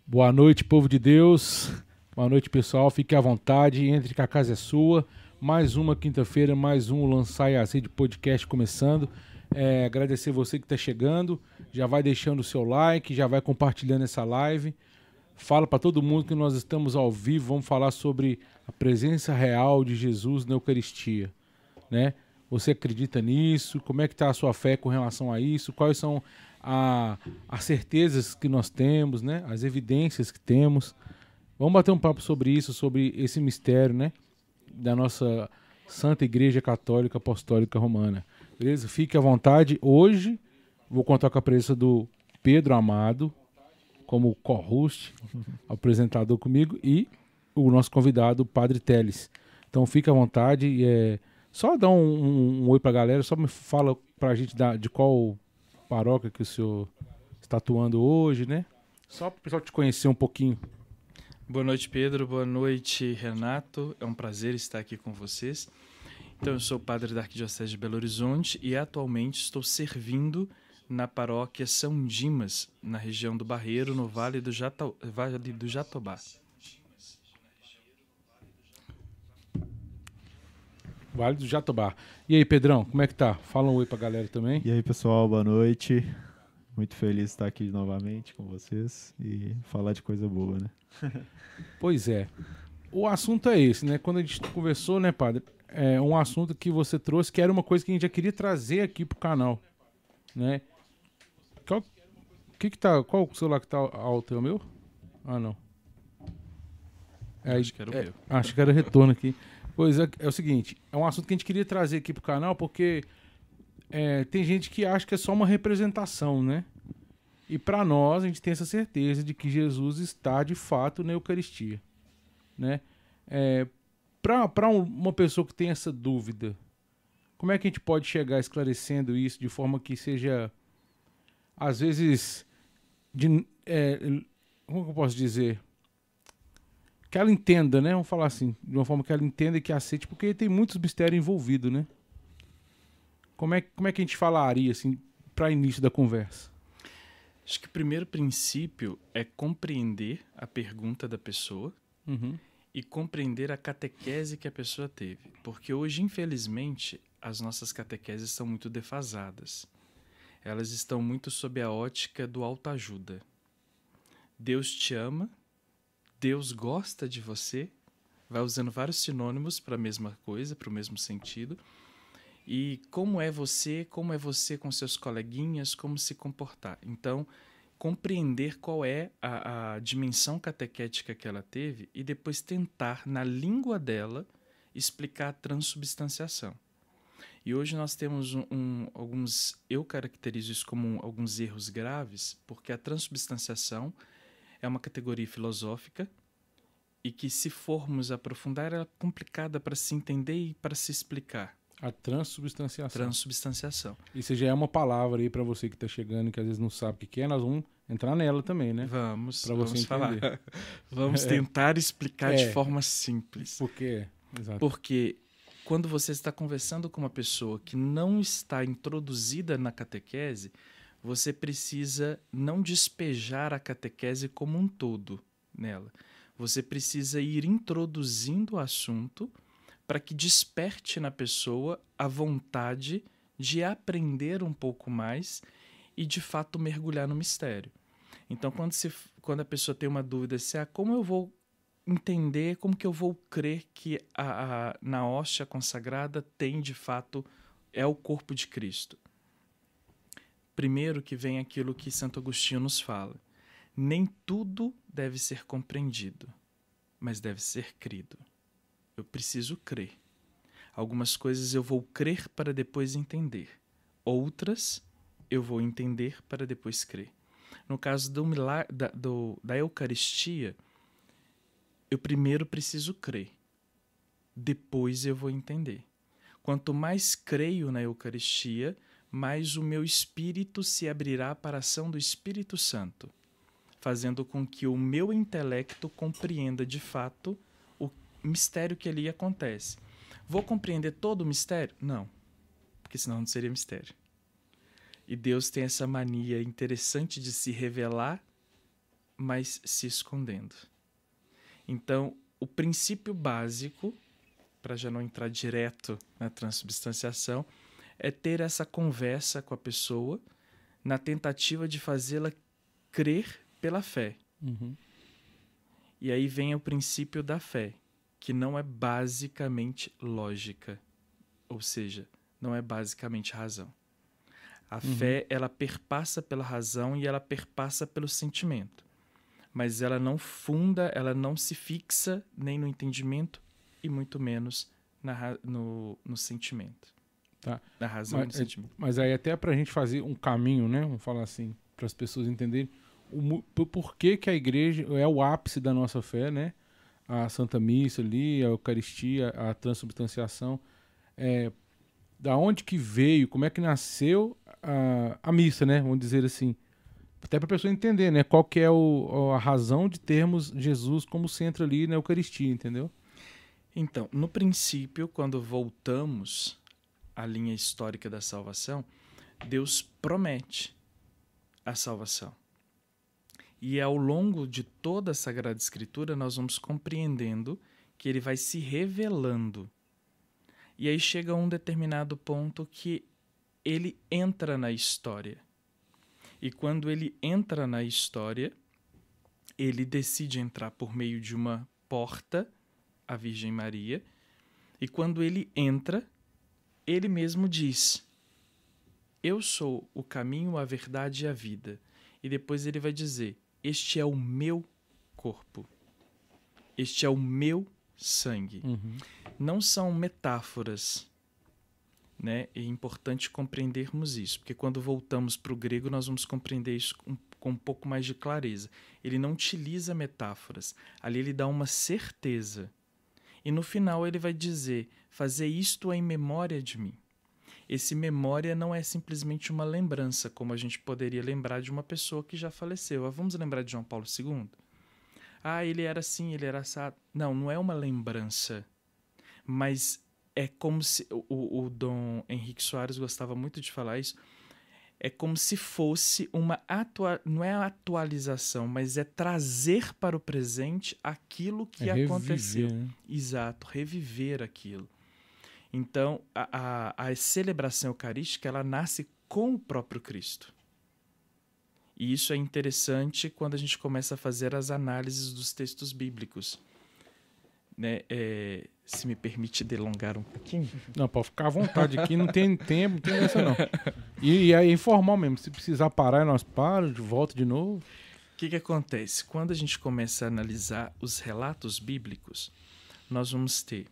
Boa noite, povo de Deus. Boa noite, pessoal. Fique à vontade, entre que a casa é sua. Mais uma quinta-feira, mais um Lançar e Assim de podcast começando. Agradecer você que está chegando. Já vai deixando o seu like, já vai compartilhando essa live. Fala para todo mundo que nós estamos ao vivo. Vamos falar sobre a presença real de Jesus na Eucaristia, né? Você acredita nisso? Como é que está a sua fé com relação a isso? Quais são as certezas que nós temos, né? As evidências que temos? Vamos bater um papo sobre isso, sobre esse mistério, né? Da nossa Santa Igreja Católica Apostólica Romana. Beleza? Fique à vontade. Hoje vou contar com a presença do Pedro Amado como co-host, apresentador comigo, e o nosso convidado, o Padre Teles. Então fique à vontade. Só dá um oi pra galera, só me fala pra gente de qual paróquia que o senhor está atuando hoje, né? Só para o pessoal te conhecer um pouquinho. Boa noite, Pedro. Boa noite, Renato. É um prazer estar aqui com vocês. Então, eu sou padre da Arquidiocese de Belo Horizonte e atualmente estou servindo na paróquia São Dimas, na região do Barreiro, no Vale do Jatobá. Vale do Jatobá. E aí, Pedrão, como é que tá? Fala um oi pra galera também. E aí, pessoal, boa noite. Muito feliz de estar aqui novamente com vocês e falar de coisa boa, né? Pois é. O assunto é esse, né? Quando a gente conversou, né, padre? É um assunto que você trouxe que era uma coisa que a gente já queria trazer aqui pro canal, né? Qual o celular que tá alto? É o meu? Ah, não. Acho que era o meu. Acho que era retorno aqui. Pois é o seguinte, é um assunto que a gente queria trazer aqui pro canal porque tem gente que acha que é só uma representação, né? E para nós, a gente tem essa certeza de que Jesus está, de fato, na Eucaristia, né? Para uma pessoa que tem essa dúvida, como é que a gente pode chegar esclarecendo isso de forma que seja, às vezes, como que eu posso dizer? Que ela entenda, né? Vamos falar assim, de uma forma que ela entenda e que aceite, porque tem muitos mistérios envolvidos, né? Como é que a gente falaria, assim, para início da conversa? Acho que o primeiro princípio é compreender a pergunta da pessoa e compreender a catequese que a pessoa teve. Porque hoje, infelizmente, as nossas catequeses estão muito defasadas. Elas estão muito sob a ótica do autoajuda. Deus te ama, Deus gosta de você, vai usando vários sinônimos para a mesma coisa, para o mesmo sentido. E como é você com seus coleguinhas, como se comportar. Então, compreender qual é a dimensão catequética que ela teve e depois tentar, na língua dela, explicar a transubstanciação. E hoje nós temos eu caracterizo isso como alguns erros graves, porque a transubstanciação é uma categoria filosófica e que, se formos aprofundar, ela é complicada para se entender e para se explicar. A transubstanciação. Transubstanciação. Isso já é uma palavra aí para você que está chegando e que às vezes não sabe o que é, nós vamos entrar nela também, né? Vamos entender. falar. Vamos tentar explicar de forma simples. Por quê? Exato. Porque quando você está conversando com uma pessoa que não está introduzida na catequese, você precisa não despejar a catequese como um todo nela. Você precisa ir introduzindo o assunto para que desperte na pessoa a vontade de aprender um pouco mais e, de fato, mergulhar no mistério. Então, quando a pessoa tem uma dúvida, como eu vou entender, como que eu vou crer que na hóstia consagrada tem, de fato, é o corpo de Cristo? Primeiro que vem aquilo que Santo Agostinho nos fala. Nem tudo deve ser compreendido, mas deve ser crido. Eu preciso crer. Algumas coisas eu vou crer para depois entender. Outras eu vou entender para depois crer. No caso da Eucaristia, eu primeiro preciso crer. Depois eu vou entender. Quanto mais creio na Eucaristia, mais o meu espírito se abrirá para a ação do Espírito Santo, fazendo com que o meu intelecto compreenda de fato mistério que ali acontece. Vou compreender todo o mistério? Não, porque senão não seria mistério. E Deus tem essa mania interessante de se revelar mas se escondendo. Então, o princípio básico, para já não entrar direto na transubstanciação, é ter essa conversa com a pessoa na tentativa de fazê-la crer pela fé. Uhum. E aí vem o princípio da fé, que não é basicamente lógica, ou seja, não é basicamente razão. A fé, ela perpassa pela razão e ela perpassa pelo sentimento. Mas ela não funda, ela não se fixa nem no entendimento e muito menos no sentimento. Tá. Na razão e no sentimento. Mas aí até pra gente fazer um caminho, né? Vamos falar assim, para as pessoas entenderem por que a igreja é o ápice da nossa fé, né? A Santa Missa ali, a Eucaristia, a transubstanciação. Da onde que veio, como é que nasceu a missa, né? Vamos dizer assim. Até para a pessoa entender, né? Qual que é a razão de termos Jesus como centro ali na Eucaristia, entendeu? Então, no princípio, quando voltamos à linha histórica da salvação, Deus promete a salvação. E ao longo de toda a Sagrada Escritura, nós vamos compreendendo que ele vai se revelando. E aí chega um determinado ponto que ele entra na história. E quando ele entra na história, ele decide entrar por meio de uma porta, a Virgem Maria, e quando ele entra, ele mesmo diz: eu sou o caminho, a verdade e a vida. E depois ele vai dizer: este é o meu corpo. Este é o meu sangue. Uhum. Não são metáforas, né? É importante compreendermos isso, porque quando voltamos para o grego, nós vamos compreender isso com um pouco mais de clareza. Ele não utiliza metáforas. Ali ele dá uma certeza. E no final ele vai dizer: fazer isto em memória de mim. Esse memória não é simplesmente uma lembrança, como a gente poderia lembrar de uma pessoa que já faleceu. Vamos lembrar de João Paulo II? Ele era assim, ele era assado. Não é uma lembrança. Mas é como se... O Dom Henrique Soares gostava muito de falar isso. É como se fosse uma... Não é atualização, mas é trazer para o presente aquilo que aconteceu. Reviver, né? Exato, reviver aquilo. Então, a celebração eucarística, ela nasce com o próprio Cristo. E isso é interessante quando a gente começa a fazer as análises dos textos bíblicos. Né? Se me permite delongar um pouquinho. Não, pode ficar à vontade aqui, não tem tempo, não tem essa não. E é informal mesmo, se precisar parar, nós paramos, volta de novo. O que acontece? Quando a gente começa a analisar os relatos bíblicos, nós vamos ter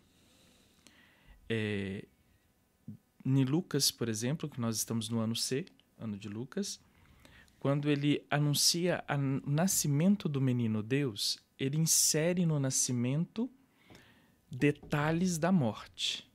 em Lucas, por exemplo, que nós estamos no ano C, ano de Lucas, quando ele anuncia o nascimento do menino Deus, ele insere no nascimento detalhes da morte.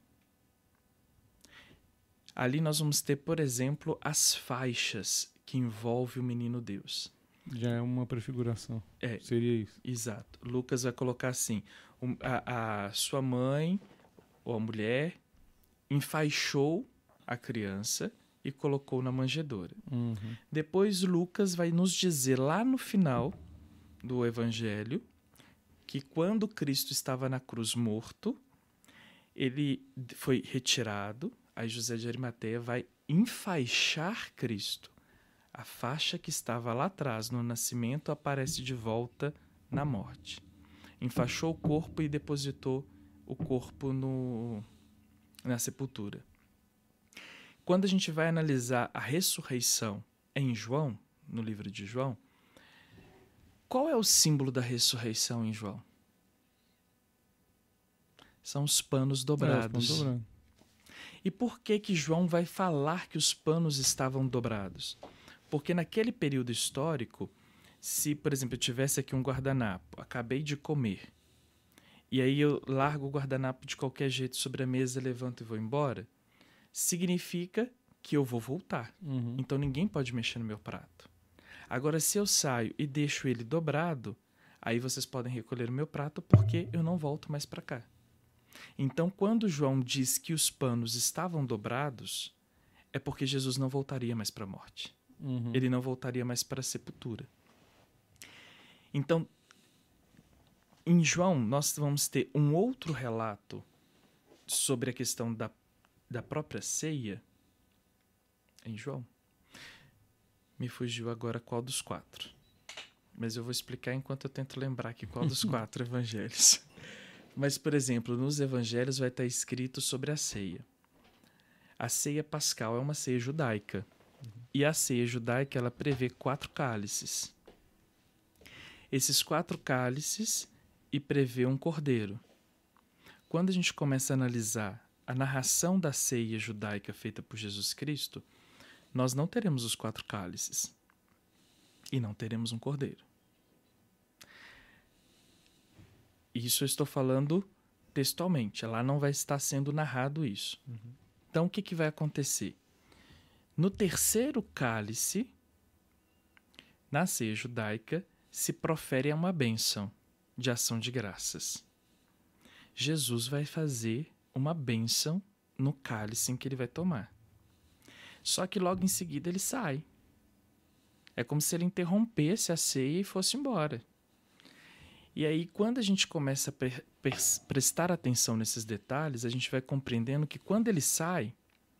Ali nós vamos ter, por exemplo, as faixas que envolvem o menino Deus. Já é uma prefiguração. Seria isso. Exato. Lucas vai colocar assim: a sua mãe ou a mulher enfaixou a criança e colocou na manjedoura. Uhum. Depois Lucas vai nos dizer lá no final do Evangelho que quando Cristo estava na cruz morto, ele foi retirado, aí José de Arimateia vai enfaixar Cristo. A faixa que estava lá atrás no nascimento aparece de volta na morte. Enfaixou o corpo e depositou o corpo na sepultura. Quando a gente vai analisar a ressurreição em João, no livro de João, qual é o símbolo da ressurreição em João? São os panos dobrados. E por que João vai falar que os panos estavam dobrados? Porque naquele período histórico, se, por exemplo, eu tivesse aqui um guardanapo, acabei de comer, e aí eu largo o guardanapo de qualquer jeito sobre a mesa, levanto e vou embora, significa que eu vou voltar. Uhum. Então ninguém pode mexer no meu prato. Agora, se eu saio e deixo ele dobrado, aí vocês podem recolher o meu prato porque eu não volto mais para cá. Então, quando João diz que os panos estavam dobrados, é porque Jesus não voltaria mais para a morte. Uhum. Ele não voltaria mais para a sepultura. Então, em João, nós vamos ter um outro relato sobre a questão da própria ceia. Em João. Me fugiu agora qual dos 4. Mas eu vou explicar enquanto eu tento lembrar aqui qual dos 4 evangelhos. Mas, por exemplo, nos evangelhos vai estar escrito sobre a ceia. A ceia pascal é uma ceia judaica. E a ceia judaica, ela prevê 4 cálices. Esses 4 cálices e prevê um cordeiro. Quando a gente começa a analisar a narração da ceia judaica feita por Jesus Cristo, nós não teremos os 4 cálices e não teremos um cordeiro. Isso eu estou falando textualmente, lá não vai estar sendo narrado isso. Então, o que vai acontecer? No terceiro cálice, na ceia judaica, se profere uma bênção de ação de graças. Jesus vai fazer uma bênção no cálice em que ele vai tomar. Só que logo em seguida ele sai. É como se ele interrompesse a ceia e fosse embora. E aí, quando a gente começa a prestar atenção nesses detalhes, a gente vai compreendendo que quando ele sai,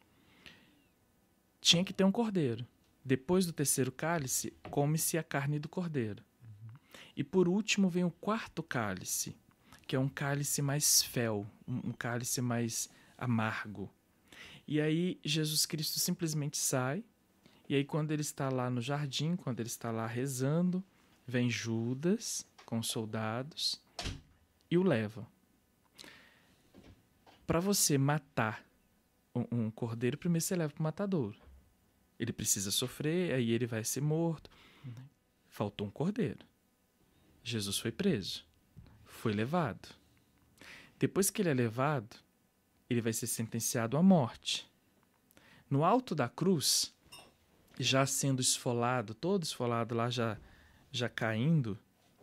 tinha que ter um cordeiro. Depois do terceiro cálice, come-se a carne do cordeiro. E por último vem o 4º cálice, que é um cálice mais fel, um cálice mais amargo. E aí Jesus Cristo simplesmente sai, e aí quando ele está lá no jardim, quando ele está lá rezando, vem Judas com os soldados e o leva. Para você matar um cordeiro, primeiro você leva para o matadouro. Ele precisa sofrer, aí ele vai ser morto. Faltou um cordeiro. Jesus foi preso, foi levado. Depois que ele é levado, ele vai ser sentenciado à morte. No alto da cruz, já sendo esfolado, todo esfolado lá, já caindo,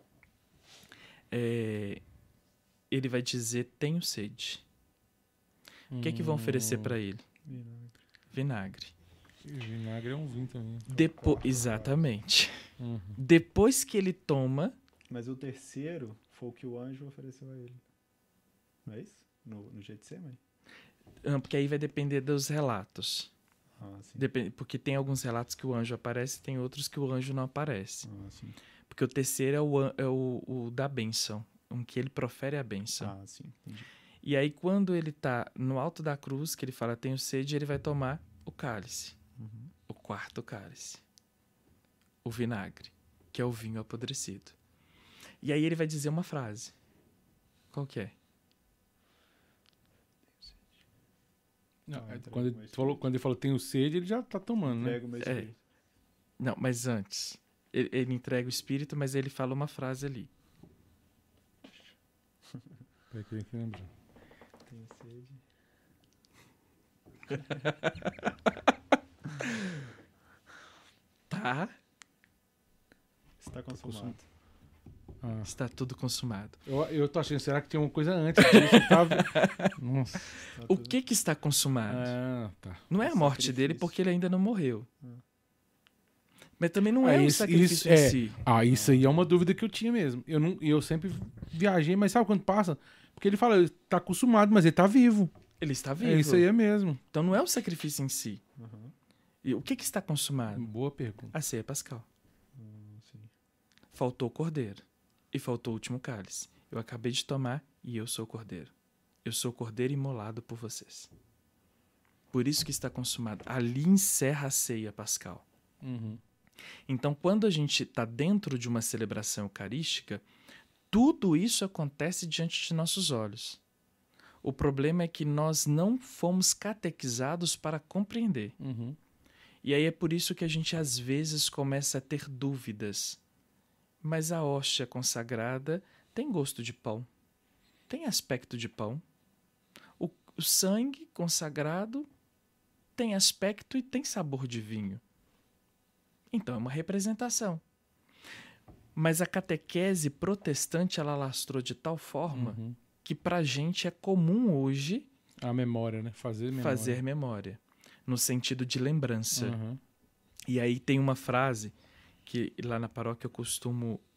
ele vai dizer, tenho sede. O que vão oferecer para ele? Vinagre. Vinagre é um vinho também. Exatamente. Depois que ele toma... Mas o terceiro foi o que o anjo ofereceu a ele. Não é isso? No Getsemane? Porque aí vai depender dos relatos. Sim. Porque tem alguns relatos que o anjo aparece, tem outros que o anjo não aparece. Sim. Porque o terceiro é o da bênção, em que ele profere a bênção. Sim, entendi. E aí, quando ele está no alto da cruz, que ele fala, tenho sede, ele vai tomar o cálice. O 4º cálice. O vinagre, que é o vinho apodrecido. E aí ele vai dizer uma frase. Qual que é? Não, quando ele falou tenho sede, ele já está tomando, né? Entrega o meu espírito. Não, mas antes. Ele entrega o espírito, mas ele fala uma frase ali. Peraí que eu tenho que lembrar. Tenho sede. Tá? Está consumado. Está tudo consumado. Eu tô achando, será que tinha uma coisa antes disso? Tava... Nossa. O que está consumado? Tá. Não é a morte dele, porque ele ainda não morreu. Mas também não É o isso- sacrifício isso em é- si. Isso aí é uma dúvida que eu tinha mesmo. Eu sempre viajei, mas sabe quando passa? Porque ele fala, ele tá consumado, mas ele tá vivo. Ele está vivo. É isso aí mesmo. Então não é o sacrifício em si. E o que está consumado? Boa pergunta. A ceia pascal. Sim. Faltou o cordeiro. E faltou o último cálice. Eu acabei de tomar e eu sou o cordeiro. Eu sou o cordeiro imolado por vocês. Por isso que está consumado. Ali encerra a ceia pascal. Então, quando a gente está dentro de uma celebração eucarística, tudo isso acontece diante de nossos olhos. O problema é que nós não fomos catequizados para compreender. E aí é por isso que a gente às vezes começa a ter dúvidas. Mas a hóstia consagrada tem gosto de pão, tem aspecto de pão. O sangue consagrado tem aspecto e tem sabor de vinho. Então é uma representação. Mas a catequese protestante ela lastrou de tal forma que pra gente é comum hoje A memória, né? Fazer memória, no sentido de lembrança. E aí tem uma frase que lá na paróquia eu costumo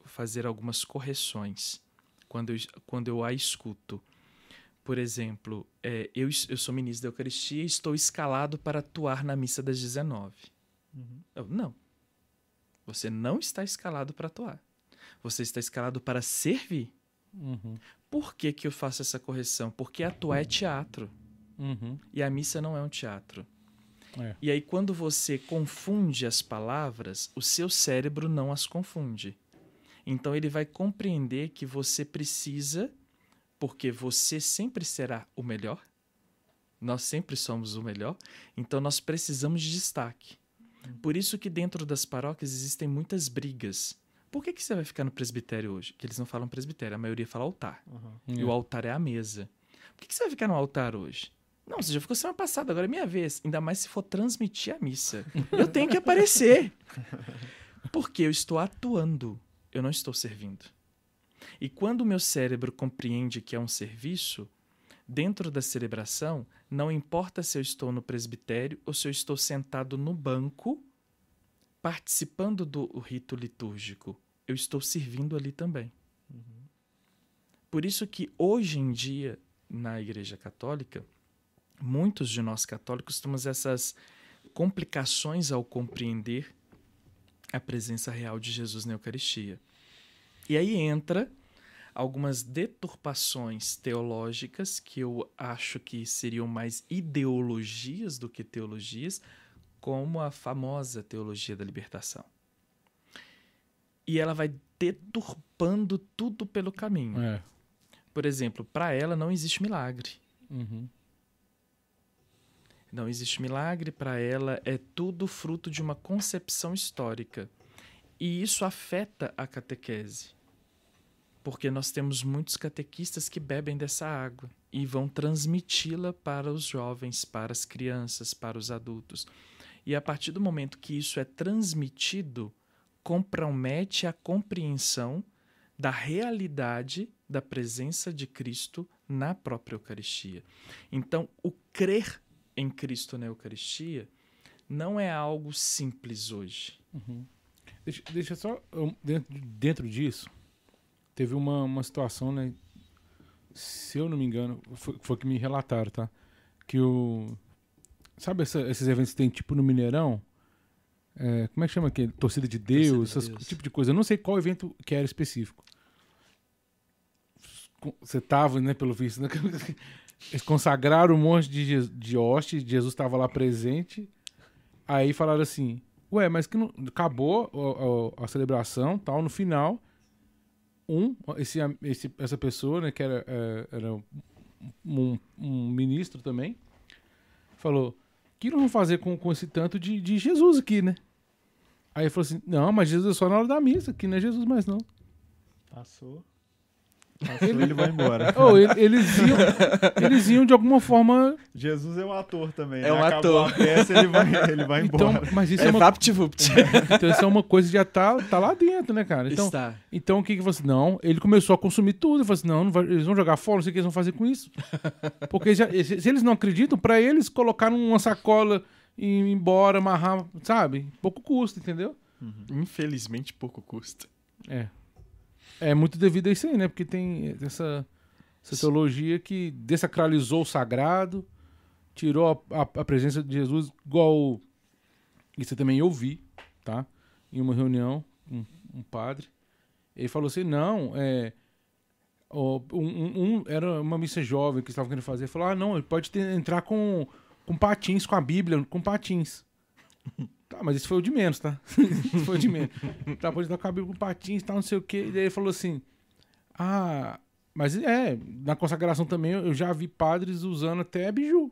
fazer algumas correções quando eu a escuto. Por exemplo, eu sou ministro da Eucaristia e estou escalado para atuar na missa das 19. Não. Você não está escalado para atuar. Você está escalado para servir. Por que eu faço essa correção? Porque atuar é teatro. E a missa não é um teatro. E aí, quando você confunde as palavras, o seu cérebro não as confunde. Então, ele vai compreender que você precisa, porque você sempre será o melhor. Nós sempre somos o melhor. Então, nós precisamos de destaque. Por isso que dentro das paróquias existem muitas brigas. Por que você vai ficar no presbitério hoje? Que eles não falam presbitério, a maioria fala altar. E o altar é a mesa. Por que você vai ficar no altar hoje? Não, você já ficou semana passada, agora é minha vez. Ainda mais se for transmitir a missa. Eu tenho que aparecer. Porque eu estou atuando, eu não estou servindo. E quando o meu cérebro compreende que é um serviço, dentro da celebração, não importa se eu estou no presbitério ou se eu estou sentado no banco, participando do rito litúrgico, eu estou servindo ali também. Por isso que hoje em dia, na Igreja Católica, muitos de nós católicos temos essas complicações ao compreender a presença real de Jesus na Eucaristia. E aí entra algumas deturpações teológicas que eu acho que seriam mais ideologias do que teologias, como a famosa teologia da libertação. E ela vai deturpando tudo pelo caminho. Por exemplo, para ela não existe milagre. Não existe milagre, para ela é tudo fruto de uma concepção histórica. E isso afeta a catequese. Porque nós temos muitos catequistas que bebem dessa água e vão transmiti-la para os jovens, para as crianças, para os adultos. E a partir do momento que isso é transmitido, compromete a compreensão da realidade da presença de Cristo na própria Eucaristia. Então, o crer em Cristo na Eucaristia não é algo simples hoje. Deixa só, dentro disso, teve uma situação, né? Se eu não me engano, foi que me relataram, tá? Que sabe esses eventos que tem tipo no Mineirão? Como é que chama aquele? Torcida de Deus, esse tipo de coisa. Eu não sei qual evento que era específico. Você tava, né, pelo visto, né? Eles consagraram um monte de hóstia, Jesus estava lá presente. Aí falaram assim, mas que não, acabou a celebração, tal, no final, essa pessoa, né, que era um ministro também, falou, o que nós vamos fazer com esse tanto de Jesus aqui, né? Aí ele falou assim, não, mas Jesus é só na hora da missa, aqui não é Jesus mais não. Passou, ele vai embora. Eles iam de alguma forma... Jesus é um ator também. É um Acabou ator. a peça, ele vai Então, embora. mas isso VaptVupt. Então isso é uma coisa que já tá lá dentro, né, cara? Então, Está. Então o que você... Não, ele começou a consumir tudo. Ele falou assim, não eles vão jogar fora, não sei o que eles vão fazer com isso. Porque se eles não acreditam, pra eles colocar numa sacola e ir embora, amarrar, sabe? Pouco custa, entendeu? Infelizmente, pouco custa. É muito devido a isso aí, né? Porque tem essa teologia que desacralizou o sagrado, tirou a presença de Jesus, igual isso eu também ouvi, tá? Em uma reunião, um padre, ele falou assim, não, era uma missa jovem que eles estavam querendo fazer, ele falou, não, ele pode entrar com patins, com a Bíblia, com patins. Tá, mas isso foi o de menos, tá? Isso foi o de menos. Tá, pode entrar com a Bíblia, com patins e tal, não sei o quê. E daí ele falou assim, mas na consagração também eu já vi padres usando até biju.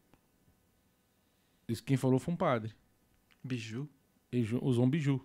Isso quem falou foi um padre. Biju? Ele usou um biju.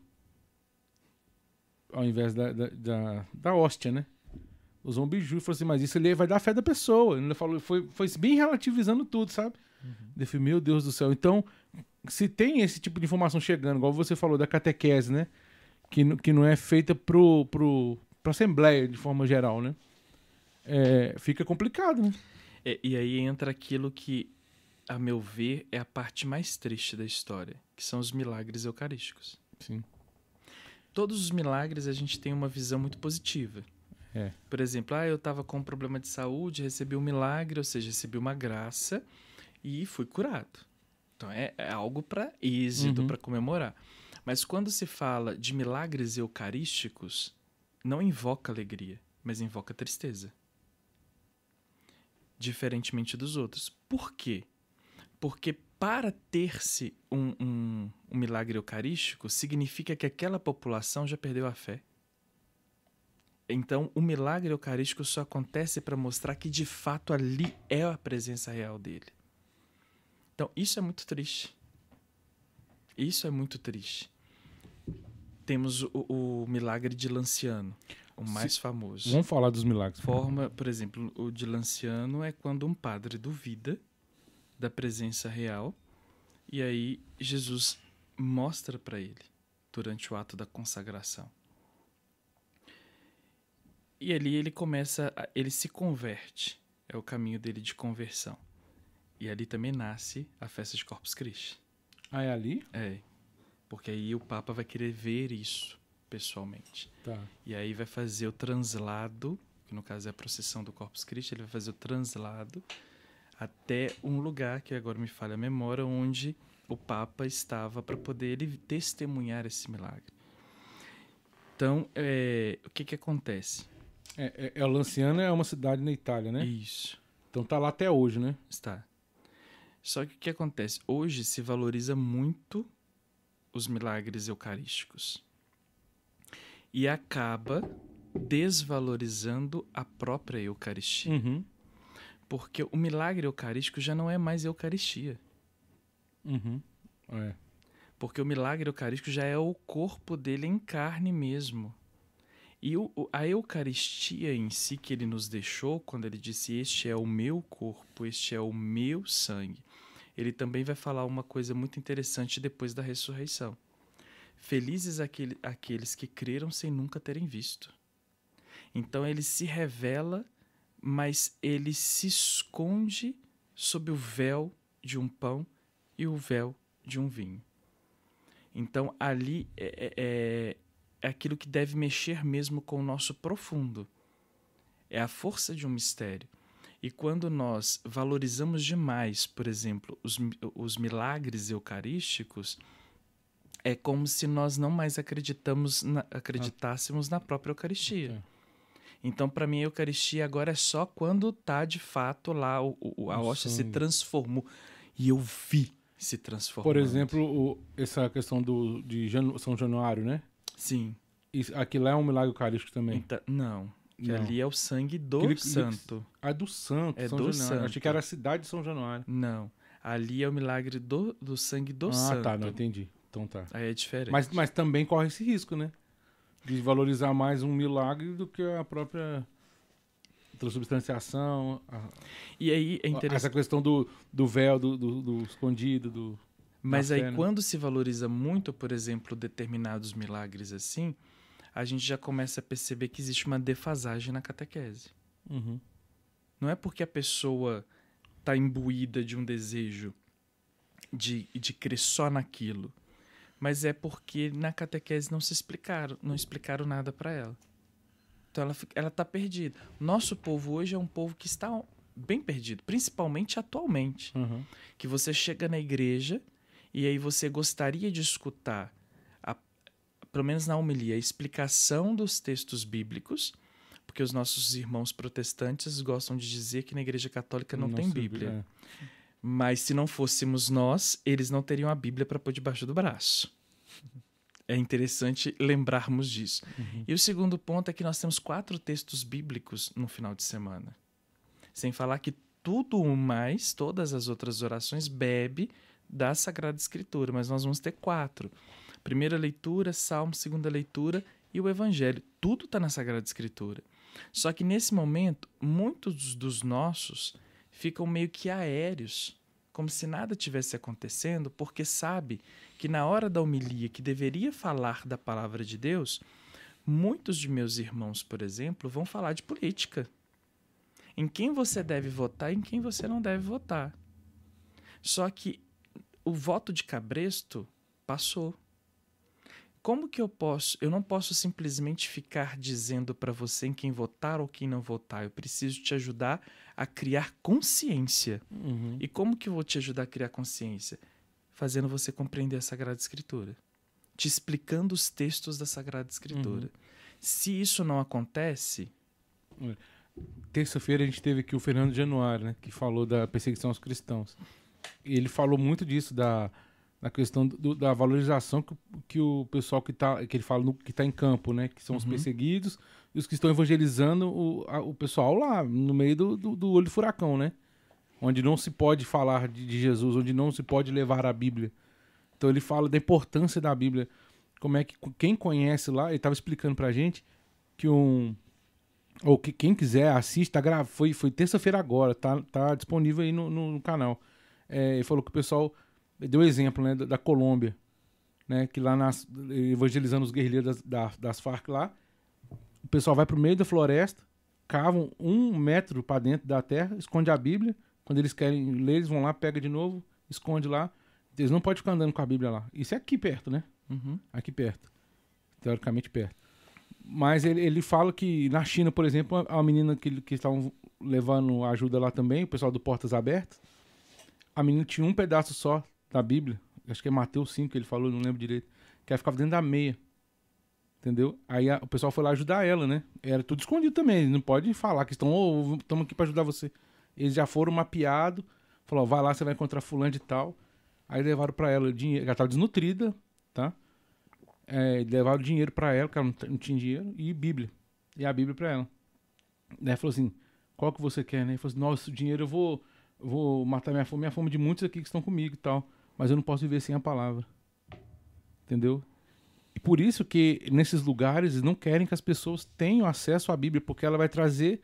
Ao invés da hóstia, né? Usou um biju e falou assim, mas isso ali vai dar fé da pessoa. Ele falou, foi bem relativizando tudo, sabe? Eu falei, meu Deus do céu. Então, se tem esse tipo de informação chegando, igual você falou da catequese, né? Que não é feita pra assembleia, de forma geral, né? Fica complicado, né? E aí entra aquilo que, a meu ver, é a parte mais triste da história, que são os milagres eucarísticos. Sim. todos os milagres a gente tem uma visão muito positiva. Por exemplo, eu estava com um problema de saúde, recebi um milagre, ou seja, recebi uma graça e fui curado. Então é algo para êxito, para comemorar. Mas quando se fala de milagres eucarísticos, não invoca alegria, mas invoca tristeza. Diferentemente dos outros. Por quê? Porque para ter-se um milagre eucarístico, significa que aquela população já perdeu a fé. Então, o milagre eucarístico só acontece para mostrar que, de fato, ali é a presença real dele. Então, isso é muito triste. Isso é muito triste. Temos o milagre de Lanciano, o mais famoso. Vamos falar dos milagres. Por exemplo, o de Lanciano é quando um padre duvida da presença real e aí Jesus mostra para ele durante o ato da consagração. E ali ele se converte. É o caminho dele de conversão. E ali também nasce a festa de Corpus Christi. Ah, é ali? É. Porque aí o Papa vai querer ver isso pessoalmente. Tá. E aí vai fazer o translado, que no caso é a procissão do Corpus Christi, ele vai fazer o translado até um lugar, que agora me falha a memória, onde o Papa estava para poder ele testemunhar esse milagre. Então, o que acontece? O Lanciano é uma cidade na Itália, né? Isso. Então tá lá até hoje, né? Está. Só que o que acontece? Hoje se valoriza muito os milagres eucarísticos. E acaba desvalorizando a própria Eucaristia. Uhum. Porque o milagre eucarístico já não é mais Eucaristia. Uhum. Porque o milagre eucarístico já é o corpo dele em carne mesmo. E a Eucaristia em si que ele nos deixou, quando ele disse este é o meu corpo, este é o meu sangue, ele também vai falar uma coisa muito interessante depois da ressurreição. Felizes aqueles que creram sem nunca terem visto. Então ele se revela, mas ele se esconde sob o véu de um pão e o véu de um vinho. Então ali é aquilo que deve mexer mesmo com o nosso profundo. É a força de um mistério. E quando nós valorizamos demais, por exemplo, os milagres eucarísticos, é como se nós não mais acreditássemos na própria Eucaristia. Então, para mim, a Eucaristia agora é só quando está, de fato, lá a hóstia se transformou. E eu vi se transformando. Por exemplo, essa questão de São Januário, né? Sim. Aquilo é um milagre eucarístico também? Então, não. Ali é o sangue do santo. Do santo. É São do Januário. santo. Achei que era a cidade de São Januário. Não. Ali é o milagre do sangue do santo. Ah, tá. Não, entendi. Então tá. Aí é diferente. Mas também corre esse risco, né? De valorizar mais um milagre do que a própria transubstanciação. E aí é interessante. Essa questão do véu, do escondido. Mas aí, fé, né? quando se valoriza muito, por exemplo, determinados milagres assim, a gente já começa a perceber que existe uma defasagem na catequese. Uhum. Não é porque a pessoa está imbuída de um desejo de crer só naquilo, mas é porque na catequese não explicaram nada para ela. Então ela está perdida. Nosso povo hoje é um povo que está bem perdido, principalmente atualmente. Uhum. Que você chega na igreja e aí você gostaria de escutar, pelo menos na homilia, a explicação dos textos bíblicos, porque os nossos irmãos protestantes gostam de dizer que na igreja católica não tem Bíblia. Mas se não fôssemos nós, eles não teriam a Bíblia para pôr debaixo do braço. É interessante lembrarmos disso. Uhum. E o segundo ponto é que nós temos 4 textos bíblicos no final de semana. Sem falar que tudo o mais, todas as outras orações, bebe da Sagrada Escritura. Mas nós vamos ter 4. Primeira leitura, Salmo, segunda leitura e o Evangelho. Tudo está na Sagrada Escritura. Só que nesse momento, muitos dos nossos ficam meio que aéreos, como se nada tivesse acontecendo, porque sabe que na hora da homilia, que deveria falar da palavra de Deus, muitos de meus irmãos, por exemplo, vão falar de política. Em quem você deve votar e em quem você não deve votar. Só que o voto de cabresto passou. Como que eu não posso simplesmente ficar dizendo para você em quem votar ou quem não votar. Eu preciso te ajudar a criar consciência. Uhum. E como que eu vou te ajudar a criar consciência? Fazendo você compreender a Sagrada Escritura. Te explicando os textos da Sagrada Escritura. Se isso não acontece... Terça-feira a gente teve aqui o Fernando Januário, né, que falou da perseguição aos cristãos. E ele falou muito disso, da questão da valorização que o pessoal que ele fala que está em campo, né, que são os perseguidos e os que estão evangelizando o pessoal lá no meio do olho do furacão, né, onde não se pode falar de Jesus, onde não se pode levar a Bíblia. Então ele fala da importância da Bíblia, como é que quem conhece lá, ele estava explicando pra gente que ou que quem quiser assista, foi terça-feira agora, tá disponível aí no canal. Ele falou que o pessoal deu exemplo, né, da Colômbia, né, que lá evangelizando os guerrilheiros das Farc lá, o pessoal vai pro meio da floresta, cavam 1 metro para dentro da terra, esconde a Bíblia, quando eles querem ler, eles vão lá, pega de novo, esconde lá. Eles não podem ficar andando com a Bíblia lá. Isso é aqui perto, né? Aqui perto. Teoricamente perto. Mas ele fala que na China, por exemplo, a menina que estavam levando ajuda lá também, o pessoal do Portas Abertas, a menina tinha um pedaço só da Bíblia, acho que é Mateus 5 que ele falou, não lembro direito, que ela ficava dentro da meia. Entendeu? Aí o pessoal foi lá ajudar ela, né? Era tudo escondido também, eles não pode falar que estamos aqui para ajudar você. Eles já foram mapeados, falou, vai lá, você vai encontrar fulano de tal. Aí levaram para ela dinheiro, ela estava desnutrida, tá? Levaram dinheiro para ela, porque ela não tinha dinheiro, e Bíblia. E a Bíblia para ela. Daí falou assim, qual que você quer, né? Ele falou assim, nossa, o dinheiro eu vou matar minha fome de muitos aqui que estão comigo e tal, mas eu não posso viver sem a palavra. Entendeu? E por isso que nesses lugares eles não querem que as pessoas tenham acesso à Bíblia, porque ela vai trazer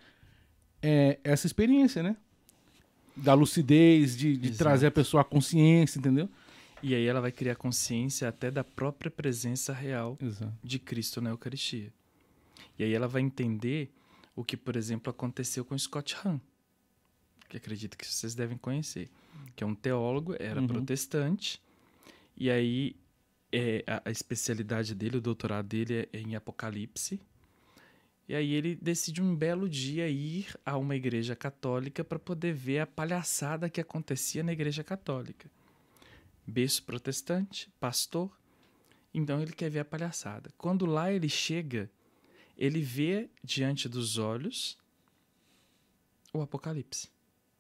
essa experiência, né? Da lucidez, de trazer a pessoa à consciência, entendeu? E aí ela vai criar consciência até da própria presença real Exato. de Cristo na Eucaristia. E aí ela vai entender o que, por exemplo, aconteceu com Scott Hahn, que acredito que vocês devem conhecer, que é um teólogo, era protestante, e aí a especialidade dele, o doutorado dele é em Apocalipse, e aí ele decide um belo dia ir a uma igreja católica para poder ver a palhaçada que acontecia na igreja católica. Berço protestante, pastor, então ele quer ver a palhaçada. Quando lá ele chega, ele vê diante dos olhos o Apocalipse.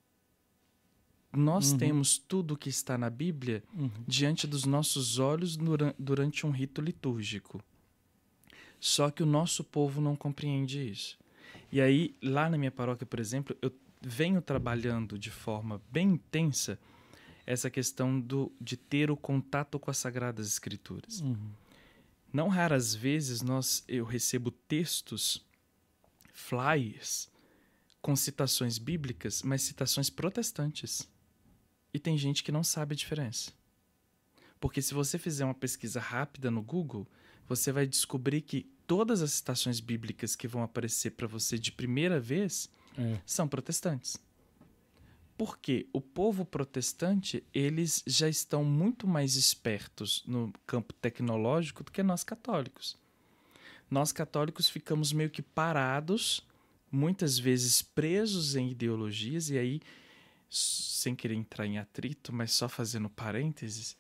Nós temos tudo o que está na Bíblia diante dos nossos olhos durante um rito litúrgico. Só que o nosso povo não compreende isso. E aí, lá na minha paróquia, por exemplo, eu venho trabalhando de forma bem intensa essa questão de ter o contato com as Sagradas Escrituras. Não raras vezes eu recebo textos, flyers, com citações bíblicas, mas citações protestantes. E tem gente que não sabe a diferença. Porque se você fizer uma pesquisa rápida no Google, você vai descobrir que todas as citações bíblicas que vão aparecer para você de primeira vez são protestantes. Porque o povo protestante, eles já estão muito mais espertos no campo tecnológico do que nós católicos. Nós católicos ficamos meio que parados, muitas vezes presos em ideologias, e aí, sem querer entrar em atrito, mas só fazendo parênteses,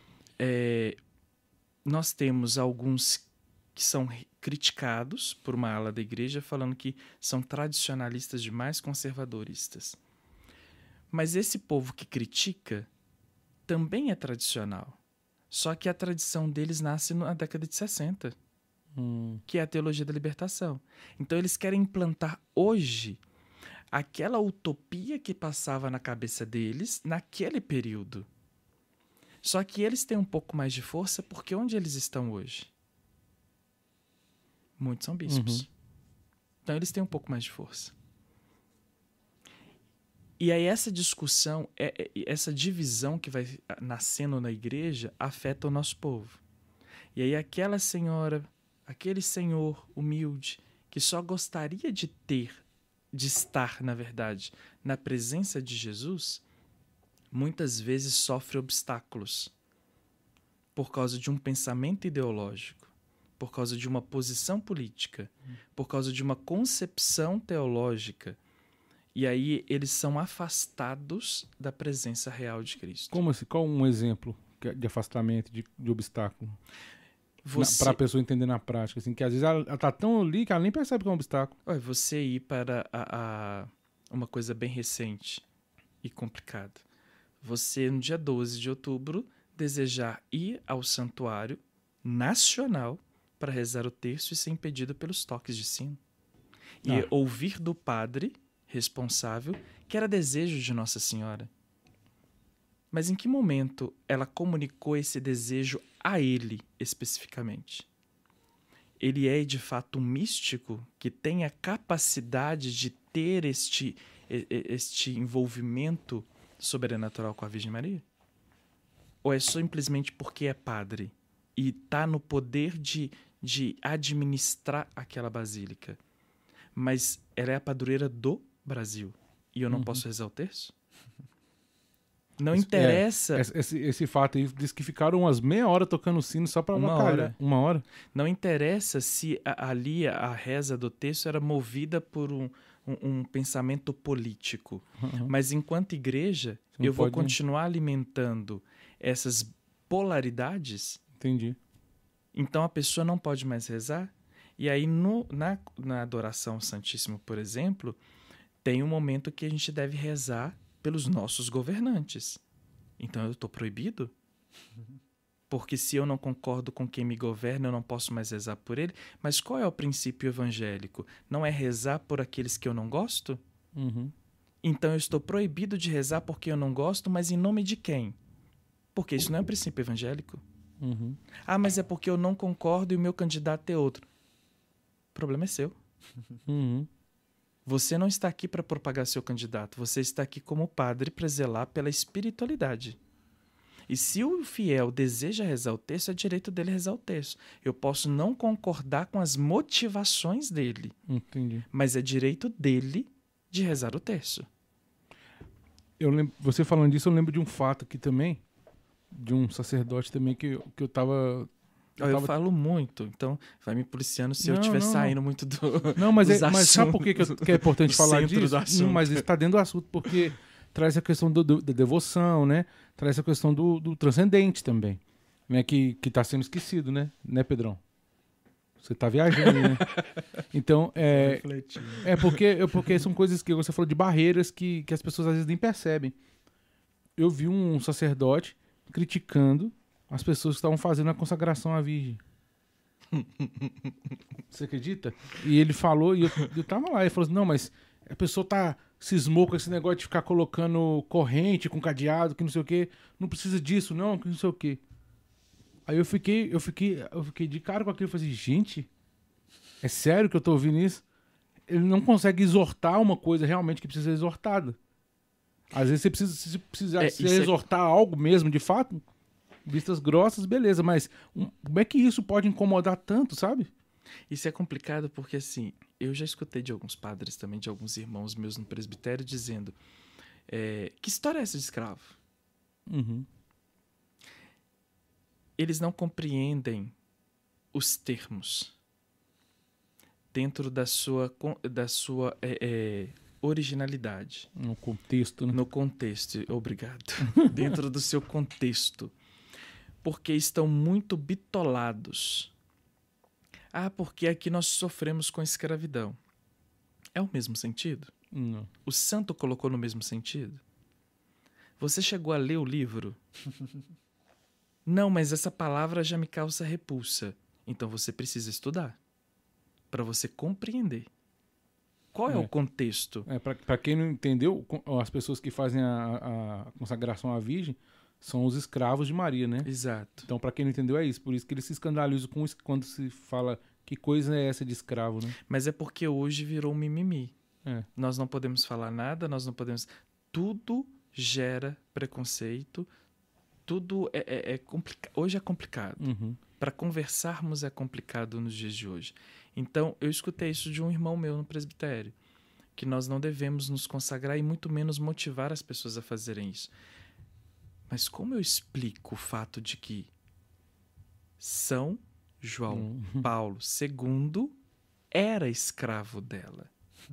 nós temos alguns que são criticados por uma ala da igreja, falando que são tradicionalistas demais, conservadoristas. Mas esse povo que critica também é tradicional. Só que a tradição deles nasce na década de 60, que é a teologia da libertação. Então eles querem implantar hoje aquela utopia que passava na cabeça deles naquele período. Só que eles têm um pouco mais de força porque onde eles estão hoje? Muitos são bispos. Então eles têm um pouco mais de força. E aí essa discussão, essa divisão que vai nascendo na igreja afeta o nosso povo. E aí aquela senhora, aquele senhor humilde, que só gostaria de estar, na verdade, na presença de Jesus, muitas vezes sofre obstáculos por causa de um pensamento ideológico. por causa de uma posição política, por causa de uma concepção teológica. E aí eles são afastados da presença real de Cristo. Como assim? Qual um exemplo de afastamento, de obstáculo? Para a pessoa entender na prática, assim, que às vezes ela tá tão ali que ela nem percebe que é um obstáculo. Olha, você ir para uma coisa bem recente e complicada. Você, no dia 12 de outubro, desejar ir ao santuário nacional para rezar o terço e ser impedido pelos toques de sino. E ouvir do padre responsável que era desejo de Nossa Senhora. Mas em que momento ela comunicou esse desejo a ele especificamente? Ele é de fato um místico que tem a capacidade de ter este envolvimento sobrenatural com a Virgem Maria? Ou é simplesmente porque é padre e está no poder de administrar aquela basílica? Mas ela é a padroeira do Brasil e eu não posso rezar o terço? Não interessa. Esse fato aí diz que ficaram umas meia hora tocando o sino só para hora. Uma hora? Não interessa se ali a reza do terço era movida por um pensamento político. Mas enquanto igreja, eu vou continuar alimentando essas polaridades. Entendi. Então a pessoa não pode mais rezar. E aí na adoração ao Santíssimo, por exemplo, tem um momento que a gente deve rezar pelos nossos governantes. Então eu estou proibido? Porque se eu não concordo com quem me governa, eu não posso mais rezar por ele. Mas qual é o princípio evangélico? Não é rezar por aqueles que eu não gosto? Então eu estou proibido de rezar porque eu não gosto, mas em nome de quem? Porque isso não é um princípio evangélico. Ah, mas é porque eu não concordo e o meu candidato é outro. O problema é seu. Você não está aqui para propagar seu candidato. Você está aqui como padre para zelar pela espiritualidade. E se o fiel deseja rezar o terço, é direito dele rezar o terço. Eu posso não concordar com as motivações dele. Entendi. Mas é direito dele de rezar o terço. Você falando disso, eu lembro de um fato aqui também, de um sacerdote também que eu tava... Eu falo muito, então vai me policiando se eu estiver saindo muito do. Não, mas sabe por que é importante falar disso? Mas isso está dentro do assunto, porque traz a questão da devoção, né? Traz a questão do transcendente também, né? Que está sendo esquecido, né, Pedrão? Você está viajando, né? Então, porque são coisas que você falou de barreiras que as pessoas às vezes nem percebem. Eu vi um sacerdote criticando as pessoas que estavam fazendo a consagração à Virgem. Você acredita? E ele falou, e eu tava lá, ele falou assim, não, mas a pessoa cismou com esse negócio de ficar colocando corrente com cadeado, que não sei o quê, não precisa disso, não, que não sei o quê. Aí eu fiquei de cara com aquilo, eu falei assim, gente, é sério que eu tô ouvindo isso? Ele não consegue exortar uma coisa realmente que precisa ser exortada. Às vezes você precisa exortar algo mesmo, de fato, vistas grossas, beleza, mas como é que isso pode incomodar tanto, sabe? Isso é complicado porque, assim, eu já escutei de alguns padres também, de alguns irmãos meus no presbitério, dizendo que história é essa de escravo? Eles não compreendem os termos dentro da sua originalidade. No contexto, né? No contexto, obrigado. Dentro do seu contexto. Porque estão muito bitolados. Ah, porque aqui nós sofremos com escravidão. É o mesmo sentido? Não. O santo colocou no mesmo sentido? Você chegou a ler o livro? Não, mas essa palavra já me causa repulsa. Então você precisa estudar para você compreender. Qual é o contexto? Para quem não entendeu, as pessoas que fazem a consagração à Virgem são os escravos de Maria, né? Exato. Então, para quem não entendeu, é isso. Por isso que eles se escandalizam quando se fala que coisa é essa de escravo, né? Mas é porque hoje virou um mimimi. Nós não podemos falar nada, nós não podemos... Tudo gera preconceito, tudo é complicado. Hoje é complicado. Para conversarmos é complicado nos dias de hoje. Então, eu escutei isso de um irmão meu no presbitério, que nós não devemos nos consagrar e muito menos motivar as pessoas a fazerem isso. Mas como eu explico o fato de que são João Paulo II era escravo dela.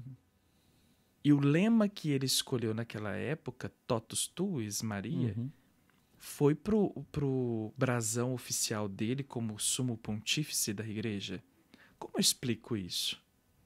E o lema que ele escolheu naquela época, Totus Tuis, Maria, foi pro brasão oficial dele como sumo pontífice da igreja. Como eu explico isso?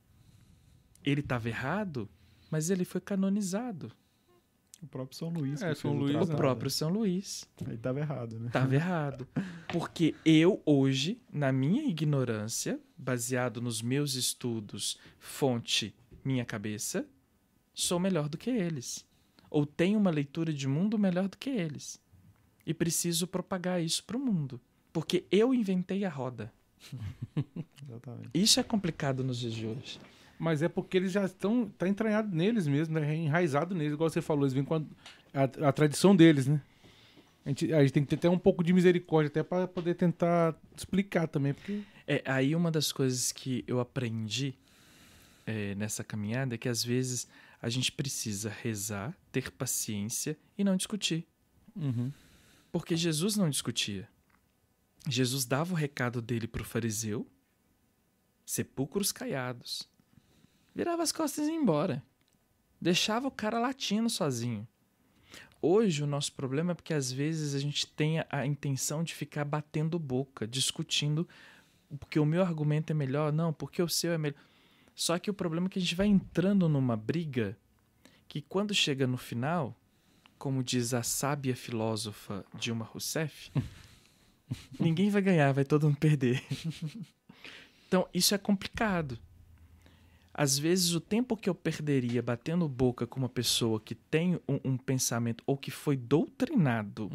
Ele estava errado, mas ele foi canonizado. O próprio São Luís. São Luís. O próprio São Luís. Ele estava errado, né? Estava errado. Porque eu, hoje, na minha ignorância, baseado nos meus estudos, fonte, minha cabeça, sou melhor do que eles. Ou tenho uma leitura de mundo melhor do que eles. E preciso propagar isso para o mundo. Porque eu inventei a roda. Exatamente. Isso é complicado nos dias de hoje. Mas é porque eles já estão entranhados neles mesmo, né? Enraizado neles, igual você falou, eles vêm com a tradição deles, né? A gente tem que ter até um pouco de misericórdia até para poder tentar explicar também, porque... Aí uma das coisas que eu aprendi nessa caminhada é que às vezes a gente precisa rezar, ter paciência e não discutir. Porque Jesus não discutia. Jesus dava o recado dele para o fariseu, sepulcros caiados. Virava as costas e ia embora. Deixava o cara latindo sozinho. Hoje o nosso problema é porque às vezes a gente tem a intenção de ficar batendo boca, discutindo porque o meu argumento é melhor, não, porque o seu é melhor. Só que o problema é que a gente vai entrando numa briga que quando chega no final, como diz a sábia filósofa Dilma Rousseff, ninguém vai ganhar, vai todo mundo perder. Então isso é complicado. Às vezes o tempo que eu perderia batendo boca com uma pessoa que tem um pensamento ou que foi doutrinado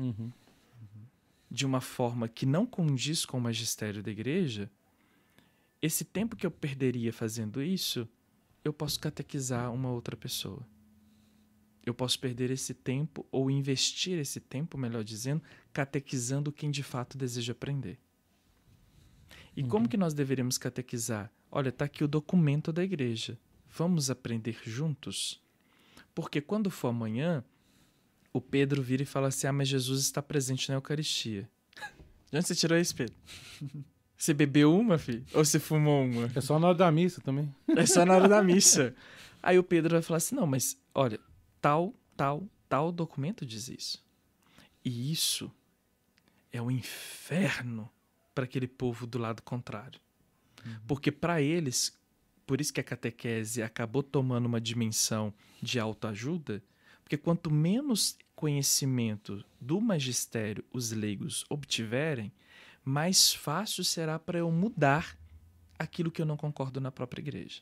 de uma forma que não condiz com o magistério da igreja, esse tempo que eu perderia fazendo isso, eu posso catequizar uma outra pessoa. Eu posso perder esse tempo ou investir esse tempo, melhor dizendo, catequizando quem de fato deseja aprender. E como que nós deveríamos catequizar? Olha, está aqui o documento da igreja. Vamos aprender juntos? Porque quando for amanhã, o Pedro vira e fala assim, mas Jesus está presente na Eucaristia. De onde você tirou isso, Pedro? Você bebeu uma, filho? Ou você fumou uma? É só na hora da missa também. É só na hora da missa. Aí o Pedro vai falar assim, não, mas olha, tal documento diz isso. E isso é um inferno para aquele povo do lado contrário. Porque para eles, por isso que a catequese acabou tomando uma dimensão de autoajuda, porque quanto menos conhecimento do magistério os leigos obtiverem, mais fácil será para eu mudar aquilo que eu não concordo na própria igreja.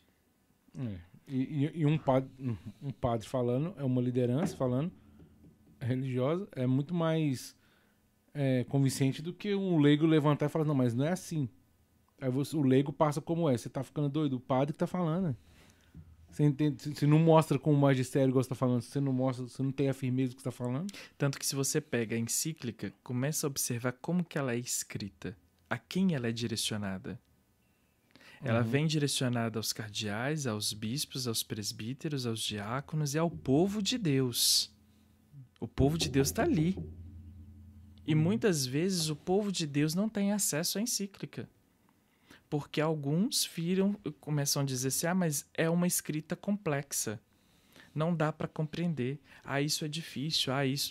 E um padre falando, é uma liderança falando, religiosa, é muito mais convincente do que um leigo levantar e falar, não, mas não é assim. Aí o leigo passa como é. Você tá ficando doido? O padre que tá falando. Você entende? Você não mostra com o magistério que você tá falando. Você não mostra, você não tem a firmeza que você tá falando. Tanto que se você pega a encíclica, começa a observar como que ela é escrita. A quem ela é direcionada. Ela vem direcionada aos cardeais, aos bispos, aos presbíteros, aos diáconos e ao povo de Deus. O povo de Deus está ali. E muitas vezes o povo de Deus não tem acesso à encíclica. Porque alguns começam a dizer assim, mas é uma escrita complexa. Não dá para compreender. Isso é difícil, isso...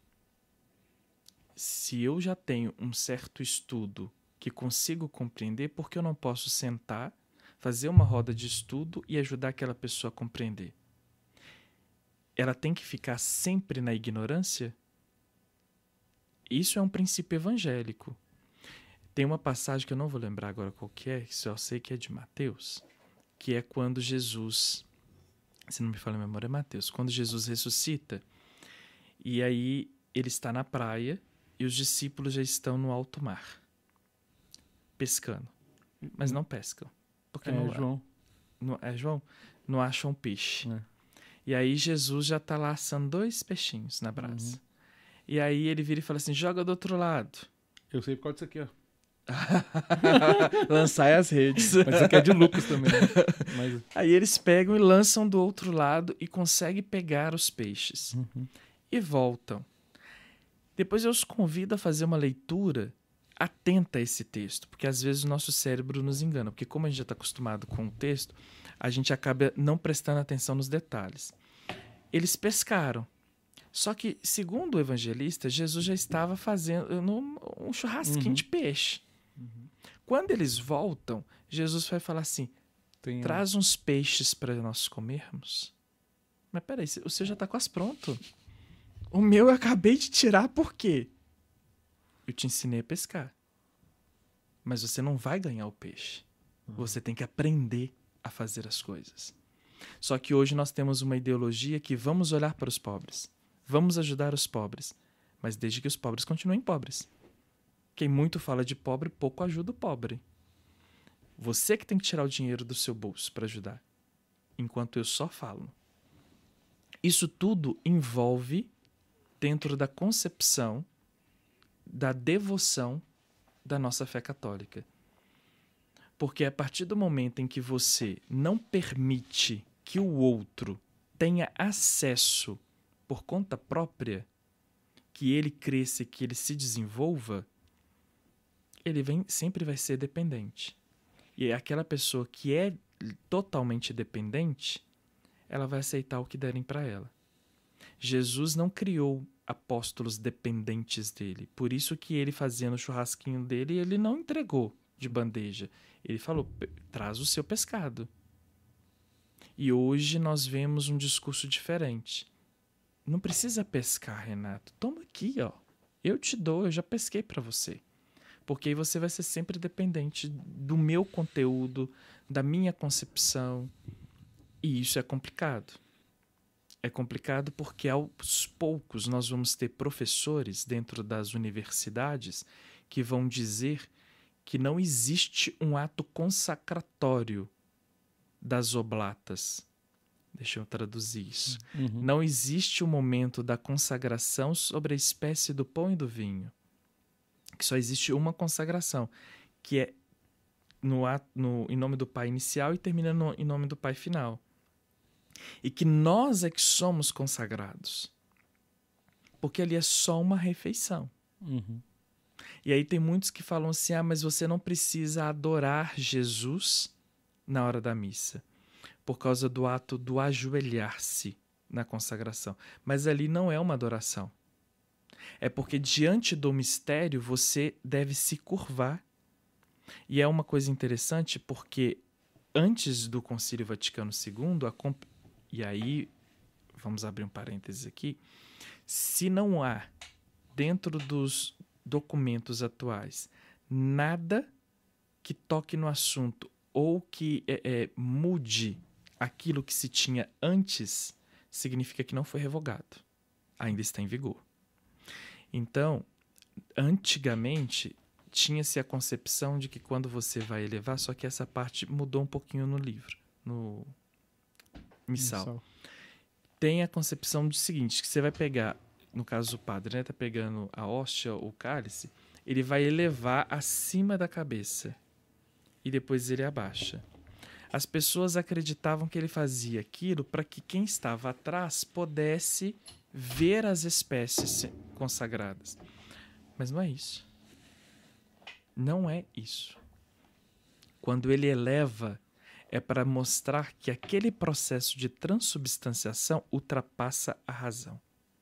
Se eu já tenho um certo estudo que consigo compreender, por que eu não posso sentar, fazer uma roda de estudo e ajudar aquela pessoa a compreender? Ela tem que ficar sempre na ignorância? Isso é um princípio evangélico. Tem uma passagem que eu não vou lembrar agora qual que é, só sei que é de Mateus, que é quando Jesus, se não me falha a memória, é Mateus, quando Jesus ressuscita, e aí ele está na praia e os discípulos já estão no alto mar, pescando, mas não pescam. Porque João. João? Não acham peixe. E aí Jesus já está lá assando 2 peixinhos na brasa. E aí ele vira e fala assim, joga do outro lado. Eu sei por causa disso aqui, ó. Lançai as redes. Mas isso aqui é de Lucas também. Né? Mas... Aí eles pegam e lançam do outro lado e conseguem pegar os peixes. E voltam. Depois eu os convido a fazer uma leitura atenta a esse texto, porque às vezes o nosso cérebro nos engana, porque como a gente já está acostumado com o texto, a gente acaba não prestando atenção nos detalhes. Eles pescaram. Só que, segundo o evangelista, Jesus já estava fazendo um churrasquinho de peixe. Quando eles voltam, Jesus vai falar assim, traz uns peixes para nós comermos. Mas peraí, o seu já está quase pronto. O meu eu acabei de tirar, por quê? Eu te ensinei a pescar. Mas você não vai ganhar o peixe. Você tem que aprender a fazer as coisas. Só que hoje nós temos uma ideologia que vamos olhar para os pobres. Vamos ajudar os pobres. Mas desde que os pobres continuem pobres. Quem muito fala de pobre, pouco ajuda o pobre. Você que tem que tirar o dinheiro do seu bolso para ajudar. Enquanto eu só falo. Isso tudo envolve dentro da concepção da devoção da nossa fé católica. Porque a partir do momento em que você não permite que o outro tenha acesso por conta própria, que ele cresça, que ele se desenvolva, ele sempre vai ser dependente. E aquela pessoa que é totalmente dependente, ela vai aceitar o que derem para ela. Jesus não criou apóstolos dependentes dele. Por isso que ele, fazendo o churrasquinho dele, ele não entregou de bandeja. Ele falou, traz o seu pescado. E hoje nós vemos um discurso diferente. Não precisa pescar, Renato. Toma aqui, ó. Eu te dou, eu já pesquei para você. Porque aí você vai ser sempre dependente do meu conteúdo, da minha concepção. E isso é complicado. É complicado porque aos poucos nós vamos ter professores dentro das universidades que vão dizer que não existe um ato consacratório das oblatas. Deixa eu traduzir isso. Não existe o momento da consagração sobre a espécie do pão e do vinho. Que só existe uma consagração, que é em nome do Pai inicial e termina em nome do Pai final. E que nós é que somos consagrados. Porque ali é só uma refeição. E aí tem muitos que falam assim, mas você não precisa adorar Jesus na hora da missa. Por causa do ato do ajoelhar-se na consagração. Mas ali não é uma adoração. É porque diante do mistério você deve se curvar. E é uma coisa interessante porque antes do Concílio Vaticano II, e aí, vamos abrir um parênteses aqui, se não há, dentro dos documentos atuais, nada que toque no assunto ou que mude aquilo que se tinha antes, significa que não foi revogado. Ainda está em vigor. Então, antigamente, tinha-se a concepção de que quando você vai elevar, só que essa parte mudou um pouquinho no livro, no missal. Tem a concepção do seguinte, que você vai pegar, no caso do padre, né, tá pegando a hóstia, o cálice, ele vai elevar acima da cabeça e depois ele abaixa. As pessoas acreditavam que ele fazia aquilo para que quem estava atrás pudesse ver as espécies consagradas. Mas não é isso. Não é isso. Quando ele eleva, é para mostrar que aquele processo de transubstanciação ultrapassa a razão.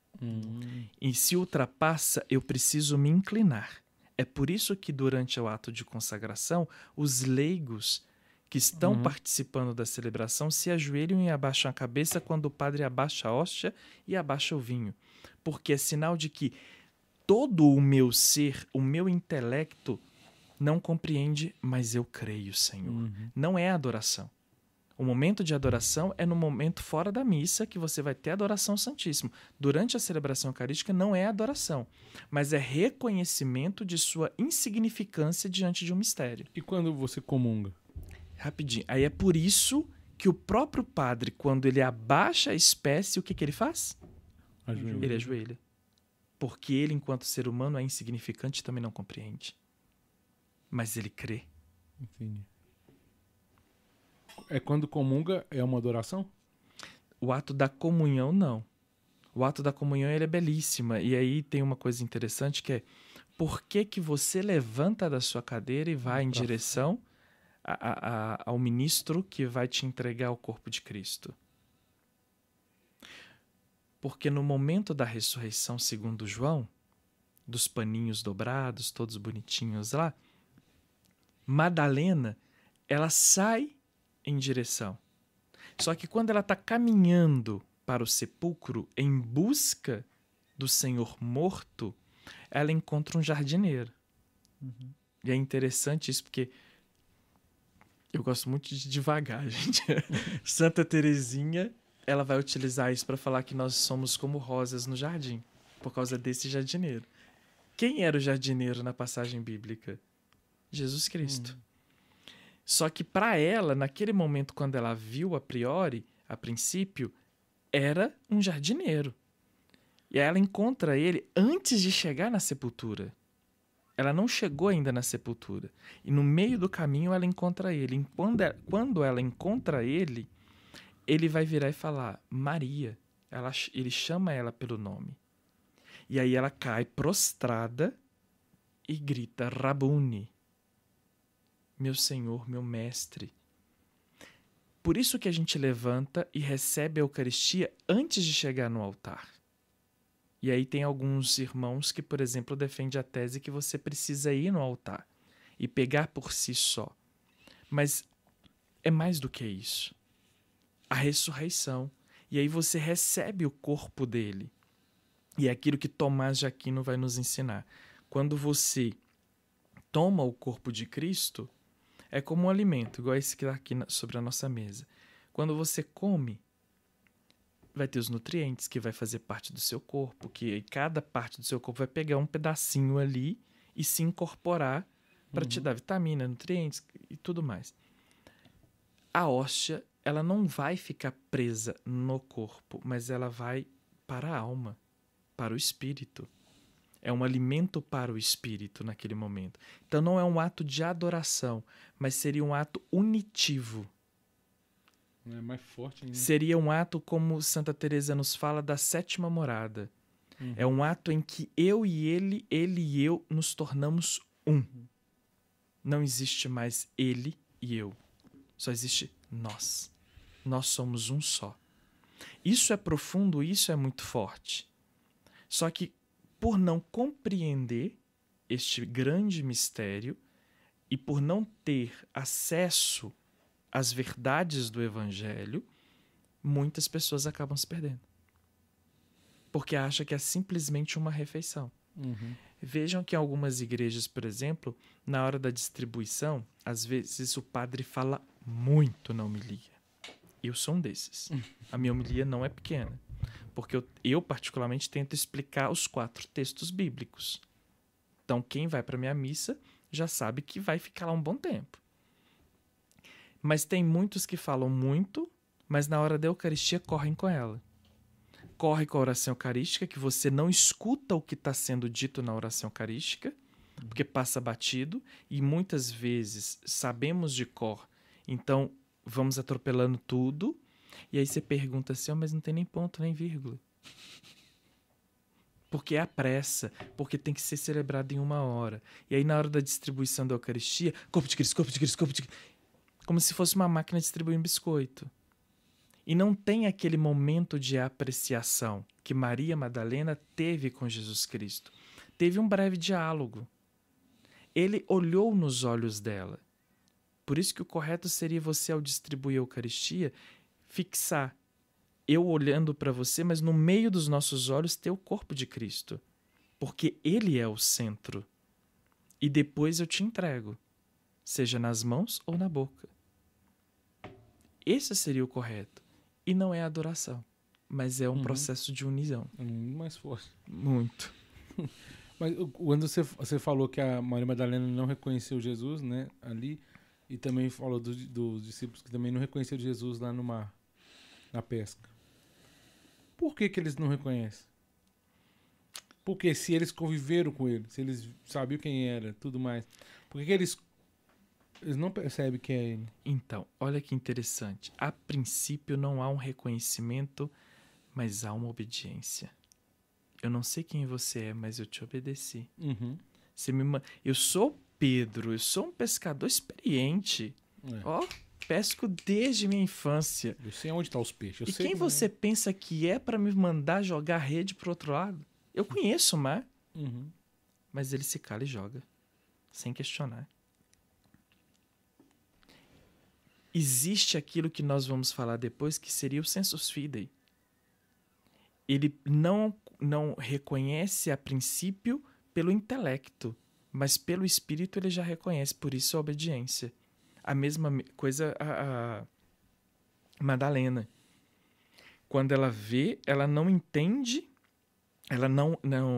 E se ultrapassa, eu preciso me inclinar. É por isso que durante o ato de consagração, os leigos que estão participando da celebração se ajoelham e abaixam a cabeça quando o padre abaixa a hóstia e abaixa o vinho. Porque é sinal de que todo o meu ser, o meu intelecto, não compreende, mas eu creio, Senhor. Não é adoração. O momento de adoração é no momento fora da missa que você vai ter adoração ao Santíssimo. Durante a celebração eucarística não é adoração, mas é reconhecimento de sua insignificância diante de um mistério. E quando você comunga? Rapidinho. Aí é por isso que o próprio padre, quando ele abaixa a espécie, o que ele faz? Ajoelha. Ele ajoelha. Porque ele, enquanto ser humano, é insignificante e também não compreende. Mas ele crê. Entendi. É quando comunga, é uma adoração? O ato da comunhão, não. O ato da comunhão ele é belíssima. E aí tem uma coisa interessante que é por que que você levanta da sua cadeira e vai em Pra direção ao ministro que vai te entregar o corpo de Cristo? Porque no momento da ressurreição, segundo João, dos paninhos dobrados, todos bonitinhos lá, Madalena, ela sai em direção. Só que quando ela está caminhando para o sepulcro em busca do Senhor morto, ela encontra um jardineiro. E é interessante isso porque eu gosto muito de devagar, gente. Santa Teresinha, ela vai utilizar isso para falar que nós somos como rosas no jardim, por causa desse jardineiro. Quem era o jardineiro na passagem bíblica? Jesus Cristo. Só que para ela, naquele momento, quando ela viu a princípio, era um jardineiro. E aí ela encontra ele antes de chegar na sepultura. Ela não chegou ainda na sepultura. E no meio do caminho ela encontra ele. E quando ela encontra ele, ele vai virar e falar, Maria. Ele chama ela pelo nome. E aí ela cai prostrada e grita, Rabuni. Meu Senhor, meu Mestre. Por isso que a gente levanta e recebe a Eucaristia antes de chegar no altar. E aí tem alguns irmãos que, por exemplo, defendem a tese que você precisa ir no altar e pegar por si só. Mas é mais do que isso. A ressurreição. E aí você recebe o corpo dele. E é aquilo que Tomás de Aquino vai nos ensinar. Quando você toma o corpo de Cristo, é como um alimento, igual esse que está aqui sobre a nossa mesa. Quando você come, vai ter os nutrientes que vai fazer parte do seu corpo, que cada parte do seu corpo vai pegar um pedacinho ali e se incorporar para te dar vitamina, nutrientes e tudo mais. A hóstia, ela não vai ficar presa no corpo, mas ela vai para a alma, para o espírito. É um alimento para o espírito naquele momento. Então não é um ato de adoração, mas seria um ato unitivo. É mais forte ainda. Seria um ato como Santa Teresa nos fala da sétima morada. É um ato em que eu e ele e eu nos tornamos um. Não existe mais ele e eu. Só existe nós. Nós somos um só. Isso é profundo, isso é muito forte. Só que por não compreender este grande mistério e por não ter acesso às verdades do Evangelho, muitas pessoas acabam se perdendo. Porque acham que é simplesmente uma refeição. Vejam que em algumas igrejas, por exemplo, na hora da distribuição, às vezes o padre fala muito na homilia. Eu sou um desses. A minha homilia não é pequena. Porque eu particularmente, tento explicar os 4 textos bíblicos. Então, quem vai para a minha missa já sabe que vai ficar lá um bom tempo. Mas tem muitos que falam muito, mas na hora da Eucaristia correm com ela. Corre com a oração eucarística, que você não escuta o que está sendo dito na oração eucarística, porque passa batido, e muitas vezes sabemos de cor, então vamos atropelando tudo. E aí você pergunta assim, mas não tem nem ponto, nem vírgula. Porque é a pressa, porque tem que ser celebrado em 1 hora. E aí na hora da distribuição da Eucaristia, corpo de Cristo, corpo de Cristo, corpo de Cristo. Como se fosse uma máquina distribuindo biscoito. E não tem aquele momento de apreciação que Maria Madalena teve com Jesus Cristo. Teve um breve diálogo. Ele olhou nos olhos dela. Por isso que o correto seria você, ao distribuir a Eucaristia, fixar, eu olhando para você, mas no meio dos nossos olhos ter o corpo de Cristo. Porque Ele é o centro. E depois eu te entrego, seja nas mãos ou na boca. Esse seria o correto. E não é adoração, mas é um processo de união. Mais forte. Muito. Mas quando você falou que a Maria Madalena não reconheceu Jesus, né, ali, e também falou dos discípulos que também não reconheceram Jesus lá no mar, na pesca. Por que eles não reconhecem? Porque se eles conviveram com ele, se eles sabiam quem era, tudo mais, por que eles não percebem que é ele? Então, olha que interessante. A princípio não há um reconhecimento, mas há uma obediência. Eu não sei quem você é, mas eu te obedeci. Eu sou Pedro, eu sou um pescador experiente. Ó, pesco desde minha infância. Eu sei onde estão os peixes. E quem você pensa que é para me mandar jogar rede pro outro lado? Eu conheço o mar. Uhum. Mas ele se cala e joga, sem questionar. Existe aquilo que nós vamos falar depois, que seria o sensus fidei. Ele não reconhece a princípio pelo intelecto, mas pelo espírito ele já reconhece, por isso a obediência. A mesma coisa a Madalena. Quando ela vê, ela não entende, ela não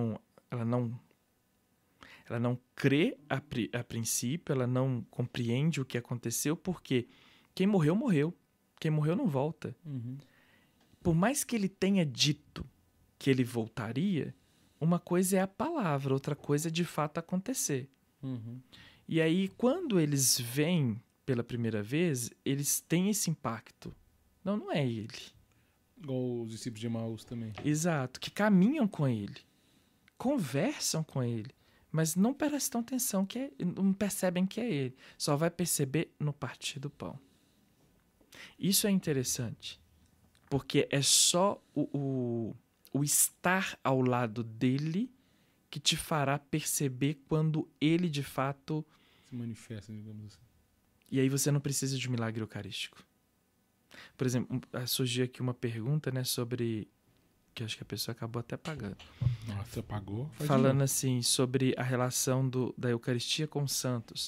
crê a princípio, ela não compreende o que aconteceu, porque quem morreu, morreu. Quem morreu não volta. Uhum. Por mais que ele tenha dito que ele voltaria, uma coisa é a palavra, outra coisa é de fato acontecer. Uhum. E aí, quando eles vêm pela primeira vez, eles têm esse impacto. Não é ele. Igual os discípulos de Emaús também. Exato, que caminham com ele, conversam com ele, mas não prestam atenção, não percebem que é ele. Só vai perceber no partir do pão. Isso é interessante, porque é só o estar ao lado dele que te fará perceber quando ele de fato se manifesta, digamos assim. E aí você não precisa de um milagre eucarístico. Por exemplo, surgiu aqui uma pergunta, né, sobre... que acho que a pessoa acabou até pagando. Nossa, pagou? Falando assim, sobre a relação da Eucaristia com os santos.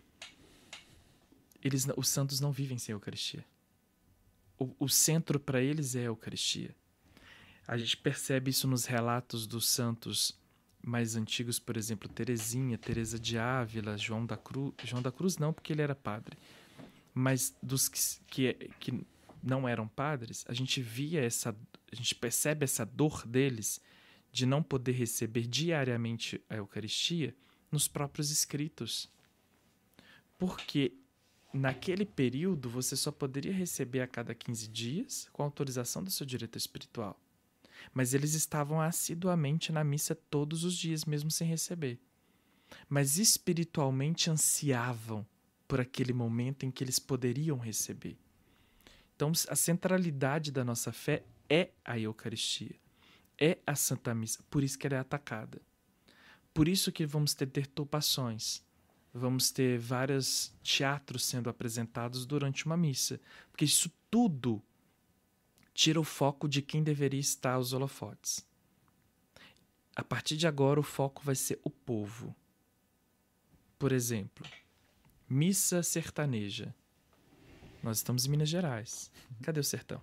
Os santos não vivem sem a Eucaristia. O centro para eles é a Eucaristia. A gente percebe isso nos relatos dos santos mais antigos, por exemplo, Teresinha, Teresa de Ávila, João da Cruz não, porque ele era padre. Mas dos que não eram padres, a gente percebe essa dor deles de não poder receber diariamente a Eucaristia nos próprios escritos. Porque naquele período você só poderia receber a cada 15 dias com a autorização do seu diretor espiritual. Mas eles estavam assiduamente na missa todos os dias, mesmo sem receber. Mas espiritualmente ansiavam por aquele momento em que eles poderiam receber. Então, a centralidade da nossa fé é a Eucaristia, é a Santa Missa, por isso que ela é atacada. Por isso que vamos ter deturpações, vamos ter vários teatros sendo apresentados durante uma missa, porque isso tudo tira o foco de quem deveria estar aos holofotes. A partir de agora, o foco vai ser o povo. Por exemplo, missa sertaneja. Nós estamos em Minas Gerais. Cadê o sertão?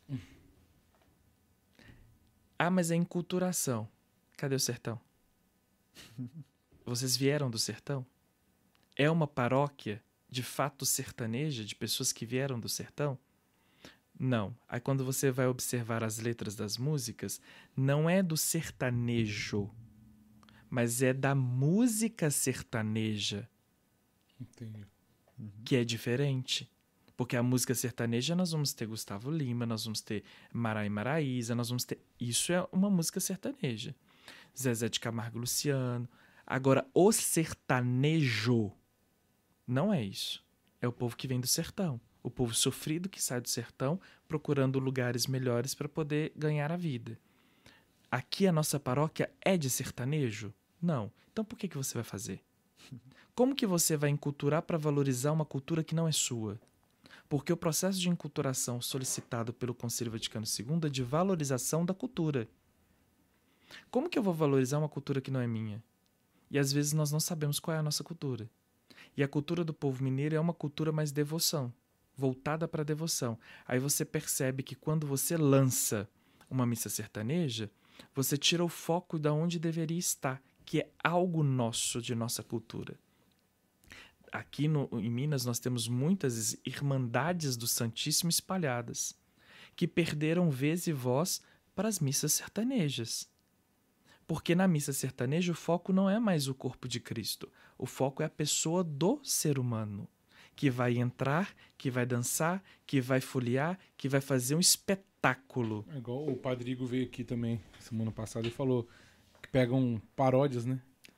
Ah, mas é enculturação. Cadê o sertão? Vocês vieram do sertão? É uma paróquia de fato sertaneja, de pessoas que vieram do sertão? Não. Aí quando você vai observar as letras das músicas, não é do sertanejo, mas é da música sertaneja. Entendi. Que é diferente. Porque a música sertaneja nós vamos ter Gustavo Lima, nós vamos ter Mará e Maraísa, nós vamos ter... Isso é uma música sertaneja. Zezé de Camargo e Luciano. Agora, o sertanejo não é isso. É o povo que vem do sertão. O povo sofrido que sai do sertão procurando lugares melhores para poder ganhar a vida. Aqui a nossa paróquia é de sertanejo? Não. Então por que você vai fazer? Como que você vai enculturar para valorizar uma cultura que não é sua? Porque o processo de enculturação solicitado pelo Concílio Vaticano II é de valorização da cultura. Como que eu vou valorizar uma cultura que não é minha? E às vezes nós não sabemos qual é a nossa cultura. E a cultura do povo mineiro é uma cultura mais devoção, voltada para a devoção. Aí você percebe que quando você lança uma missa sertaneja, você tira o foco de onde deveria estar, que é algo nosso, de nossa cultura. Aqui em Minas nós temos muitas irmandades do Santíssimo espalhadas, que perderam vez e voz para as missas sertanejas. Porque na missa sertaneja o foco não é mais o corpo de Cristo, o foco é a pessoa do ser humano, que vai entrar, que vai dançar, que vai foliar, que vai fazer um espetáculo. É igual o Padre Igor veio aqui também semana passada e falou que pegam paródias, né?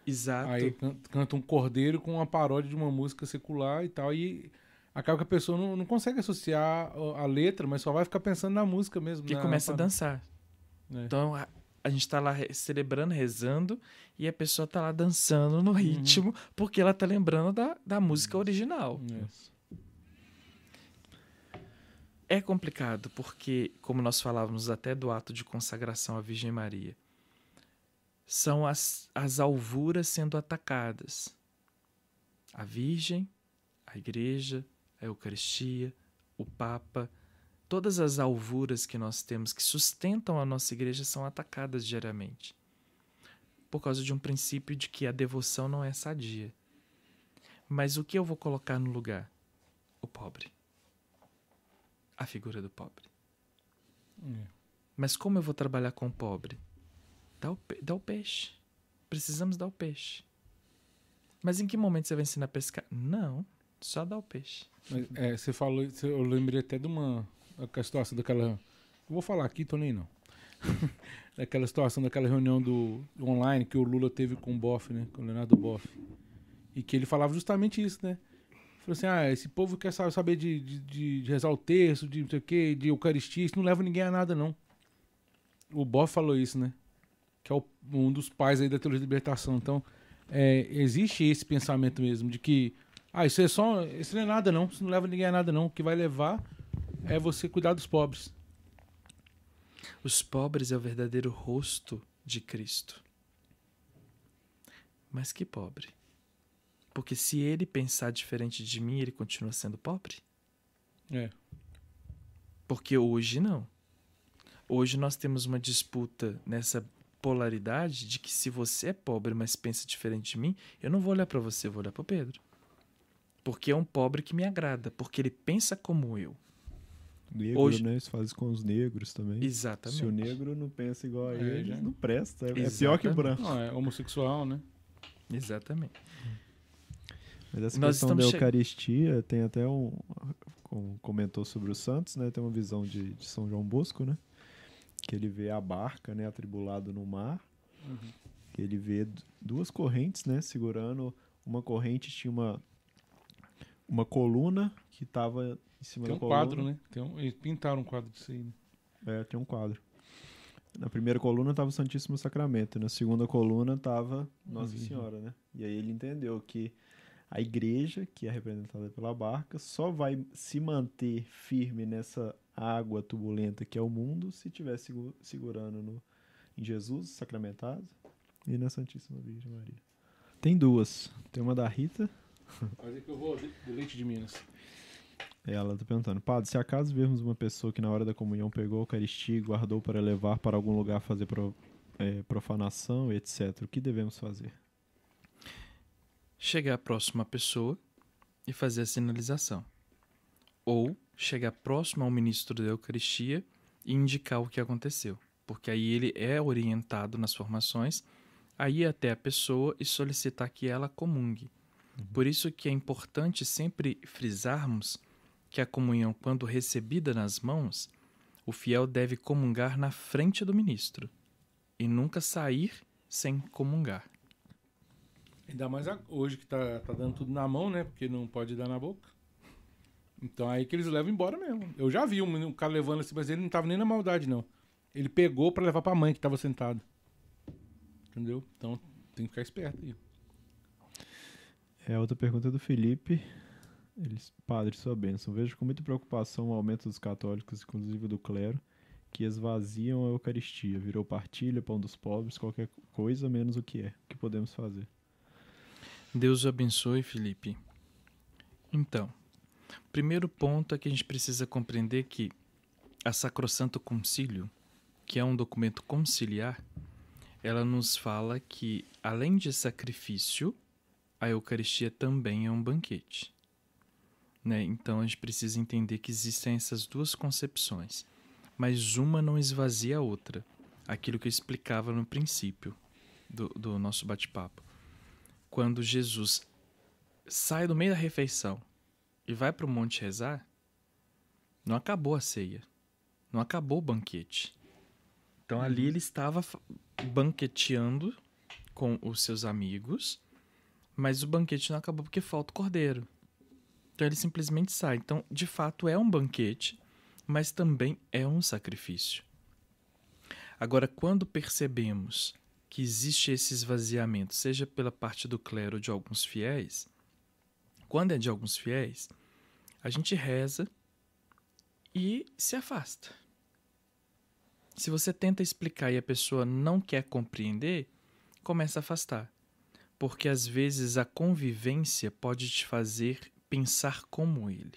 Exato. Aí canta um cordeiro com uma paródia de uma música secular e tal, e acaba que a pessoa não consegue associar a letra, mas só vai ficar pensando na música mesmo. E começa a dançar. É. Então, a gente tá lá celebrando, rezando, e a pessoa tá lá dançando no ritmo, porque ela tá lembrando da música original. É complicado, porque, como nós falávamos até do ato de consagração à Virgem Maria, são as alvuras sendo atacadas. A Virgem, a Igreja, a Eucaristia, o Papa, todas as alvuras que nós temos que sustentam a nossa Igreja são atacadas diariamente. Por causa de um princípio de que a devoção não é sadia. Mas o que eu vou colocar no lugar? O pobre. A figura do pobre. Mas como eu vou trabalhar com o pobre? Dá o peixe. Precisamos dar o peixe. Mas em que momento você vai ensinar a pescar? Não, só dá o peixe. Mas, você falou, eu lembrei até de uma situação daquela... Eu vou falar aqui, tô nem não. Daquela situação, daquela reunião online que o Lula teve com o Boff, né? Com o Leonardo Boff. E que ele falava justamente isso, né? Falou assim, esse povo quer saber de rezar o terço, de não sei o quê, de Eucaristia, isso não leva ninguém a nada, não. O Boff falou isso, né? Que é um dos pais aí da teologia da libertação. Então, existe esse pensamento mesmo, de que isso não é nada, não. Isso não leva ninguém a nada, não. O que vai levar é você cuidar dos pobres. Os pobres é o verdadeiro rosto de Cristo. Mas que pobre? Porque se ele pensar diferente de mim, ele continua sendo pobre? Porque hoje não. Hoje nós temos uma disputa nessa polaridade de que se você é pobre, mas pensa diferente de mim, eu não vou olhar para você, eu vou olhar para o Pedro. Porque é um pobre que me agrada, porque ele pensa como eu. Negro, hoje, né? Isso faz com os negros também. Exatamente. Se o negro não pensa igual a eles, não presta. É Exatamente. pior que o branco. Não, é homossexual, né? Exatamente. Mas essa questão da Eucaristia, tem até como comentou sobre os santos, né? Tem uma visão de São João Bosco, né? Que ele vê a barca, né? Atribulado no mar. Que ele vê duas correntes, né? Segurando. Uma corrente tinha uma coluna que estava em cima da coluna. Tem um quadro, né? Eles pintaram um quadro disso aí, né? Tem um quadro. Na primeira coluna estava o Santíssimo Sacramento. E na segunda coluna estava Nossa Senhora, né? E aí ele entendeu que a igreja, que é representada pela barca, só vai se manter firme nessa água turbulenta que é o mundo se estiver segurando em Jesus sacramentado e na Santíssima Virgem Maria. Tem duas. Tem uma da Rita. Mas é que eu vou do Leite de Minas. Ela está perguntando, padre, se acaso vermos uma pessoa que na hora da comunhão pegou a Eucaristia e guardou para levar para algum lugar fazer profanação, etc., o que devemos fazer? Chegar próximo à pessoa e fazer a sinalização. Ou chegar próximo ao ministro da Eucaristia e indicar o que aconteceu. Porque aí ele é orientado nas formações a ir até a pessoa e solicitar que ela comungue. Por isso que é importante sempre frisarmos que a comunhão, quando recebida nas mãos, o fiel deve comungar na frente do ministro e nunca sair sem comungar. Ainda mais hoje que tá dando tudo na mão, né? Porque não pode dar na boca. Então aí que eles levam embora mesmo. Eu já vi um cara levando assim, mas ele não tava nem na maldade, não. Ele pegou pra levar pra mãe que tava sentada. Entendeu? Então tem que ficar esperto aí. Outra pergunta do Felipe. Padre, sua bênção. Vejo com muita preocupação o aumento dos católicos, inclusive do clero, que esvaziam a Eucaristia. Virou partilha, pão dos pobres, qualquer coisa menos o que é. O que podemos fazer? Deus o abençoe, Felipe. Então, primeiro ponto é que a gente precisa compreender que a Sacrosanto Concílio, que é um documento conciliar, ela nos fala que, além de sacrifício, a Eucaristia também é um banquete. Né? Então, a gente precisa entender que existem essas duas concepções, mas uma não esvazia a outra. Aquilo que eu explicava no princípio do nosso bate-papo. Quando Jesus sai do meio da refeição e vai para o monte rezar, não acabou a ceia, não acabou o banquete. Então ali ele estava banqueteando com os seus amigos, mas o banquete não acabou porque falta o cordeiro. Então ele simplesmente sai. Então, de fato, é um banquete, mas também é um sacrifício. Agora, quando percebemos que existe esse esvaziamento, seja pela parte do clero ou de alguns fiéis, quando é de alguns fiéis, a gente reza e se afasta. Se você tenta explicar e a pessoa não quer compreender, começa a afastar. Porque às vezes a convivência pode te fazer pensar como ele.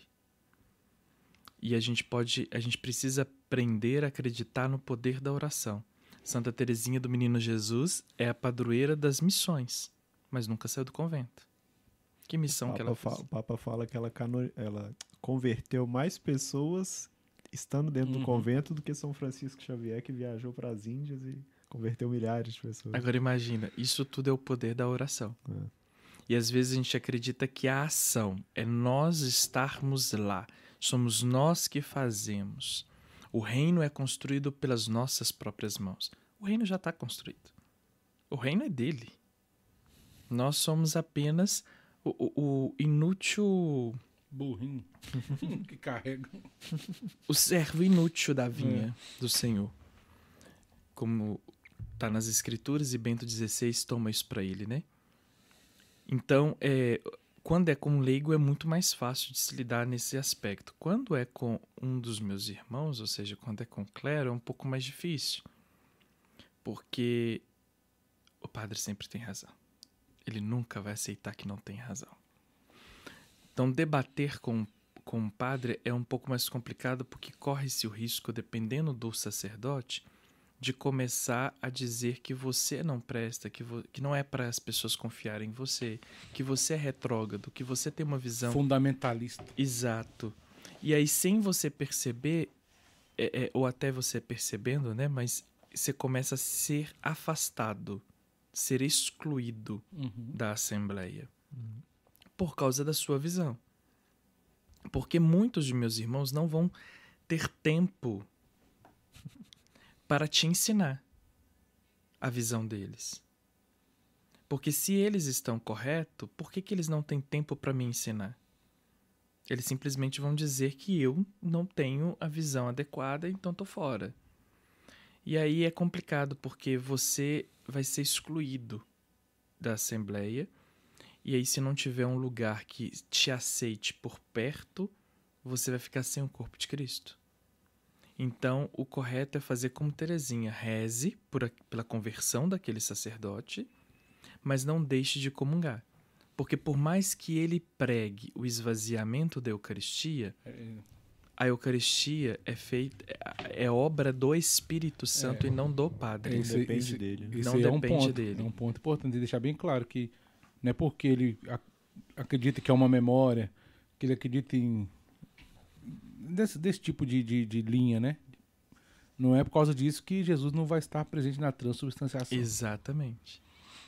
E a gente precisa aprender a acreditar no poder da oração. Santa Teresinha do Menino Jesus é a padroeira das missões, mas nunca saiu do convento. Que missão que ela fez? O Papa fala que ela converteu mais pessoas estando dentro do convento do que São Francisco Xavier, que viajou para as Índias e converteu milhares de pessoas. Agora imagina, isso tudo é o poder da oração. E às vezes a gente acredita que a ação é nós estarmos lá. Somos nós que fazemos. O reino é construído pelas nossas próprias mãos. O reino já está construído. O reino é dele. Nós somos apenas o inútil... burrinho que carrega. O servo inútil da vinha do Senhor. Como está nas Escrituras e Bento XVI toma isso para ele, né? Então, quando é com um leigo é muito mais fácil de se lidar nesse aspecto. Quando é com um dos meus irmãos, ou seja, quando é com o clero, é um pouco mais difícil. Porque o padre sempre tem razão. Ele nunca vai aceitar que não tem razão. Então, debater com o padre é um pouco mais complicado porque corre-se o risco, dependendo do sacerdote, de começar a dizer que você não presta, que não é para as pessoas confiarem em você, que você é retrógrado, que você tem uma visão... fundamentalista. Exato. E aí, sem você perceber, ou até você percebendo, né, mas você começa a ser afastado, ser excluído da Assembleia. Por causa da sua visão. Porque muitos de meus irmãos não vão ter tempo para te ensinar a visão deles. Porque se eles estão corretos, por que eles não têm tempo para me ensinar? Eles simplesmente vão dizer que eu não tenho a visão adequada, então estou fora. E aí é complicado, porque você vai ser excluído da Assembleia. E aí, se não tiver um lugar que te aceite por perto, você vai ficar sem o corpo de Cristo. Então, o correto é fazer como Teresinha. Reze pela conversão daquele sacerdote, mas não deixe de comungar. Porque por mais que ele pregue o esvaziamento da Eucaristia, a Eucaristia é obra do Espírito Santo e não do Padre. Não depende dele. Não depende dele. É um ponto importante deixar bem claro que não é porque ele acredita que é uma memória, que ele acredita em desse tipo de linha, né? Não é por causa disso que Jesus não vai estar presente na transubstanciação. Exatamente.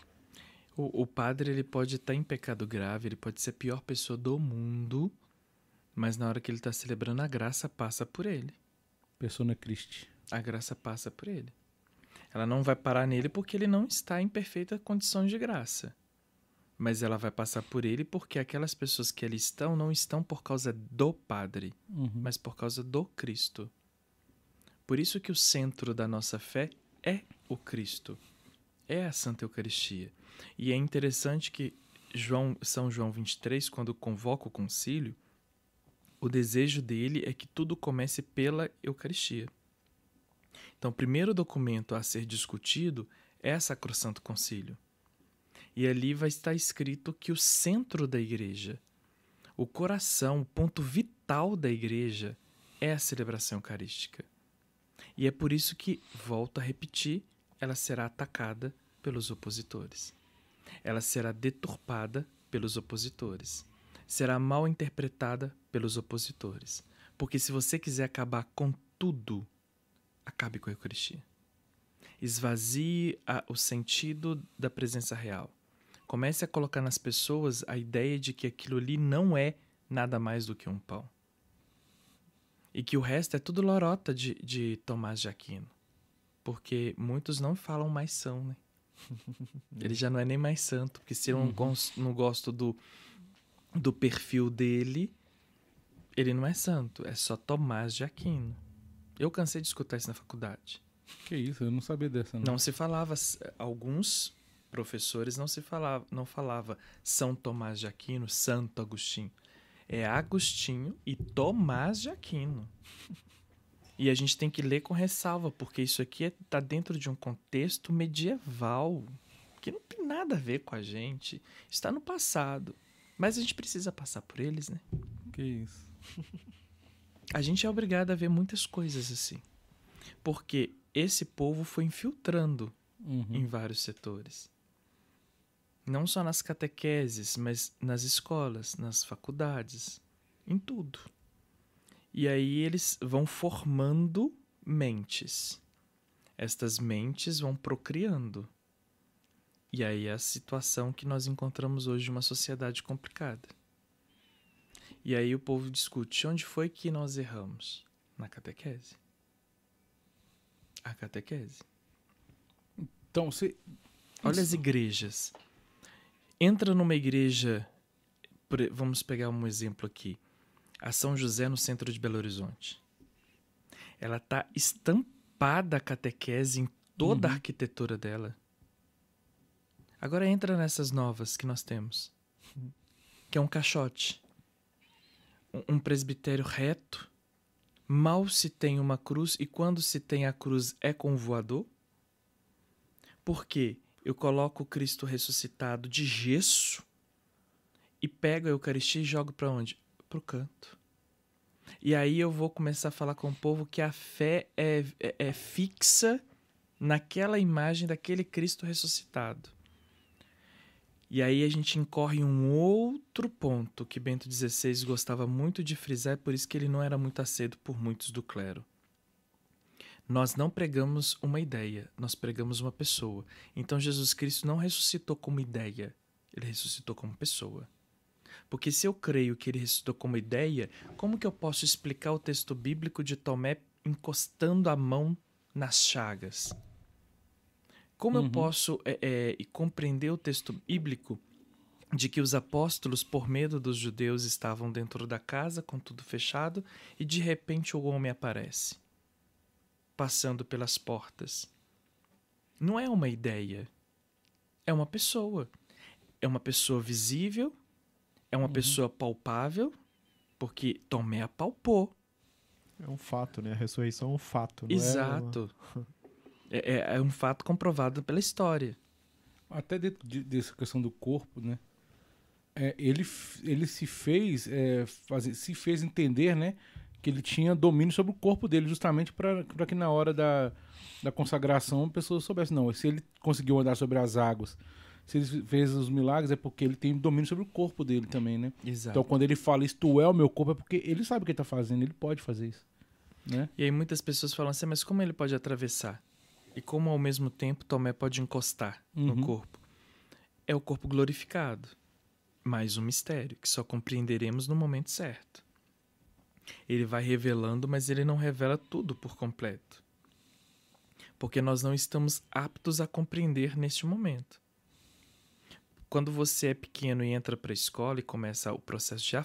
O padre, ele pode estar em pecado grave, ele pode ser a pior pessoa do mundo, mas na hora que ele está celebrando, a graça passa por ele. Persona Christi. A graça passa por ele. Ela não vai parar nele porque ele não está em perfeita condição de graça. Mas ela vai passar por ele porque aquelas pessoas que ali estão não estão por causa do Padre, mas por causa do Cristo. Por isso que o centro da nossa fé é o Cristo, é a Santa Eucaristia. E é interessante que São João 23, quando convoca o concílio, o desejo dele é que tudo comece pela Eucaristia. Então, o primeiro documento a ser discutido é o Sacrosanto Concílio. E ali vai estar escrito que o centro da igreja, o coração, o ponto vital da igreja é a celebração eucarística. E é por isso que, volto a repetir, ela será atacada pelos opositores. Ela será deturpada pelos opositores. Será mal interpretada pelos opositores. Porque se você quiser acabar com tudo, acabe com a Eucaristia. Esvazie o sentido da presença real. Comece a colocar nas pessoas a ideia de que aquilo ali não é nada mais do que um pão. E que o resto é tudo lorota de Tomás de Aquino. Porque muitos não falam mais são, né? Ele já não é nem mais santo, porque se eu não gosto do perfil dele, ele não é santo, é só Tomás de Aquino. Eu cansei de escutar isso na faculdade. Que isso, eu não sabia dessa. Não se falava, alguns professores não falava São Tomás de Aquino, Santo Agostinho. É Agostinho e Tomás de Aquino. E a gente tem que ler com ressalva, porque isso aqui está dentro de um contexto medieval, que não tem nada a ver com a gente. Está no passado. Mas a gente precisa passar por eles, né? Que isso. A gente é obrigado a ver muitas coisas assim. Porque esse povo foi infiltrando em vários setores. Não só nas catequeses, mas nas escolas, nas faculdades, em tudo. E aí eles vão formando mentes. Estas mentes vão procriando. E aí é a situação que nós encontramos hoje em uma sociedade complicada. E aí o povo discute, onde foi que nós erramos? Na catequese. A catequese. Então, você... Olha as igrejas. Entra numa igreja, vamos pegar um exemplo aqui, a São José no centro de Belo Horizonte. Ela está estampada a catequese em toda a arquitetura dela. Agora entra nessas novas que nós temos, que é um caixote, um presbitério reto, mal se tem uma cruz, e quando se tem a cruz é com voador. Por quê? Eu coloco o Cristo ressuscitado de gesso e pego a Eucaristia e jogo para onde? Para o canto. E aí eu vou começar a falar com o povo que a fé é fixa naquela imagem daquele Cristo ressuscitado. E aí a gente incorre em um outro ponto que Bento XVI gostava muito de frisar, é por isso que ele não era muito aceito por muitos do clero. Nós não pregamos uma ideia, nós pregamos uma pessoa. Então Jesus Cristo não ressuscitou como ideia, ele ressuscitou como pessoa. Porque se eu creio que ele ressuscitou como ideia, como que eu posso explicar o texto bíblico de Tomé encostando a mão nas chagas? Como eu posso compreender o texto bíblico de que os apóstolos, por medo dos judeus, estavam dentro da casa com tudo fechado e de repente o homem aparece, passando pelas portas? Não é uma ideia, é uma pessoa. É uma pessoa visível, é uma pessoa palpável, porque Tomé apalpou. É um fato, né? A ressurreição é um fato. Não Exato. É um fato comprovado pela história. Até dentro dessa questão do corpo, né? Ele se fez entender, né, que ele tinha domínio sobre o corpo dele, justamente para que na hora da consagração a pessoa soubesse, não, se ele conseguiu andar sobre as águas, se ele fez os milagres, é porque ele tem domínio sobre o corpo dele também, né? Exato. Então quando ele fala, isto é o meu corpo, é porque ele sabe o que ele está fazendo, ele pode fazer isso, né? E aí muitas pessoas falam assim, mas como ele pode atravessar? E como ao mesmo tempo Tomé pode encostar no corpo? É o corpo glorificado. Mais um mistério que só compreenderemos no momento certo. Ele vai revelando, mas ele não revela tudo por completo. Porque nós não estamos aptos a compreender neste momento. Quando você é pequeno e entra para a escola e começa o processo de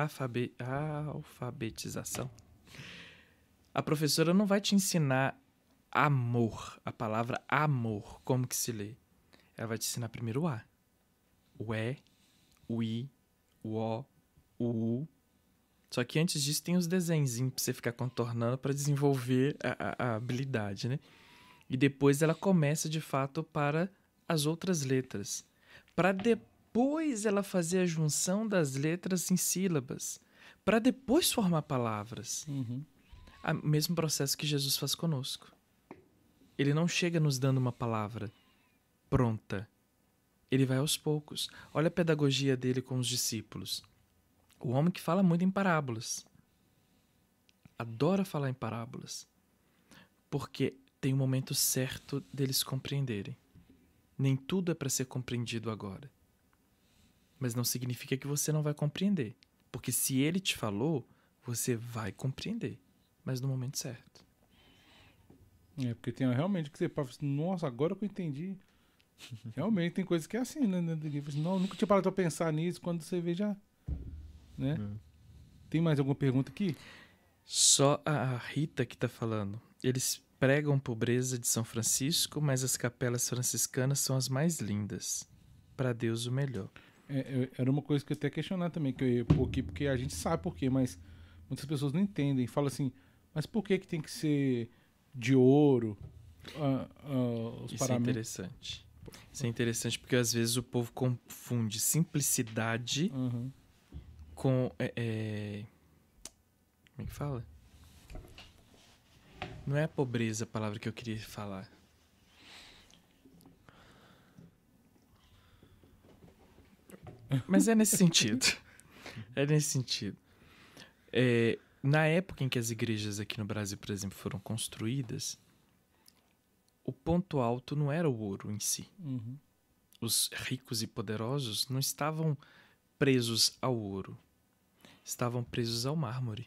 alfabetização, a professora não vai te ensinar amor, a palavra amor, como que se lê. Ela vai te ensinar primeiro o A. O E, o I, o O, o U. Só que antes disso tem os desenhinhos para você ficar contornando para desenvolver a habilidade, né? E depois ela começa de fato para as outras letras. Para depois ela fazer a junção das letras em sílabas. Para depois formar palavras. O mesmo processo que Jesus faz conosco. Ele não chega nos dando uma palavra pronta. Ele vai aos poucos. Olha a pedagogia dele com os discípulos. O homem que fala muito em parábolas. Adora falar em parábolas. Porque tem um momento certo deles compreenderem. Nem tudo é para ser compreendido agora. Mas não significa que você não vai compreender. Porque se ele te falou, você vai compreender. Mas no momento certo. Porque tem realmente que você fala assim, nossa, agora que eu entendi. Realmente tem coisas que é assim, né? Não, nunca tinha parado pra pensar nisso, quando você vê já, né? Tem mais alguma pergunta aqui? Só a Rita que tá falando. Eles pregam pobreza de São Francisco, mas as capelas franciscanas são as mais lindas. Para Deus o melhor. Era uma coisa que eu até questionar também, que eu ia pôr aqui, porque a gente sabe por quê, mas muitas pessoas não entendem. Fala assim, mas por que tem que ser de ouro? Os Isso é paramentos? interessante. Isso é interessante porque às vezes o povo confunde simplicidade Uhum. com... Como é que fala? Não é a pobreza a palavra que eu queria falar. Mas é nesse sentido. É nesse sentido. Na época em que as igrejas aqui no Brasil, por exemplo, foram construídas, o ponto alto não era o ouro em si. Uhum. Os ricos e poderosos não estavam presos ao ouro. Estavam presos ao mármore.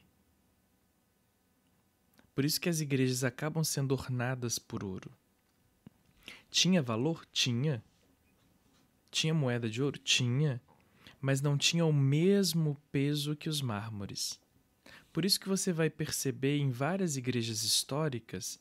Por isso que as igrejas acabam sendo ornadas por ouro. Tinha valor? Tinha. Tinha moeda de ouro? Tinha. Mas não tinha o mesmo peso que os mármores. Por isso que você vai perceber em várias igrejas históricas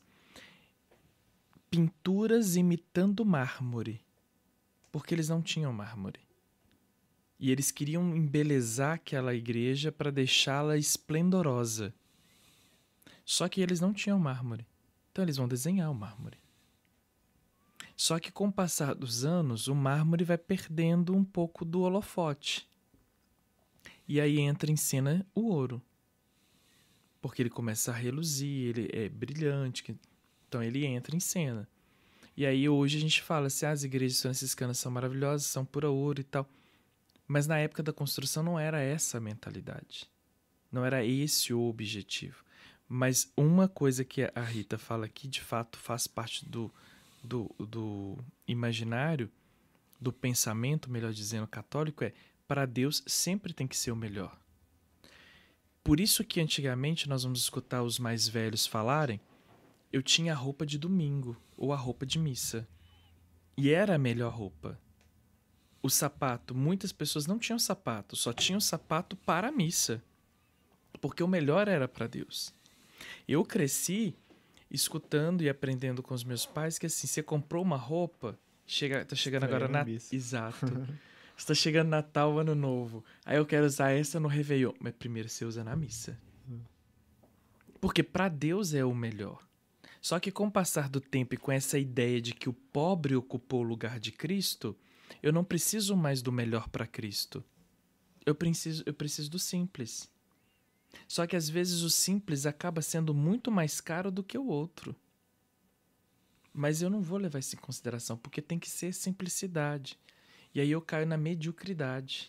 pinturas imitando mármore. Porque eles não tinham mármore. E eles queriam embelezar aquela igreja para deixá-la esplendorosa. Só que eles não tinham mármore. Então eles vão desenhar o mármore. Só que com o passar dos anos, o mármore vai perdendo um pouco do holofote. E aí entra em cena o ouro. Porque ele começa a reluzir, ele é brilhante. Então ele entra em cena. E aí hoje a gente fala assim, as igrejas franciscanas são maravilhosas, são pura ouro e tal. Mas na época da construção não era essa a mentalidade. Não era esse o objetivo. Mas uma coisa que a Rita fala aqui, de fato, faz parte do imaginário, do pensamento, melhor dizendo, católico, para Deus sempre tem que ser o melhor. Por isso que antigamente nós vamos escutar os mais velhos falarem, eu tinha a roupa de domingo ou a roupa de missa. E era a melhor roupa. O sapato, muitas pessoas não tinham sapato, só tinham sapato para a missa. Porque o melhor era para Deus. Eu cresci escutando e aprendendo com os meus pais que assim, você comprou uma roupa, tá chegando agora Exato. Está chegando Natal, Ano Novo. Aí eu quero usar essa no Réveillon. Mas primeiro você usa na missa. Porque para Deus é o melhor. Só que com o passar do tempo e com essa ideia de que o pobre ocupou o lugar de Cristo, eu não preciso mais do melhor para Cristo. Eu preciso do simples. Só que às vezes o simples acaba sendo muito mais caro do que o outro. Mas eu não vou levar isso em consideração, porque tem que ser simplicidade. E aí eu caio na mediocridade.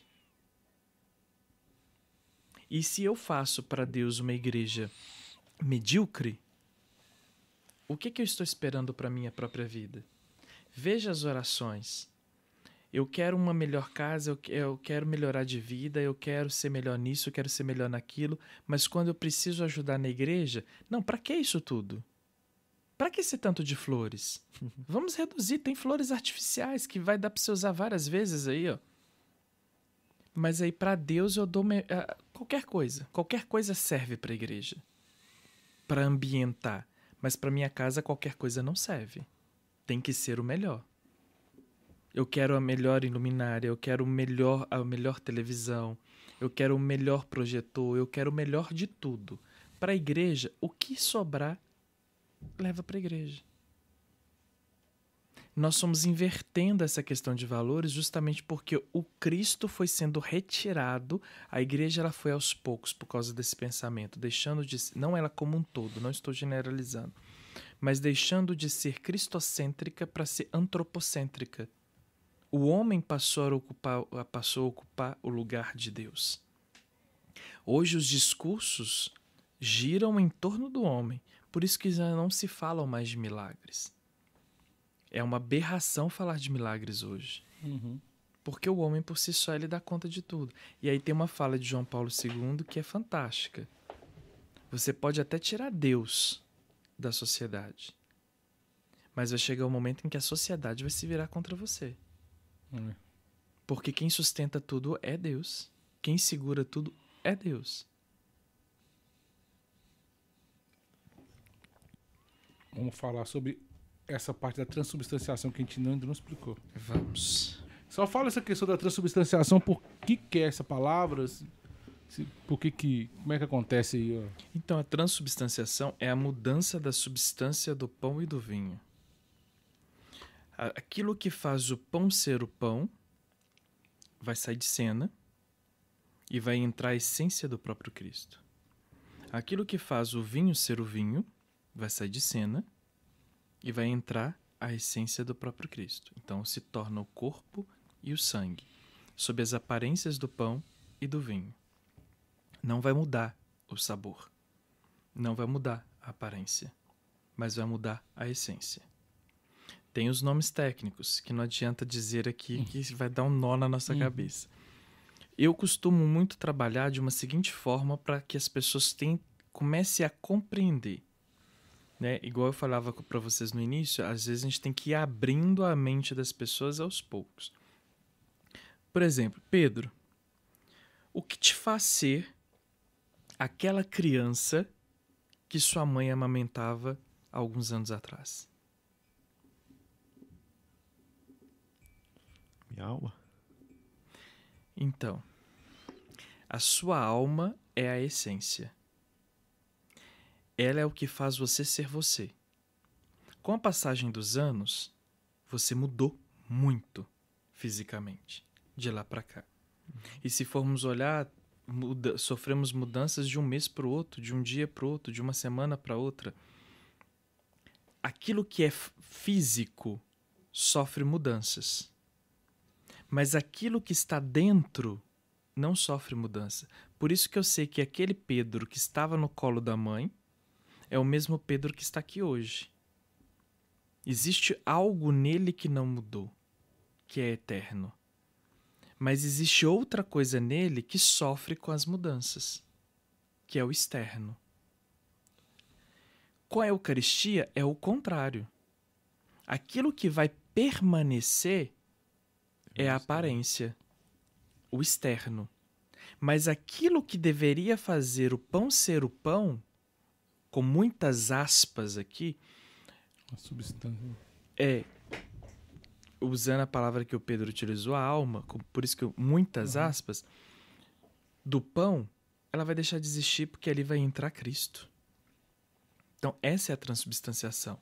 E se eu faço para Deus uma igreja medíocre, o que eu estou esperando para a minha própria vida? Veja as orações. Eu quero uma melhor casa, eu quero melhorar de vida, eu quero ser melhor nisso, eu quero ser melhor naquilo, mas quando eu preciso ajudar na igreja, não, para que isso tudo? Para que esse tanto de flores? Vamos reduzir, tem flores artificiais que vai dar para você usar várias vezes aí, ó. Mas aí para Deus eu dou qualquer coisa serve para a igreja, para ambientar, mas para minha casa qualquer coisa não serve. Tem que ser o melhor. Eu quero a melhor iluminária, eu quero a melhor televisão, eu quero o melhor projetor, eu quero o melhor de tudo. Para a igreja, o que sobrar, leva para a igreja. Nós estamos invertendo essa questão de valores justamente porque o Cristo foi sendo retirado, a igreja ela foi aos poucos por causa desse pensamento, deixando de ser, não ela como um todo, não estou generalizando, mas deixando de ser cristocêntrica para ser antropocêntrica. O homem passou a ocupar o lugar de Deus. Hoje os discursos giram em torno do homem, por isso que já não se falam mais de milagres. É uma aberração falar de milagres hoje. Uhum. Porque o homem por si só ele dá conta de tudo. E aí tem uma fala de João Paulo II que é fantástica. Você pode até tirar Deus da sociedade, Mas vai chegar um momento em que a sociedade vai se virar contra você. Porque quem sustenta tudo é Deus. Quem segura tudo é Deus. Vamos falar sobre essa parte da transubstanciação que a gente ainda não explicou. Vamos. Só fala essa questão da transubstanciação, por que é essa palavra? Como é que acontece aí? Ó? Então, a transubstanciação é a mudança da substância do pão e do vinho. Aquilo que faz o pão ser o pão vai sair de cena e vai entrar a essência do próprio Cristo. Aquilo que faz o vinho ser o vinho vai sair de cena e vai entrar a essência do próprio Cristo. Então se torna o corpo e o sangue, sob as aparências do pão e do vinho. Não vai mudar o sabor, não vai mudar a aparência, mas vai mudar a essência. Tem os nomes técnicos, que não adianta dizer aqui que vai dar um nó na nossa cabeça. Eu costumo muito trabalhar de uma seguinte forma para que as pessoas comecem a compreender. Né? Igual eu falava para vocês no início, às vezes a gente tem que ir abrindo a mente das pessoas aos poucos. Por exemplo, Pedro, o que te faz ser aquela criança que sua mãe amamentava há alguns anos atrás? Minha alma? Então, a sua alma é a essência. Ela é o que faz você ser você. Com a passagem dos anos, você mudou muito fisicamente, de lá para cá. E se formos olhar, sofremos mudanças de um mês para o outro, de um dia para o outro, de uma semana para outra. Aquilo que é físico sofre mudanças. Mas aquilo que está dentro não sofre mudança. Por isso que eu sei que aquele Pedro que estava no colo da mãe é o mesmo Pedro que está aqui hoje. Existe algo nele que não mudou, que é eterno. Mas existe outra coisa nele que sofre com as mudanças, que é o externo. Com a Eucaristia é o contrário. Aquilo que vai permanecer é a aparência, o externo. Mas aquilo que deveria fazer o pão ser o pão, com muitas aspas aqui, A substância. Usando a palavra que o Pedro utilizou, a alma, por isso que muitas aspas, do pão, ela vai deixar de existir porque ali vai entrar Cristo. Então, essa é a transubstanciação.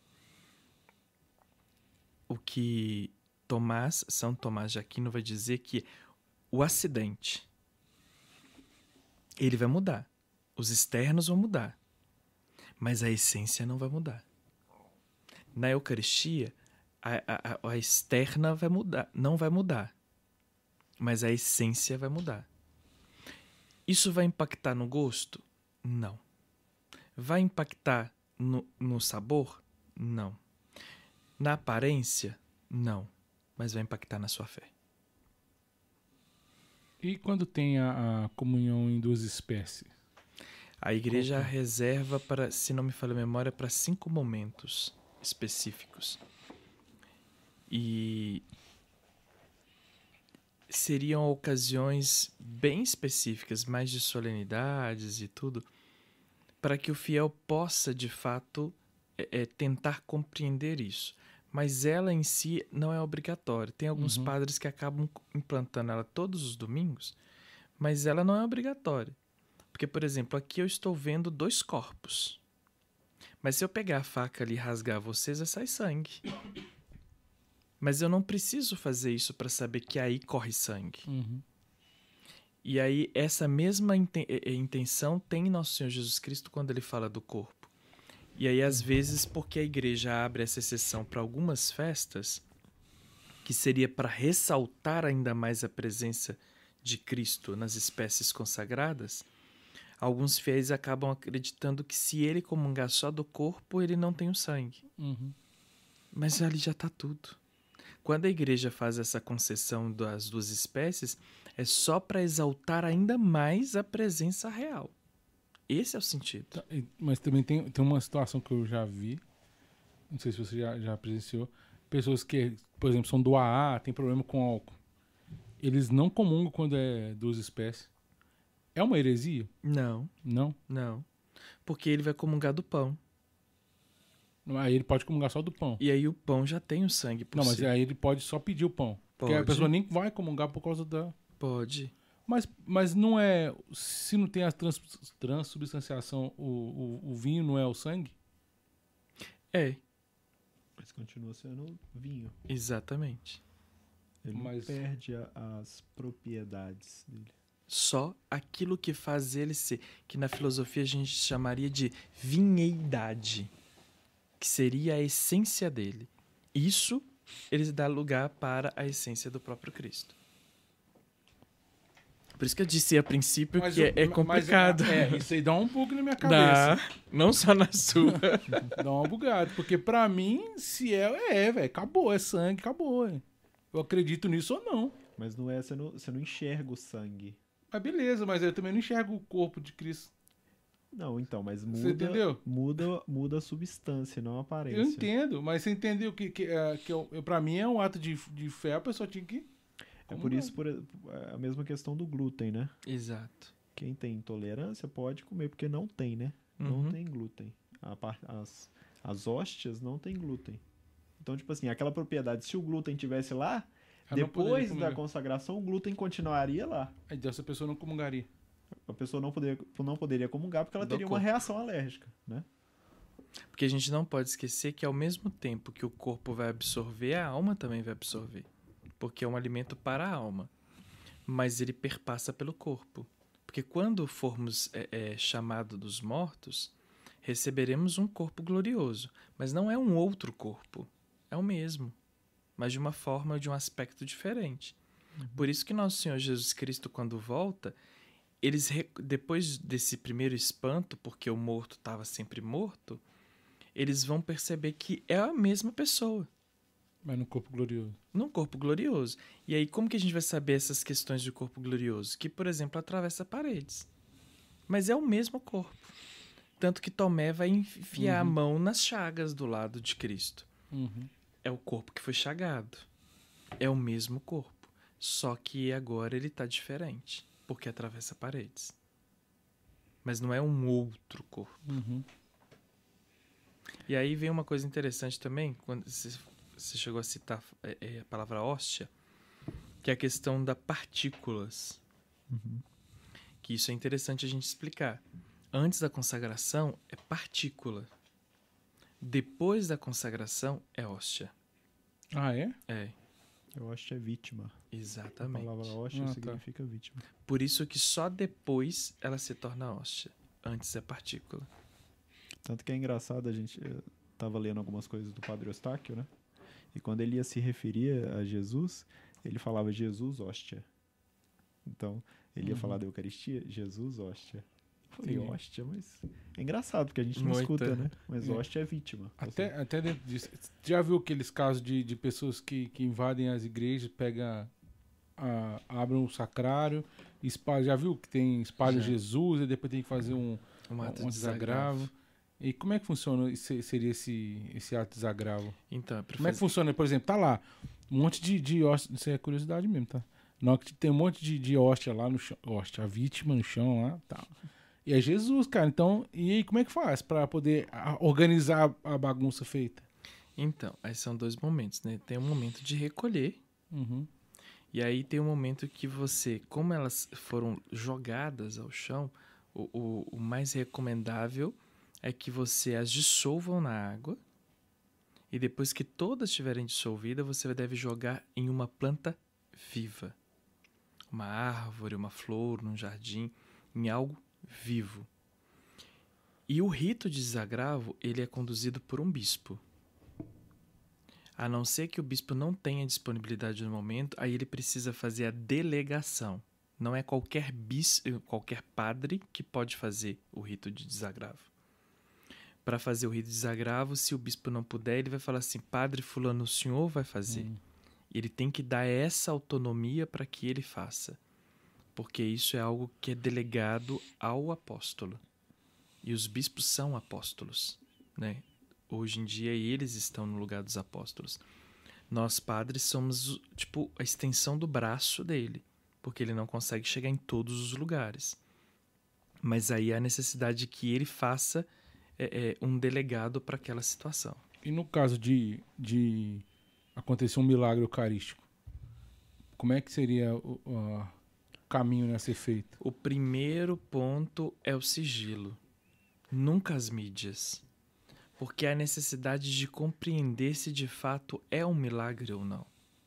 O que São Tomás de Aquino vai dizer que o acidente, ele vai mudar. Os externos vão mudar. Mas a essência não vai mudar. Na Eucaristia, a externa vai mudar, não vai mudar. Mas a essência vai mudar. Isso vai impactar no gosto? Não. Vai impactar no sabor? Não. Na aparência? Não. Mas vai impactar na sua fé. E quando tem a comunhão em duas espécies? A igreja reserva, para, se não me falha a memória, para 5 momentos específicos. E seriam ocasiões bem específicas, mais de solenidades e tudo, para que o fiel possa, de fato, tentar compreender isso. Mas ela em si não é obrigatória. Tem alguns padres que acabam implantando ela todos os domingos, mas ela não é obrigatória. Porque, por exemplo, aqui eu estou vendo 2 corpos. Mas se eu pegar a faca ali e rasgar vocês, vai sair sangue. Mas eu não preciso fazer isso para saber que aí corre sangue. E aí, essa mesma intenção tem Nosso Senhor Jesus Cristo quando ele fala do corpo. E aí, às vezes, porque a igreja abre essa exceção para algumas festas, que seria para ressaltar ainda mais a presença de Cristo nas espécies consagradas, alguns fiéis acabam acreditando que se ele comungar só do corpo, ele não tem o sangue. Mas ali já está tudo. Quando a igreja faz essa concessão das 2 espécies, é só para exaltar ainda mais a presença real. Esse é o sentido. Mas também tem uma situação que eu já vi, não sei se você já presenciou, pessoas que, por exemplo, são do AA, tem problema com álcool. Eles não comungam quando é duas espécies. É uma heresia? Não, Não. não. Porque ele vai comungar do pão. Aí ele pode comungar só do pão. E aí o pão já tem o sangue por Não, mas si. aí ele pode só pedir o pão. Porque a Pode. pessoa nem vai comungar por causa da... Pode. Mas não é... Se não tem a transubstanciação, o vinho não é o sangue? É, Mas continua sendo vinho. exatamente. Ele não Mas- perde as propriedades dele. Só aquilo que faz ele ser, que na filosofia a gente chamaria de vinheidade, que seria a essência dele. Isso ele dá lugar para a essência do próprio Cristo. Por isso que eu disse a princípio Mas que é complicado. Isso aí dá um bug na minha cabeça. Não só na sua. Dá uma bugada. Porque pra mim, se velho. Acabou, é sangue, acabou. Eu acredito nisso ou não. Mas não é, você não enxerga o sangue. Mas beleza, mas eu também não enxergo o corpo de Cristo. Não, então, mas Você entendeu? muda a substância, não a aparência. Eu entendo, mas você entendeu que pra mim é um ato de fé, a pessoa tinha que... É por isso a mesma questão do glúten, né? Exato. Quem tem intolerância pode comer, porque não tem, né? Uhum. Não tem glúten. As hóstias não tem glúten. Então, tipo assim, aquela propriedade, se o glúten tivesse lá, Ela não poderia depois da comungar. consagração, o glúten continuaria lá. Aí essa pessoa não comungaria. A pessoa não poderia comungar porque ela Do teria uma corpo. reação alérgica, né? Porque a gente não pode esquecer que ao mesmo tempo que o corpo vai absorver, a alma também vai absorver. Porque é um alimento para a alma. Mas ele perpassa pelo corpo. Porque quando formos chamados dos mortos, receberemos um corpo glorioso. Mas não é um outro corpo. É o mesmo. Mas de uma forma, de um aspecto diferente. Por isso que nosso Senhor Jesus Cristo, quando volta, depois desse primeiro espanto, porque o morto estava sempre morto, eles vão perceber que é a mesma pessoa. Mas no corpo glorioso. Num corpo glorioso. E aí, como que a gente vai saber essas questões de corpo glorioso? Que, por exemplo, atravessa paredes. Mas é o mesmo corpo. Tanto que Tomé vai enfiar a mão nas chagas do lado de Cristo. Uhum. É o corpo que foi chagado. É o mesmo corpo. Só que agora ele está diferente. Porque atravessa paredes. Mas não é um outro corpo. Uhum. E aí vem uma coisa interessante também, quando você chegou a citar a palavra hóstia, que é a questão das partículas. Que isso é interessante a gente explicar. Antes da consagração é partícula. Depois da consagração é hóstia. Ah, é? É, Eu acho que é vítima. A exatamente. palavra hóstia Ah, tá. significa vítima. Por isso que só depois ela se torna hóstia. Antes é partícula. Tanto que é engraçado, eu tava lendo algumas coisas do Padre Eustáquio, né? E quando ele ia se referir a Jesus, ele falava Jesus hóstia. Então, ele ia falar da Eucaristia, Jesus hóstia. Eu falei, Entendi. hóstia, mas... É engraçado, porque a gente não Muita. escuta, né? Mas É. hóstia é vítima. Até dentro disso. Já viu aqueles casos de pessoas que invadem as igrejas, abrem um sacrário, espalham, já viu que tem espalha Já. Jesus e depois tem que fazer um ato um de desagravo. E como é que funciona seria esse ato de desagravo? Então, é pra Como é que fazer- funciona? Por exemplo, tá lá um monte de hóstia, isso é curiosidade mesmo, tá? Na hora que tem um monte de hóstia lá no chão, hóstia, a vítima no chão lá, tá. E é Jesus, cara. Então, e aí como é que faz pra poder organizar a bagunça feita? Então, aí são dois momentos, né? Tem um momento de recolher, Uhum. e aí tem um momento que você, como elas foram jogadas ao chão, o mais recomendável é que você as dissolvam na água, e depois que todas estiverem dissolvidas, você deve jogar em uma planta viva. Uma árvore, uma flor, num jardim, em algo vivo. E o rito de desagravo, ele é conduzido por um bispo. A não ser que o bispo não tenha disponibilidade no momento, aí ele precisa fazer a delegação. Não é qualquer padre que pode fazer o rito de desagravo. Para fazer o rito de desagravo, se o bispo não puder, ele vai falar assim, padre fulano, o senhor vai fazer. Ele tem que dar essa autonomia para que ele faça. Porque isso é algo que é delegado ao apóstolo. E os bispos são apóstolos, né? hoje em dia eles estão no lugar dos apóstolos. Nós, padres, somos tipo a extensão do braço dele, porque ele não consegue chegar em todos os lugares. Mas aí há a necessidade de que ele faça um delegado para aquela situação. E no caso de acontecer um milagre eucarístico, como é que seria o caminho a ser feito? O primeiro ponto é o sigilo, nunca as mídias. Porque há necessidade de compreender se de fato é um milagre ou não.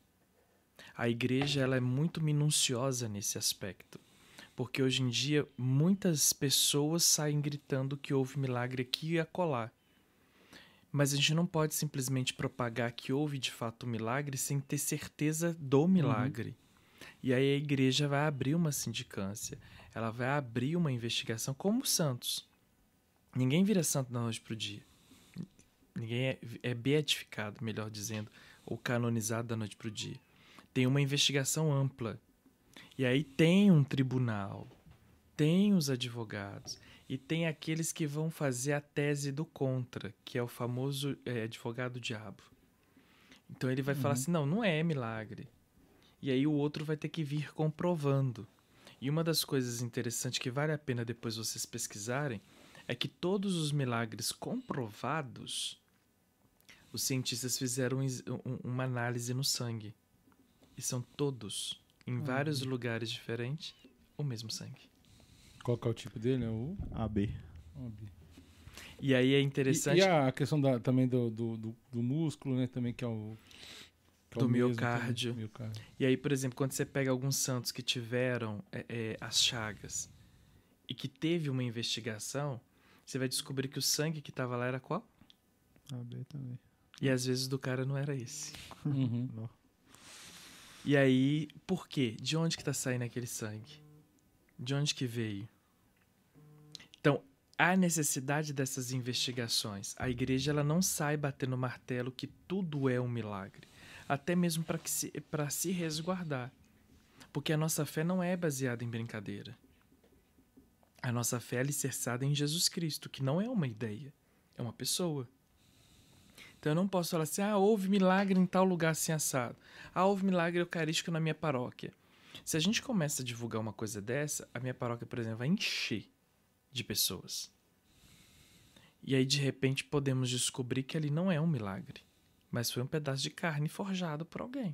A igreja ela é muito minuciosa nesse aspecto. Porque hoje em dia muitas pessoas saem gritando que houve milagre aqui e acolá. Mas a gente não pode simplesmente propagar que houve de fato um milagre sem ter certeza do milagre. E aí a igreja vai abrir uma sindicância, ela vai abrir uma investigação como os santos. Ninguém vira santo da noite para o dia. Ninguém é beatificado, melhor dizendo, ou canonizado da noite para o dia. Tem uma investigação ampla. E aí tem um tribunal, tem os advogados e tem aqueles que vão fazer a tese do contra, que é o famoso advogado diabo. Então ele vai falar assim, não é milagre. E aí o outro vai ter que vir comprovando. E uma das coisas interessantes que vale a pena depois vocês pesquisarem é que todos os milagres comprovados, os cientistas fizeram uma análise no sangue. E são todos, em vários lugares diferentes, o mesmo sangue. Qual que é o tipo dele? É o AB. AB. E aí é interessante... E a questão também do músculo, né? Também que é o... do miocárdio. E aí, por exemplo, quando você pega alguns santos que tiveram as chagas e que teve uma investigação, você vai descobrir que o sangue que estava lá era qual? AB também. E às vezes do cara não era esse. Não. E aí, por quê? De onde que tá saindo aquele sangue? De onde que veio? Então, há necessidade dessas investigações. A igreja ela não sai batendo martelo que tudo é um milagre. Até mesmo para se resguardar. Porque a nossa fé não é baseada em brincadeira. A nossa fé é alicerçada em Jesus Cristo, que não é uma ideia, é uma pessoa. Então eu não posso falar assim, houve milagre em tal lugar assim assado. Houve milagre eucarístico na minha paróquia. Se a gente começa a divulgar uma coisa dessa, a minha paróquia, por exemplo, vai encher de pessoas. E aí, de repente, podemos descobrir que ali não é um milagre, mas foi um pedaço de carne forjado por alguém.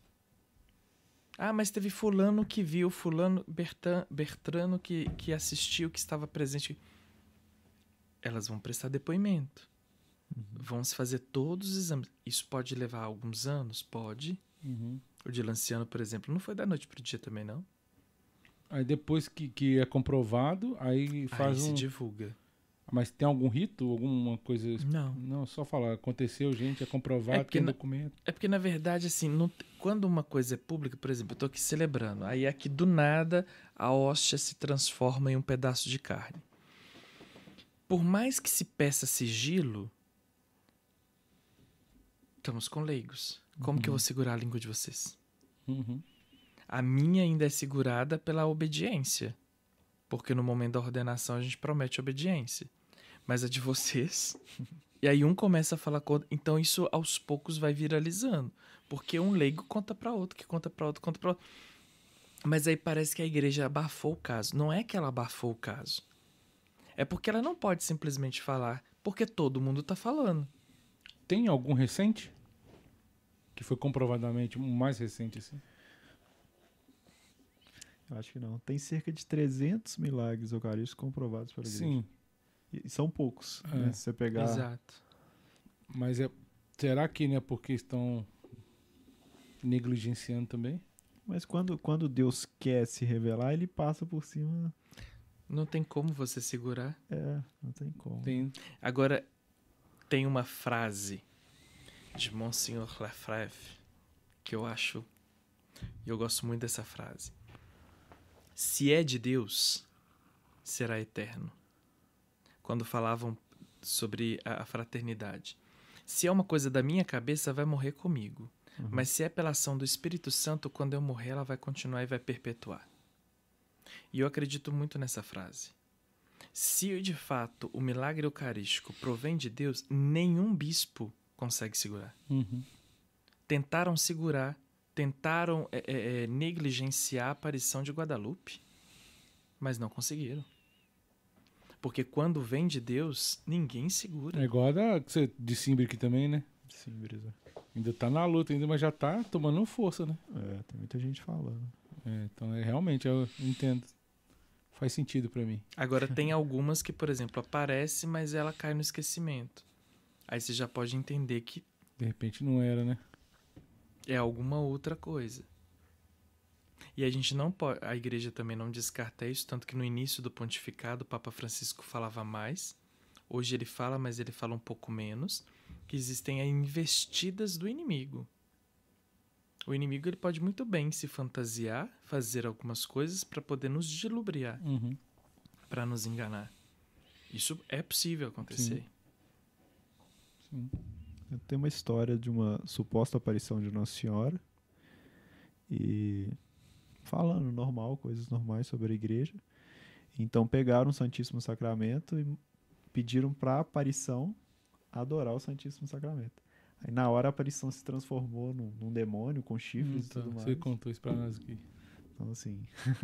Mas teve fulano que viu, fulano, Bertrano que assistiu, que estava presente. Elas vão prestar depoimento. Vão se fazer todos os exames. Isso pode levar alguns anos? Pode. O de Lanciano, por exemplo, não foi da noite pro dia também, não? Aí depois que é comprovado, aí faz se divulga. Mas tem algum rito, alguma coisa? Não. Não, só falar, aconteceu, gente, é comprovado, tem documento. É porque, na verdade, assim, quando uma coisa é pública, por exemplo, eu tô aqui celebrando, aí aqui do nada a hóstia se transforma em um pedaço de carne. Por mais que se peça sigilo, estamos com leigos. Como que eu vou segurar a língua de vocês? A minha ainda é segurada pela obediência. Porque no momento da ordenação a gente promete obediência. Mas a de vocês... E aí um começa a falar... Então isso aos poucos vai viralizando. Porque um leigo conta para outro, que conta para outro, conta para outro. Mas aí parece que a igreja abafou o caso. Não é que ela abafou o caso. É porque ela não pode simplesmente falar, porque todo mundo está falando. Tem algum recente? Que foi comprovadamente o mais recente, assim? Eu acho que não. Tem cerca de 300 milagres eucarísticos comprovados pela igreja. Sim. E são poucos, né? Se você pegar... Exato. Mas será que não é porque estão negligenciando também? Mas quando Deus quer se revelar, ele passa por cima. Não tem como você segurar. Não tem como. Agora, tem uma frase de Monsignor Lefebvre que eu acho... E eu gosto muito dessa frase. Se é de Deus, será eterno. Quando falavam sobre a fraternidade. Se é uma coisa da minha cabeça, vai morrer comigo. Mas se é pela ação do Espírito Santo, quando eu morrer, ela vai continuar e vai perpetuar. E eu acredito muito nessa frase. Se de fato o milagre eucarístico provém de Deus, nenhum bispo consegue segurar. Uhum. Tentaram segurar, tentaram negligenciar a aparição de Guadalupe, mas não conseguiram. Porque quando vem de Deus, ninguém segura. É igual a da que você de Simbre aqui também, né? Sim, beleza. Ainda tá na luta, ainda, mas já tá tomando força, né? Tem muita gente falando. Então, realmente, eu entendo. Faz sentido pra mim. Agora, tem algumas que, por exemplo, aparece, mas ela cai no esquecimento. Aí você já pode entender que De repente não era, né? é alguma outra coisa. E a gente não pode, a igreja também não descarta isso, tanto que no início do pontificado o Papa Francisco falava mais. Hoje ele fala, mas ele fala um pouco menos, que existem investidas do inimigo. O inimigo ele pode muito bem se fantasiar, fazer algumas coisas para poder nos dilubriar, Uhum. para nos enganar. Isso é possível acontecer. Sim. Tem uma história de uma suposta aparição de Nossa Senhora e falando normal, coisas normais sobre a igreja. Então pegaram o Santíssimo Sacramento e pediram para a aparição adorar o Santíssimo Sacramento. Aí na hora a aparição se transformou num demônio com chifres e tudo mais. Você contou isso pra nós aqui. Então assim,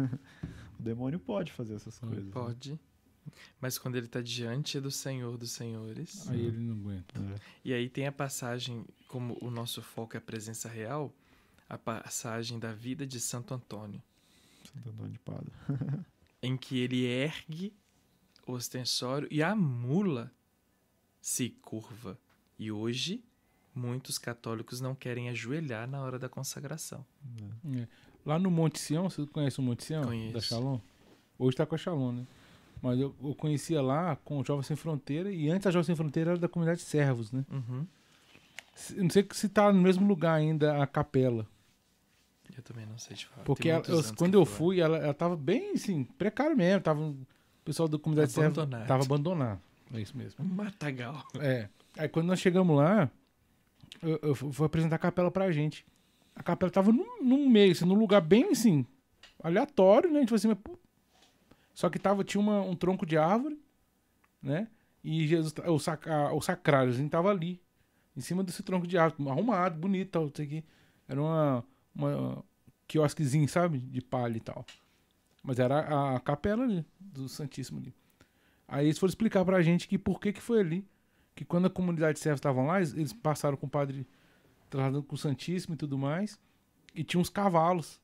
o demônio pode fazer essas coisas. Pode. Né? Mas quando ele está diante do Senhor dos Senhores... Aí ele não aguenta. E aí tem a passagem, como o nosso foco é a presença real, a passagem da vida de Santo Antônio. Santo Antônio de Pádua. Em que ele ergue o ostensório e a mula se curva. E hoje, muitos católicos não querem ajoelhar na hora da consagração. Lá no Monte Sião, você conhece o Monte Sião? Conheço. Da Shalom? Hoje tá com a Shalom, né? Mas eu conhecia lá com o Jovem Sem Fronteira, e antes a Jovem Sem Fronteira era da comunidade de servos, né? Uhum. Não sei se tá no mesmo lugar ainda a capela. Eu também não sei te falar. Porque quando eu fui, ela tava bem, assim, precária mesmo. O pessoal da comunidade de servos tava abandonado. É isso mesmo. Um matagal. Aí quando nós chegamos lá, eu fui apresentar a capela pra gente. A capela tava num meio, assim, num lugar bem, assim, aleatório, né? A gente falou assim, mas, pô. Só que tinha um tronco de árvore, né? E Jesus, o sacrário, assim, tava ali, em cima desse tronco de árvore, arrumado, bonito, tal, isso aqui. Era uma quiosquezinho, sabe? De palha e tal. Mas era a capela ali, do Santíssimo ali. Aí eles foram explicar pra gente que por que foi ali. Que quando a comunidade de servos estavam lá, eles passaram com o padre tratando com o Santíssimo e tudo mais. E tinha uns cavalos.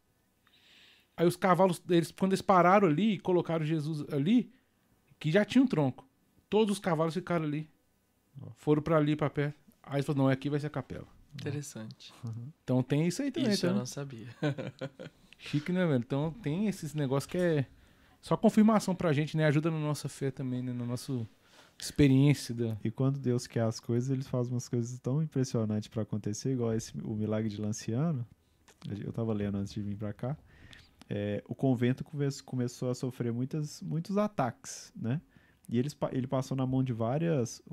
Aí os cavalos, quando eles pararam ali e colocaram Jesus ali, que já tinha um tronco. Todos os cavalos ficaram ali. Foram pra ali, pra perto. Aí eles falaram, não, aqui vai ser a capela. Interessante. Então tem isso aí também. Isso tá, eu né? não sabia. Chique, né, velho? Então tem esses negócios que é só confirmação pra gente, né? Ajuda na nossa fé também, né? Na nossa experiência. E quando Deus quer as coisas, ele faz umas coisas tão impressionantes pra acontecer, igual o milagre de Lanciano. Eu tava lendo antes de vir pra cá. O convento começou a sofrer muitos ataques, né? E ele passou na mão de várias...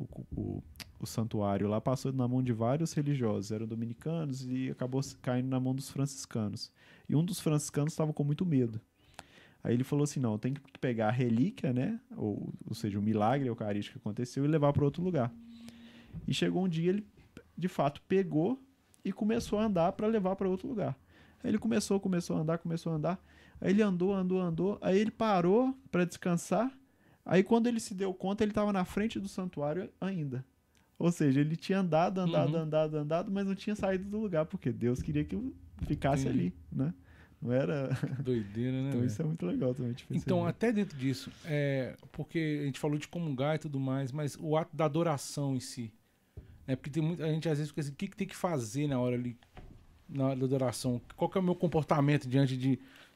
O santuário lá passou na mão de vários religiosos. Eram dominicanos e acabou caindo na mão dos franciscanos. E um dos franciscanos estava com muito medo. Aí ele falou assim, não, tem que pegar a relíquia, né? Ou seja, o milagre eucarístico que aconteceu e levar para outro lugar. E chegou um dia, ele de fato pegou e começou a andar para levar para outro lugar. Aí ele começou a andar. Aí ele andou. Aí ele parou para descansar. Aí quando ele se deu conta, ele estava na frente do santuário ainda. Ou seja, ele tinha andado, mas não tinha saído do lugar, porque Deus queria que eu ficasse ali, né? Não era... Doideira, né? Então isso é muito legal também de perceber. Então, até dentro disso, porque a gente falou de comungar e tudo mais, mas o ato da adoração em si, né? Porque tem a gente às vezes fica assim, o que tem que fazer na hora ali, na hora da adoração? Qual que é o meu comportamento diante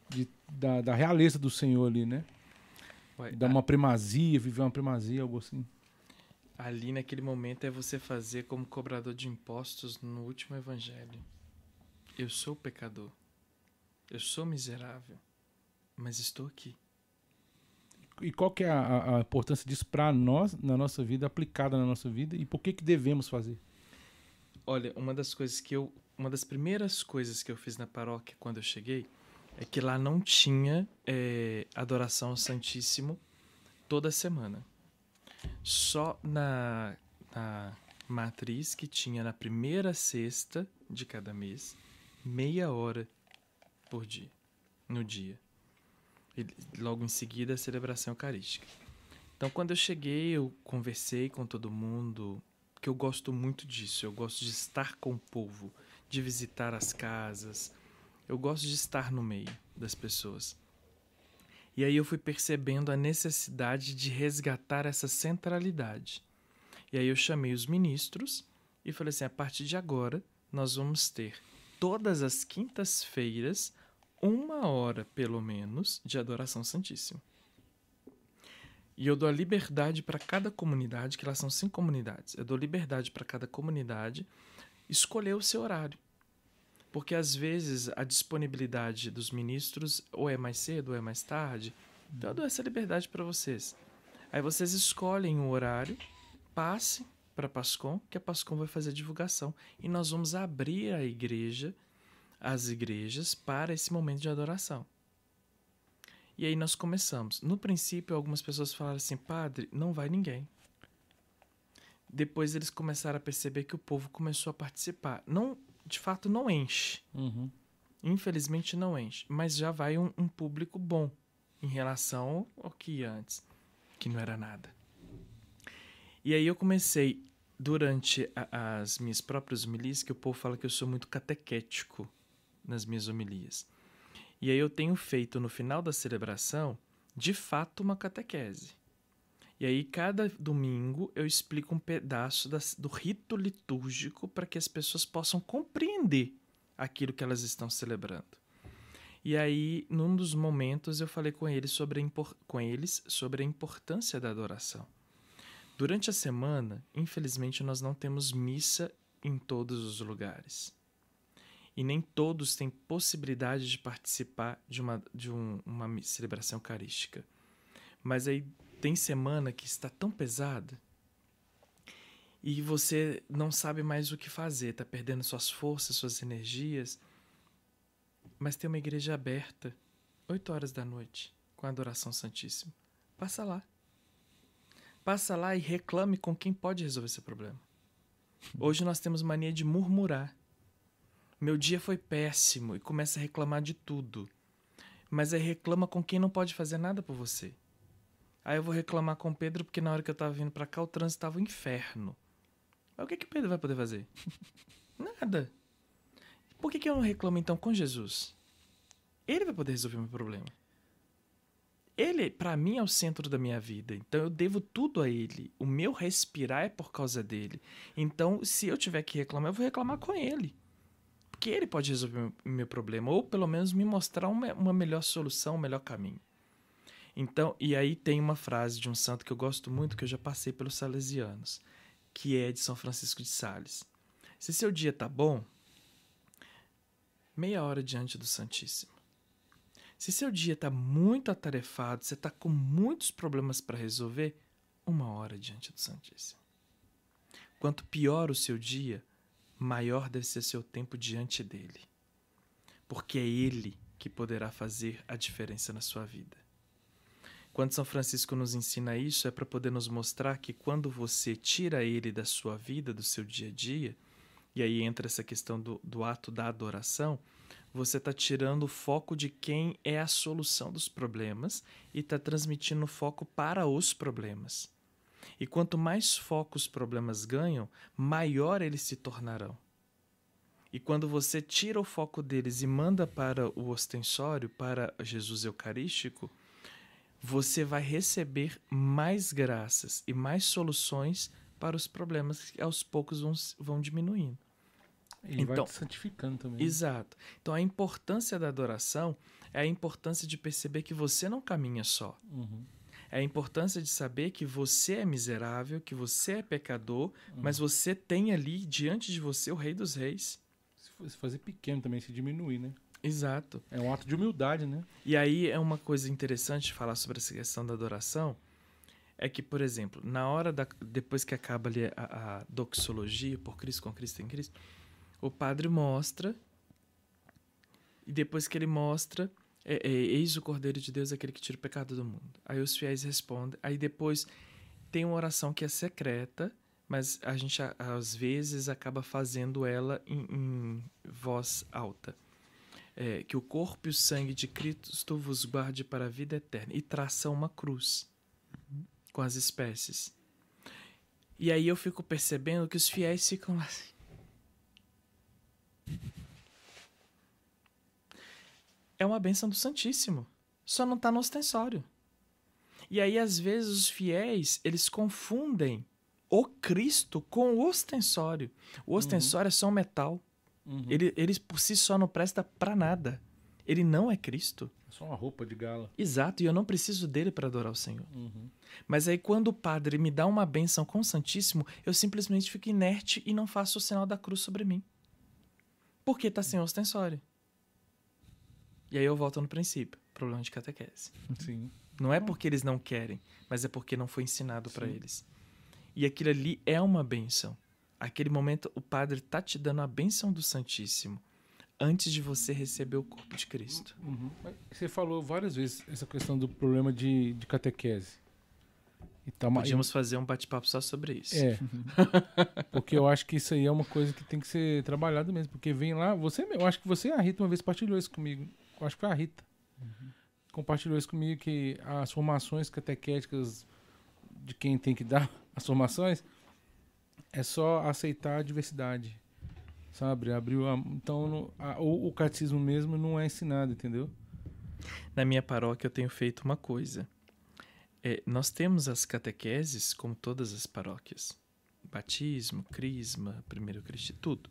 da realeza do Senhor ali, né? Dar uma primazia, viver uma primazia, algo assim. Ali naquele momento é você fazer como cobrador de impostos no último evangelho. Eu sou pecador. Eu sou miserável. Mas estou aqui. E qual que é a importância disso para nós, na nossa vida, aplicada na nossa vida? E por que devemos fazer? Olha, uma das primeiras coisas que eu fiz na paróquia quando eu cheguei é que lá não tinha adoração ao Santíssimo toda semana. Só na matriz que tinha na primeira sexta de cada mês, meia hora por dia, no dia. E logo em seguida a celebração eucarística. Então quando eu cheguei, eu conversei com todo mundo, que eu gosto muito disso, eu gosto de estar com o povo, de visitar as casas, eu gosto de estar no meio das pessoas. E aí eu fui percebendo a necessidade de resgatar essa centralidade. E aí eu chamei os ministros e falei assim, a partir de agora nós vamos ter todas as quintas-feiras 1 hora, pelo menos, de adoração santíssima. E eu dou a liberdade para cada comunidade, que elas são 5 comunidades, eu dou liberdade para cada comunidade escolher o seu horário. Porque às vezes a disponibilidade dos ministros ou é mais cedo ou é mais tarde. Então eu dou essa liberdade para vocês. Aí vocês escolhem o horário, passem para a Pascom, que a Pascom vai fazer a divulgação. E nós vamos abrir a igreja, as igrejas, para esse momento de adoração. E aí nós começamos. No princípio, algumas pessoas falaram assim, padre, não vai ninguém. Depois eles começaram a perceber que o povo começou a participar. Não, de fato, não enche. Infelizmente não enche. Mas já vai um público bom em relação ao que ia antes, que não era nada. E aí eu comecei, durante as minhas próprias homilias, que o povo fala que eu sou muito catequético nas minhas homilias. E aí eu tenho feito, no final da celebração, de fato, uma catequese. E aí, cada domingo, eu explico um pedaço do rito litúrgico para que as pessoas possam compreender aquilo que elas estão celebrando. E aí, num dos momentos, eu falei com eles sobre a importância da adoração. Durante a semana, infelizmente, nós não temos missa em todos os lugares. E nem todos têm possibilidade de participar de uma celebração eucarística. Mas aí tem semana que está tão pesada e você não sabe mais o que fazer, está perdendo suas forças, suas energias. Mas tem uma igreja aberta, 8 horas da noite, com a adoração santíssima. Passa lá. Passa lá e reclame com quem pode resolver esse problema. Hoje nós temos mania de murmurar. Meu dia foi péssimo e começa a reclamar de tudo. Mas aí reclama com quem não pode fazer nada por você. Aí eu vou reclamar com o Pedro porque na hora que eu estava vindo para cá o trânsito estava um inferno. Mas o que o Pedro vai poder fazer? Nada. Por que eu não reclamo então com Jesus? Ele vai poder resolver o meu problema. Ele, para mim, é o centro da minha vida. Então eu devo tudo a ele. O meu respirar é por causa dele. Então, se eu tiver que reclamar, eu vou reclamar com ele. Porque ele pode resolver o meu problema. Ou pelo menos me mostrar uma melhor solução, um melhor caminho. Então, e aí tem uma frase de um santo que eu gosto muito, que eu já passei pelos salesianos, que é de São Francisco de Sales. Se seu dia tá bom, meia hora diante do Santíssimo. Se seu dia tá muito atarefado, você tá com muitos problemas para resolver, 1 hora diante do Santíssimo. Quanto pior o seu dia, maior deve ser seu tempo diante dele. Porque é ele que poderá fazer a diferença na sua vida. Quando São Francisco nos ensina isso, é para poder nos mostrar que quando você tira ele da sua vida, do seu dia a dia, e aí entra essa questão do ato da adoração, você está tirando o foco de quem é a solução dos problemas e está transmitindo o foco para os problemas. E quanto mais foco os problemas ganham, maior eles se tornarão. E quando você tira o foco deles e manda para o ostensório, para Jesus Eucarístico, você vai receber mais graças e mais soluções para os problemas que aos poucos vão diminuindo. E então, vai te santificando também. Exato. Então a importância da adoração é a importância de perceber que você não caminha só. É a importância de saber que você é miserável, que você é pecador, mas você tem ali diante de você o Rei dos Reis. Se fazer pequeno também, se diminuir, né? Exato. É um ato de humildade, né? E aí é uma coisa interessante de falar sobre essa questão da adoração, é que, por exemplo, na hora depois que acaba ali a doxologia, por Cristo, com Cristo, em Cristo, o padre mostra, e depois que ele mostra, Eis o Cordeiro de Deus, aquele que tira o pecado do mundo. Aí os fiéis respondem. Aí depois tem uma oração que é secreta, mas a gente às vezes acaba fazendo ela em voz alta. Que o corpo e o sangue de Cristo vos guarde para a vida eterna. E traça uma cruz com as espécies. E aí eu fico percebendo que os fiéis ficam lá assim. É uma bênção do Santíssimo. Só não está no ostensório. E aí, às vezes, os fiéis, eles confundem o Cristo com o ostensório. O ostensório é só um metal. Ele por si só não presta para nada. Ele não é Cristo. É só uma roupa de gala. Exato, e eu não preciso dele para adorar o Senhor. Mas aí, quando o padre me dá uma bênção com o Santíssimo, eu simplesmente fico inerte e não faço o sinal da cruz sobre mim. Porque está sem ostensório. E aí eu volto no princípio. Problema de catequese. Sim. Não é porque eles não querem, mas é porque não foi ensinado para eles. E aquilo ali é uma bênção. Aquele momento, o padre está te dando a bênção do Santíssimo antes de você receber o corpo de Cristo. Você falou várias vezes essa questão do problema de catequese. Podíamos fazer um bate-papo só sobre isso. Porque eu acho que isso aí é uma coisa que tem que ser trabalhada mesmo. Porque vem lá, eu acho que você e a Rita uma vez partilhou isso comigo. Eu acho que foi a Rita. Compartilhou isso comigo, que as formações catequéticas de quem tem que dar as formações é só aceitar a diversidade, sabe? Então o catecismo mesmo não é ensinado, entendeu? Na minha paróquia eu tenho feito uma coisa. Nós temos as catequeses, como todas as paróquias. Batismo, crisma, primeiro Cristo, tudo.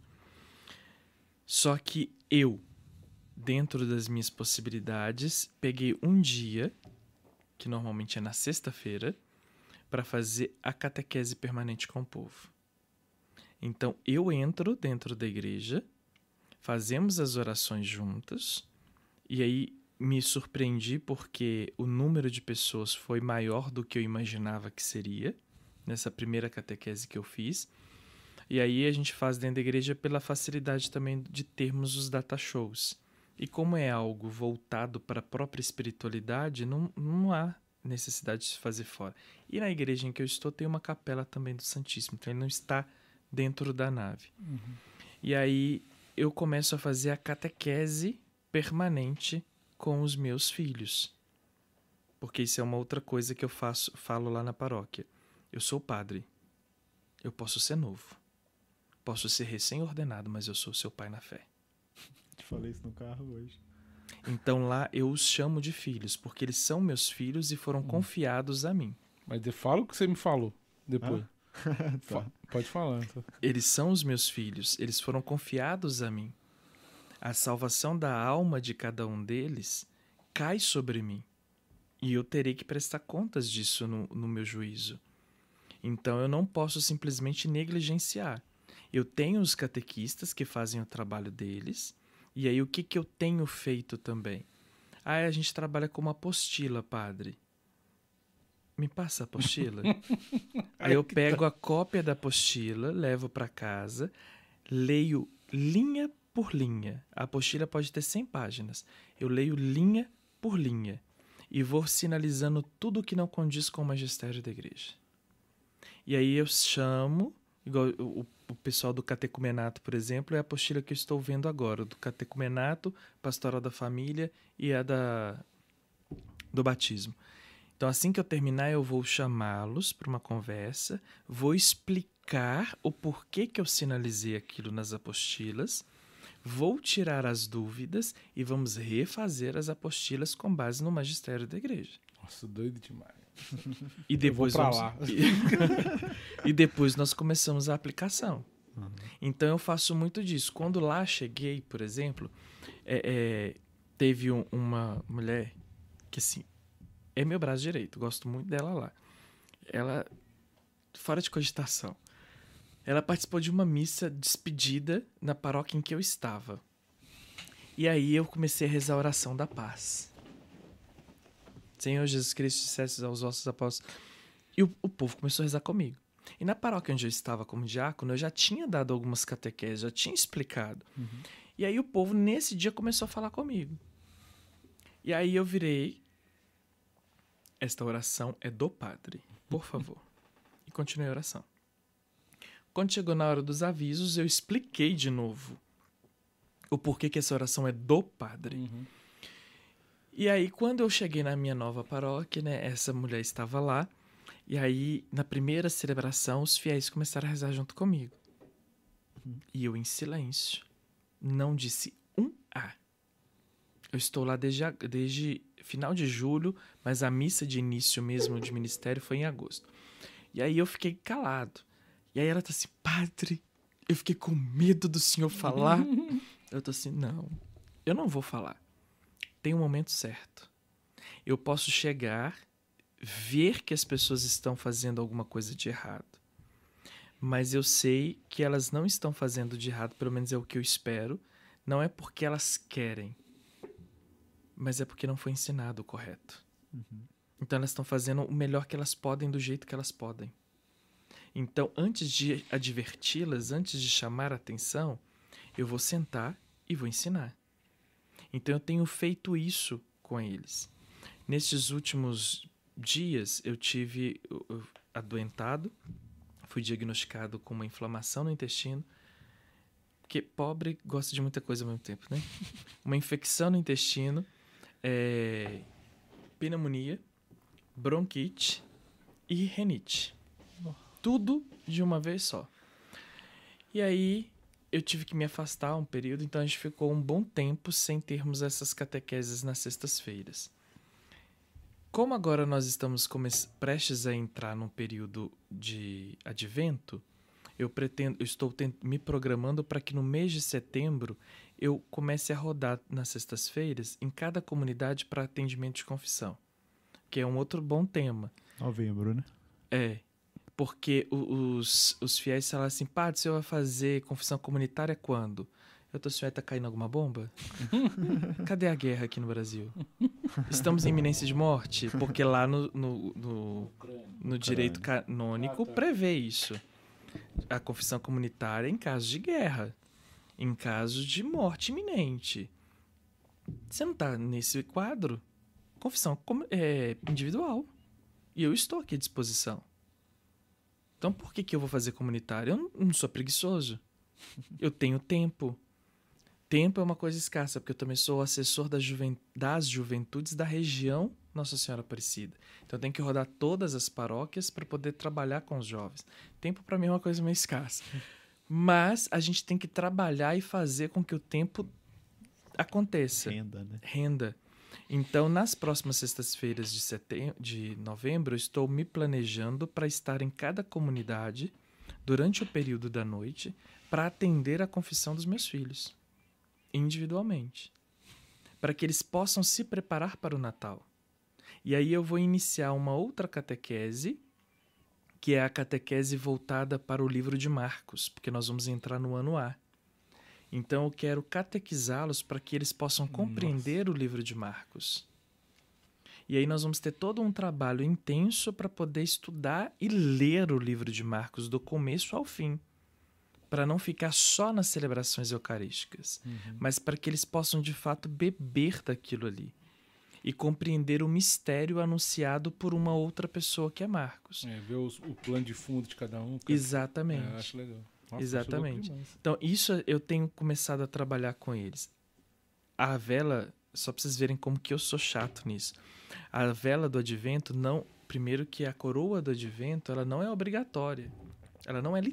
Só que eu, dentro das minhas possibilidades, peguei um dia, que normalmente é na sexta-feira, para fazer a catequese permanente com o povo. Então, eu entro dentro da igreja, fazemos as orações juntas, e aí me surpreendi porque o número de pessoas foi maior do que eu imaginava que seria, nessa primeira catequese que eu fiz. E aí a gente faz dentro da igreja pela facilidade também de termos os data shows. E como é algo voltado para a própria espiritualidade, não há necessidade de se fazer fora. E na igreja em que eu estou tem uma capela também do Santíssimo, então ele não está dentro da nave. E aí eu começo a fazer a catequese permanente com os meus filhos. Porque isso é uma outra coisa que eu falo lá na paróquia. Eu sou padre. Eu posso ser novo. Posso ser recém-ordenado, mas eu sou seu pai na fé. Te falei isso no carro hoje. Então lá eu os chamo de filhos, porque eles são meus filhos e foram confiados a mim. Mas fala o que você me falou depois. Tá. Pode falar. Então. Eles são os meus filhos, eles foram confiados a mim. A salvação da alma de cada um deles cai sobre mim. E eu terei que prestar contas disso no meu juízo. Então eu não posso simplesmente negligenciar. Eu tenho os catequistas que fazem o trabalho deles. E aí o que eu tenho feito também? A gente trabalha com uma apostila, padre. Me passa a apostila. Aí eu pego a cópia da apostila, levo para casa, leio linha por linha. A apostila pode ter 100 páginas. Eu leio linha por linha e vou sinalizando tudo que não condiz com o magistério da igreja. E aí eu chamo, igual o pessoal do catecumenato, por exemplo, é a apostila que eu estou vendo agora, do catecumenato, pastoral da família e a do batismo. Então, assim que eu terminar, eu vou chamá-los para uma conversa, vou explicar o porquê que eu sinalizei aquilo nas apostilas, vou tirar as dúvidas e vamos refazer as apostilas com base no magistério da igreja. Nossa, doido demais. E depois eu vou pra lá. E depois nós começamos a aplicação. Então eu faço muito disso. Quando lá cheguei, por exemplo, teve uma mulher que assim, é meu braço direito, gosto muito dela lá. Ela, fora de cogitação, ela participou de uma missa despedida na paróquia em que eu estava. E aí eu comecei a rezar a oração da paz. Senhor Jesus Cristo, dissestes aos vossos apóstolos. E o povo começou a rezar comigo. E na paróquia onde eu estava como diácono, eu já tinha dado algumas catequeses, já tinha explicado. E aí o povo, nesse dia, começou a falar comigo. E aí eu virei, esta oração é do padre, por favor. E continuei a oração. Quando chegou na hora dos avisos, eu expliquei de novo o porquê que essa oração é do padre. E aí, quando eu cheguei na minha nova paróquia, né, essa mulher estava lá, e aí, na primeira celebração, os fiéis começaram a rezar junto comigo. E eu, em silêncio, não disse um A. Eu estou lá desde final de julho, mas a missa de início mesmo de ministério foi em agosto. E aí eu fiquei calado. E aí ela tá assim, padre, eu fiquei com medo do senhor falar. Eu tô assim, não, eu não vou falar. Tem um momento certo. Eu posso chegar, ver que as pessoas estão fazendo alguma coisa de errado. Mas eu sei que elas não estão fazendo de errado, pelo menos é o que eu espero. Não é porque elas querem, mas é porque não foi ensinado o correto. Então elas estão fazendo o melhor que elas podem, do jeito que elas podem. Então, antes de adverti-las, antes de chamar a atenção, eu vou sentar e vou ensinar. Então, eu tenho feito isso com eles. Nestes últimos dias, eu tive adoentado, fui diagnosticado com uma inflamação no intestino, porque pobre gosta de muita coisa ao mesmo tempo, né? Uma infecção no intestino, pneumonia, bronquite e renite. Tudo de uma vez só. E aí, eu tive que me afastar um período, então a gente ficou um bom tempo sem termos essas catequeses nas sextas-feiras. Como agora nós estamos prestes a entrar num período de advento, eu estou me programando para que no mês de setembro eu comece a rodar nas sextas-feiras em cada comunidade para atendimento de confissão, que é um outro bom tema. Novembro, né? Porque os fiéis falam assim, padre, você vai fazer confissão comunitária quando? Eu tô assim, vai tá caindo alguma bomba? Cadê a guerra aqui no Brasil? Estamos em iminência de morte? Porque lá no direito canônico prevê isso. A confissão comunitária em caso de guerra, em caso de morte iminente. Você não tá nesse quadro? Confissão individual. E eu estou aqui à disposição. Então, por que eu vou fazer comunitário? Eu não sou preguiçoso. Eu tenho tempo. Tempo é uma coisa escassa, porque eu também sou assessor das juventudes da região Nossa Senhora Aparecida. Então, eu tenho que rodar todas as paróquias para poder trabalhar com os jovens. Tempo, para mim, é uma coisa meio escassa. Mas a gente tem que trabalhar e fazer com que o tempo aconteça. Renda, né? Renda. Então, nas próximas sextas-feiras de novembro, eu estou me planejando para estar em cada comunidade durante o período da noite para atender a confissão dos meus filhos, individualmente, para que eles possam se preparar para o Natal. E aí eu vou iniciar uma outra catequese, que é a catequese voltada para o livro de Marcos, porque nós vamos entrar no ano A. Então, eu quero catequizá-los para que eles possam compreender o livro de Marcos. E aí nós vamos ter todo um trabalho intenso para poder estudar e ler o livro de Marcos do começo ao fim, para não ficar só nas celebrações eucarísticas, mas para que eles possam, de fato, beber daquilo ali e compreender o mistério anunciado por uma outra pessoa, que é Marcos. Ver o plano de fundo de cada um. Exatamente. Acho legal. Nossa, exatamente. Então, isso eu tenho começado a trabalhar com eles. A vela, só para vocês verem como que eu sou chato nisso. A vela do advento, não, primeiro que a coroa do advento, ela não é obrigatória. Ela não é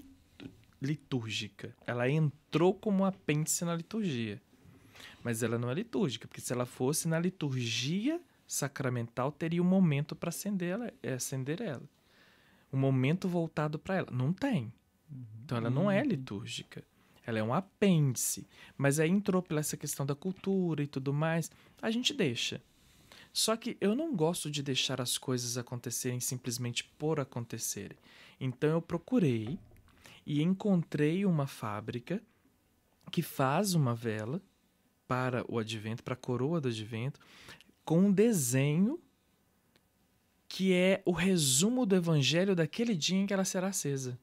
litúrgica. Ela entrou como apêndice na liturgia. Mas ela não é litúrgica, porque se ela fosse na liturgia sacramental, teria um momento para acender ela. Um momento voltado para ela. Não tem. Então, ela não é litúrgica. Ela é um apêndice. Mas aí entrou pela essa questão da cultura e tudo mais. A gente deixa. Só que eu não gosto de deixar as coisas acontecerem simplesmente por acontecerem. Então, eu procurei e encontrei uma fábrica que faz uma vela para o advento, para a coroa do advento, com um desenho que é o resumo do evangelho daquele dia em que ela será acesa.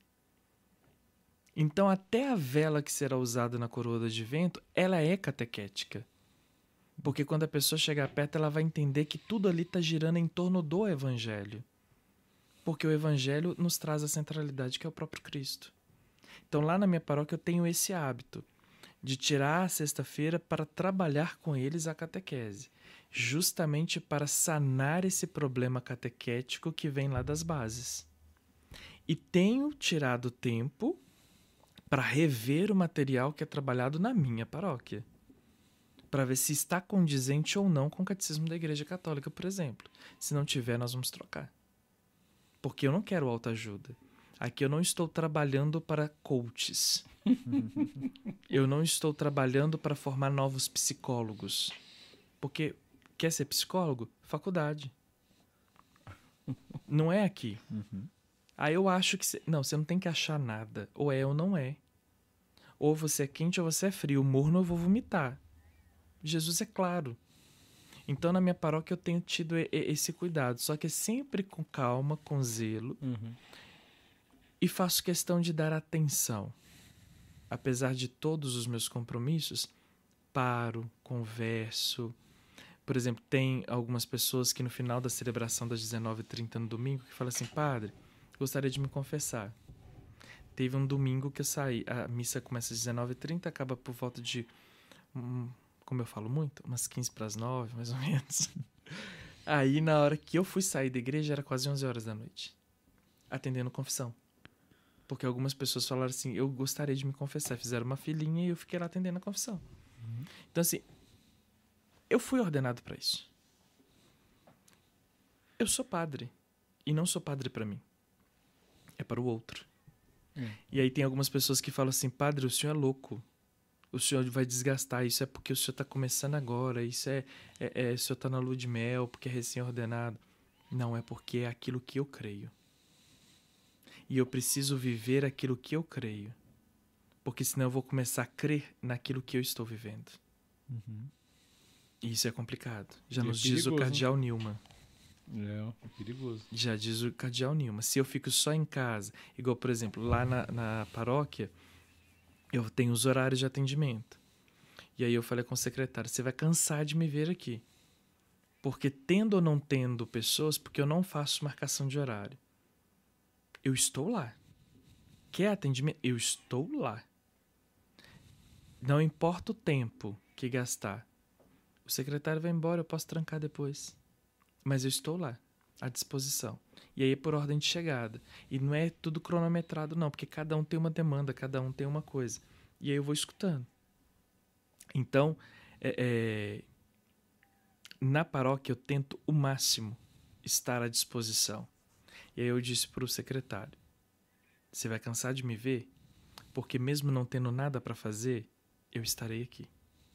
Então, até a vela que será usada na coroa do advento, ela é catequética. Porque quando a pessoa chegar perto, ela vai entender que tudo ali está girando em torno do Evangelho. Porque o Evangelho nos traz a centralidade que é o próprio Cristo. Então, lá na minha paróquia, eu tenho esse hábito de tirar a sexta-feira para trabalhar com eles a catequese, justamente para sanar esse problema catequético que vem lá das bases. E tenho tirado tempo para rever o material que é trabalhado na minha paróquia, para ver se está condizente ou não com o catecismo da Igreja Católica, por exemplo. Se não tiver, nós vamos trocar. Porque eu não quero autoajuda. Aqui eu não estou trabalhando para coaches. Eu não estou trabalhando para formar novos psicólogos. Porque quer ser psicólogo? Faculdade. Não é aqui. Aí eu acho que... Não, você não tem que achar nada. Ou é ou não é. Ou você é quente ou você é frio. Morno eu vou vomitar. Jesus é claro. Então, na minha paróquia, eu tenho tido esse cuidado. Só que é sempre com calma, com zelo. E faço questão de dar atenção. Apesar de todos os meus compromissos, paro, converso. Por exemplo, tem algumas pessoas que no final da celebração das 19h30 no domingo, que falam assim, padre, gostaria de me confessar. Teve um domingo que eu saí, a missa começa às 19h30, acaba por volta de, como eu falo muito, umas 8:45, mais ou menos. Aí, na hora que eu fui sair da igreja, era quase 11 horas da noite, atendendo confissão. Porque algumas pessoas falaram assim, eu gostaria de me confessar. Fizeram uma filinha e eu fiquei lá atendendo a confissão. Então, assim, eu fui ordenado para isso. Eu sou padre. E não sou padre para mim. É para o outro. E aí tem algumas pessoas que falam assim, padre, o senhor é louco. O senhor vai desgastar. Isso é porque o senhor está começando agora. Isso o senhor está na lua de mel, porque é recém-ordenado. Não, é porque é aquilo que eu creio. E eu preciso viver aquilo que eu creio. Porque senão eu vou começar a crer naquilo que eu estou vivendo. E isso é complicado. Já nos diz o cardeal Newman. É perigoso. Já diz o cardeal Newman. Se eu fico só em casa, igual, por exemplo, lá na paróquia, eu tenho os horários de atendimento. E aí eu falei com o secretário, você vai cansar de me ver aqui. Porque tendo ou não tendo pessoas, porque eu não faço marcação de horário. Eu estou lá. Quer atendimento? Eu estou lá. Não importa o tempo que gastar. O secretário vai embora, eu posso trancar depois. Mas eu estou lá, à disposição. E aí é por ordem de chegada. E não é tudo cronometrado, não, porque cada um tem uma demanda, cada um tem uma coisa. E aí eu vou escutando. Então, na paróquia eu tento o máximo estar à disposição. E aí eu disse para o secretário, você vai cansar de me ver? Porque mesmo não tendo nada para fazer, eu estarei aqui.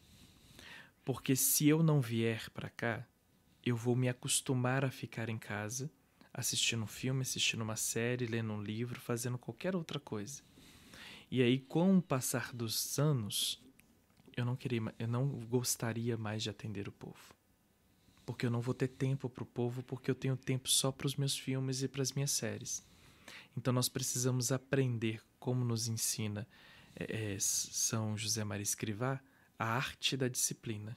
Porque se eu não vier para cá, eu vou me acostumar a ficar em casa, assistindo um filme, assistindo uma série, lendo um livro, fazendo qualquer outra coisa. E aí, com o passar dos anos, eu não gostaria mais de atender o povo. Porque eu não vou ter tempo para o povo, porque eu tenho tempo só para os meus filmes e para as minhas séries. Então nós precisamos aprender, como nos ensina São José Maria Escrivá, a arte da disciplina.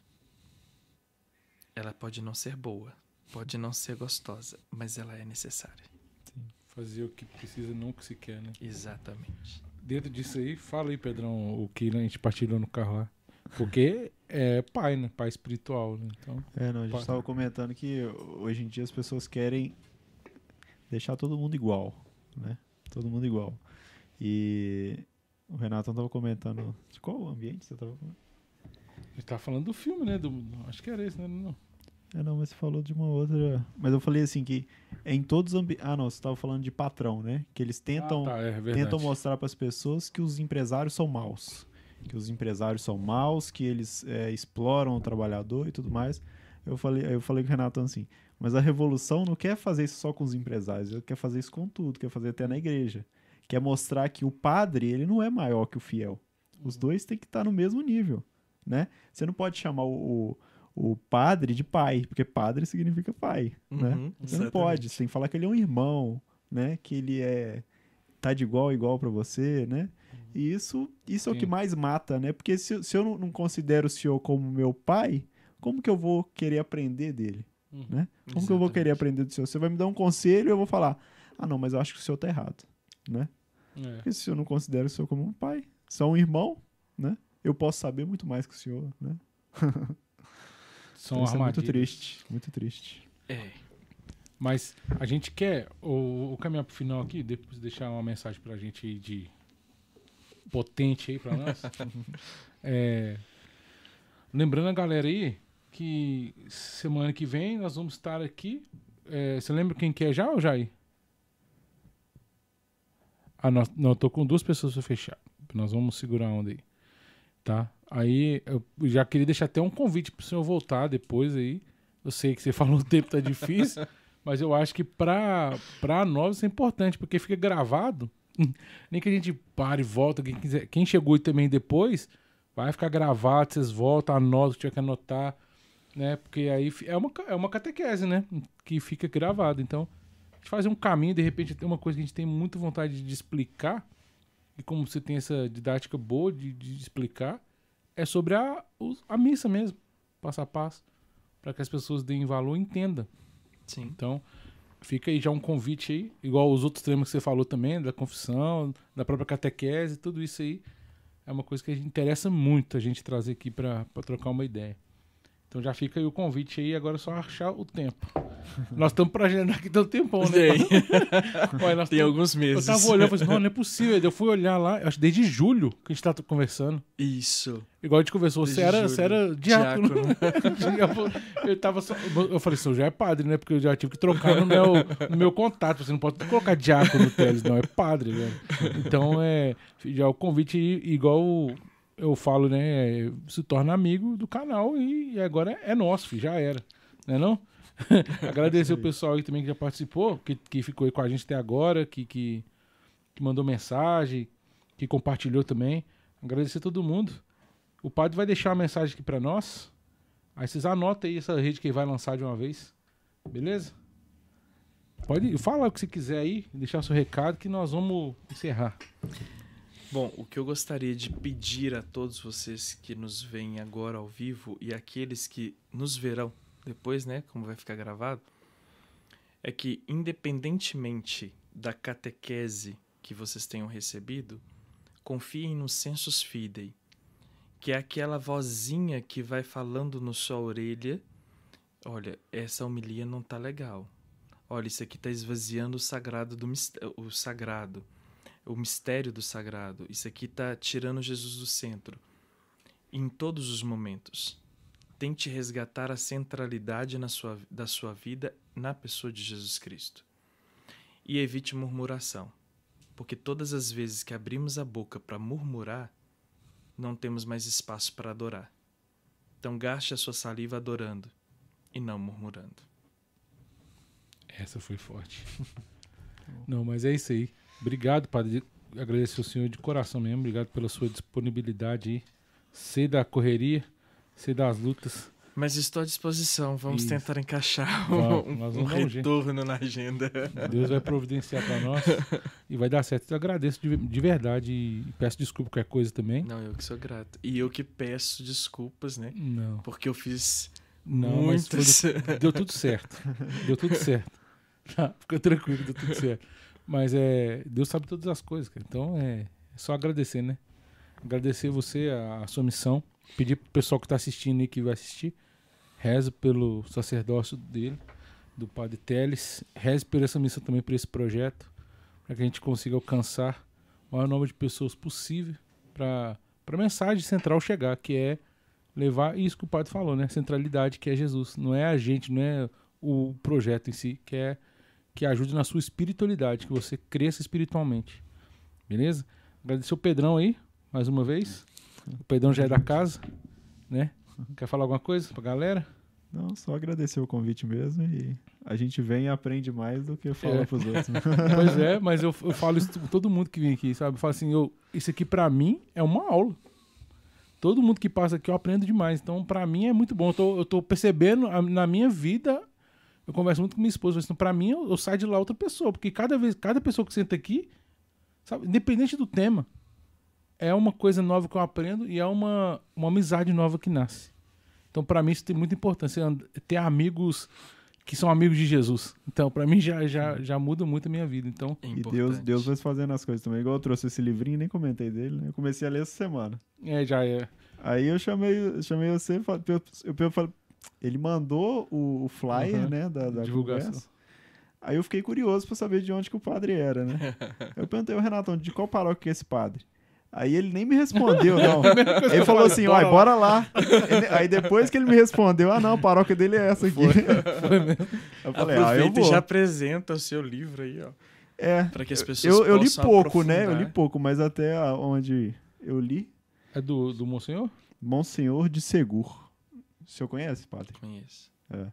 Ela pode não ser boa, pode não ser gostosa, mas ela é necessária. Sim. Fazer o que precisa, não o que se quer, né? Exatamente. Dentro disso aí, fala aí, Pedrão, o que a gente partilhou no carro lá. Porque é pai, né? Pai espiritual, né? Então, a gente estava comentando que hoje em dia as pessoas querem deixar todo mundo igual, né? Todo mundo igual. E o Renato estava comentando... De qual ambiente você estava falando? A gente tava falando do filme, né? Acho que era esse, né? Não. Não, mas você falou de uma outra... Mas eu falei assim que em todos os ambientes... não, você estava falando de patrão, né? Que eles tentam mostrar para as pessoas que os empresários são maus. Que os empresários são maus, que eles exploram o trabalhador e tudo mais. Eu falei com o Renato assim, mas a revolução não quer fazer isso só com os empresários, ela quer fazer isso com tudo, quer fazer até na igreja. Quer mostrar que o padre, ele não é maior que o fiel. Os dois têm que estar no mesmo nível, né? Você não pode chamar o padre de pai, porque padre significa pai, né? Você não pode, você tem que falar que ele é um irmão, né? Que ele tá de igual a igual para você, né? E isso é o que mais mata, né? Porque se eu não considero o senhor como meu pai, como que eu vou querer aprender dele? Né? Como Exatamente. que eu vou querer aprender do senhor? Você vai me dar um conselho e eu vou falar, não, mas eu acho que o senhor tá errado, né? É. Porque se eu não considero o senhor como um pai, só um irmão, né? Eu posso saber muito mais que o senhor, né? São Então, isso é muito armadilhas. triste, muito triste. Mas a gente quer, o caminhar pro final aqui, depois deixar uma mensagem pra gente aí de potente aí pra nós. Lembrando a galera aí que semana que vem nós vamos estar aqui. Você lembra quem que é já ou Jair? Não, eu tô com 2 pessoas pra fechar. Nós vamos segurar a onda aí. Tá? Aí eu já queria deixar até um convite pro senhor voltar depois aí. Eu sei que você falou o tempo tá difícil, mas eu acho que pra nós isso é importante, porque fica gravado. Nem que a gente pare e volta, quem quiser. Quem chegou também depois, vai ficar gravado, vocês voltam, anotam o que tiver que anotar, né? Porque aí é uma catequese, né? Que fica gravado. Então, a gente faz um caminho, de repente tem uma coisa que a gente tem muita vontade de explicar, e como você tem essa didática boa de explicar, é sobre a missa mesmo, passo a passo, para que as pessoas deem valor e entendam. Sim. Então, fica aí já um convite aí, igual os outros temas que você falou também, da confissão, da própria catequese, tudo isso aí é uma coisa que a gente interessa muito a gente trazer aqui para trocar uma ideia. Então já fica aí o convite aí, agora é só achar o tempo. Nós estamos para agendar aqui tanto tempão, né? Olha, Tem alguns meses. Eu tava olhando e falei assim, não é possível. Eu fui olhar lá, acho que desde julho que a gente tá conversando. Isso. Igual a gente conversou, você era diácono. Eu falei assim, eu já é padre, né? Porque eu já tive que trocar no meu contato. Você não pode colocar diácono no Teles, não, é padre, velho. Então, já o convite, igual eu falo, né? Se torna amigo do canal e agora é nosso, filho, já era. Né não? Agradecer o pessoal aí também que já participou, que ficou aí com a gente até agora, que mandou mensagem, que compartilhou também. Agradecer a todo mundo. O padre vai deixar uma mensagem aqui pra nós. Aí vocês anotem aí essa rede que ele vai lançar de uma vez. Beleza? Pode falar o que você quiser aí, deixar seu recado que nós vamos encerrar. Bom, o que eu gostaria de pedir a todos vocês que nos veem agora ao vivo e aqueles que nos verão depois, né, como vai ficar gravado, é que independentemente da catequese que vocês tenham recebido, confiem no sensus fidei, que é aquela vozinha que vai falando na sua orelha, olha, essa homilia não tá legal. Olha, isso aqui tá esvaziando o mistério do sagrado. Isso aqui tá tirando Jesus do centro. Em todos os momentos, tente resgatar a centralidade da sua vida na pessoa de Jesus Cristo. E evite murmuração, porque todas as vezes que abrimos a boca para murmurar, não temos mais espaço para adorar. Então gaste a sua saliva adorando e não murmurando. Essa foi forte. Não, mas é isso aí. Obrigado, padre. Agradecer ao senhor de coração mesmo. Obrigado pela sua disponibilidade aí. Sei da correria, sei das lutas. Mas estou à disposição. Vamos Isso. tentar encaixar Nós um vamos dar um jeito. retorno na agenda. Deus vai providenciar para nós e vai dar certo. Eu agradeço de verdade e peço desculpa por qualquer coisa também. Não, eu que sou grato. E eu que peço desculpas, né? Não. Porque eu fiz Não, muitas... mas deu tudo certo. Deu tudo certo. Tá, fica tranquilo, deu tudo certo. Mas Deus sabe todas as coisas, cara. Então é só agradecer, né? Agradecer você, a sua missão. Pedir pro pessoal que tá assistindo e que vai assistir, reze pelo sacerdócio dele, do Padre Teles. Reze por essa missão também, por esse projeto, para que a gente consiga alcançar o maior número de pessoas possível para a mensagem central chegar, que é levar isso que o padre falou, né? A centralidade, que é Jesus. Não é a gente, não é o projeto em si, que ajude na sua espiritualidade, que você cresça espiritualmente. Beleza? Agradecer o Pedrão aí, mais uma vez. O Pedrão já é da casa, né? Quer falar alguma coisa pra galera? Não, só agradecer o convite mesmo e a gente vem e aprende mais do que fala pros outros. Né? Pois é, mas eu falo isso com todo mundo que vem aqui, sabe? Eu falo assim, isso aqui pra mim é uma aula. Todo mundo que passa aqui eu aprendo demais. Então, pra mim é muito bom. Eu tô percebendo na minha vida. Eu converso muito com minha esposa. Então, pra mim, eu saio de lá outra pessoa. Porque cada pessoa que senta aqui, sabe, independente do tema, é uma coisa nova que eu aprendo e é uma amizade nova que nasce. Então, para mim, isso tem muita importância, ter amigos que são amigos de Jesus. Então, para mim, já muda muito a minha vida. Então, E Deus vai fazendo as coisas também. Igual eu trouxe esse livrinho, nem comentei dele, né? Eu comecei a ler essa semana. já é. Aí eu chamei você, eu falei, ele mandou o flyer, né, da divulgação. Conversa. Aí eu fiquei curioso para saber de onde que o padre era, né? Eu perguntei ao Renatão, de qual paróquia que é esse padre? Aí ele nem me respondeu, não. Ele falou assim, bora lá. Aí depois que ele me respondeu, não, a paróquia dele é essa aqui. Foi mesmo. Eu falei, Aproveita eu vou. e já apresenta o seu livro aí, ó. Para que as pessoas eu li possam pouco, aprofundar. né? Eu li pouco, mas até onde eu li... É do Monsenhor? Monsenhor de Segur. O senhor conhece, padre? Conheço.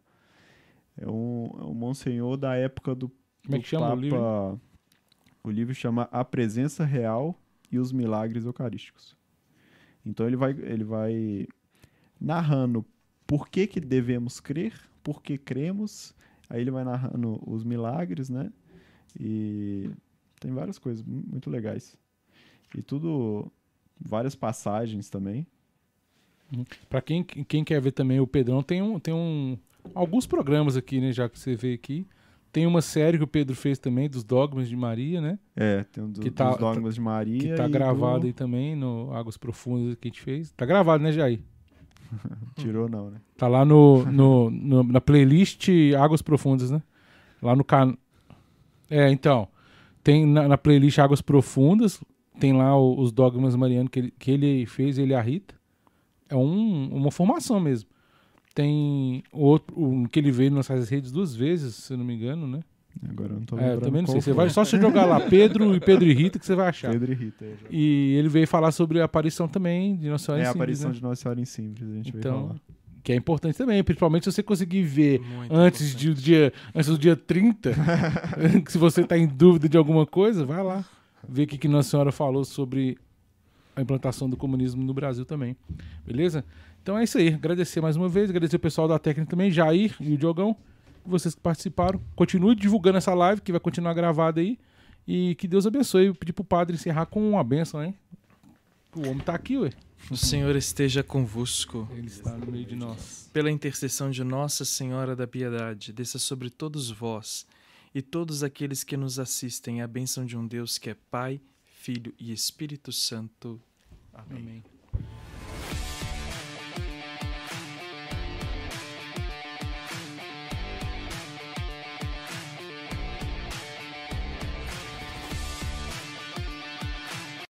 É um monsenhor da época do Como é que chama Papa... o livro? O livro chama A Presença Real e os Milagres Eucarísticos. Então ele vai narrando por que devemos crer, por que cremos. Aí ele vai narrando os milagres, né? E tem várias coisas muito legais. E tudo... Várias passagens também. Para quem quer ver também o Pedrão, tem alguns programas aqui, né? Já que você vê aqui. Tem uma série que o Pedro fez também, dos Dogmas de Maria, né? Tem dos Dogmas de Maria. Que tá gravado aí também no Águas Profundas que a gente fez. Tá gravado, né, Jair? Tirou não, né? Tá lá na playlist Águas Profundas, né? Lá no canal. Então. Tem na playlist Águas Profundas, tem lá os Dogmas Marianos que ele fez, ele e a Rita. É uma formação mesmo. Tem outro que ele veio nas nossas redes 2 vezes, se eu não me engano, né? Agora eu não tô lembrando. Também não sei. Você vai só se jogar lá Pedro e Rita que você vai achar. Pedro e Rita. E ele veio falar sobre a aparição também de Nossa Senhora em Simples. A aparição né? de Nossa Senhora em Simples, a gente veio falar. Que é importante também, principalmente se você conseguir ver antes do dia 30, que se você está em dúvida de alguma coisa, vai lá ver o que Nossa Senhora falou sobre a implantação do comunismo no Brasil também. Beleza? Então é isso aí. Agradecer mais uma vez, agradecer o pessoal da técnica também, Jair e o Diogão, vocês que participaram. Continue divulgando essa live, que vai continuar gravada aí. E que Deus abençoe. Eu pedi pro padre encerrar com uma bênção, hein? O homem tá aqui, ué. O Senhor esteja convosco. Ele está no meio de nós. Pela intercessão de Nossa Senhora da Piedade, desça sobre todos vós e todos aqueles que nos assistem a bênção de um Deus que é Pai, Filho e Espírito Santo. Amém.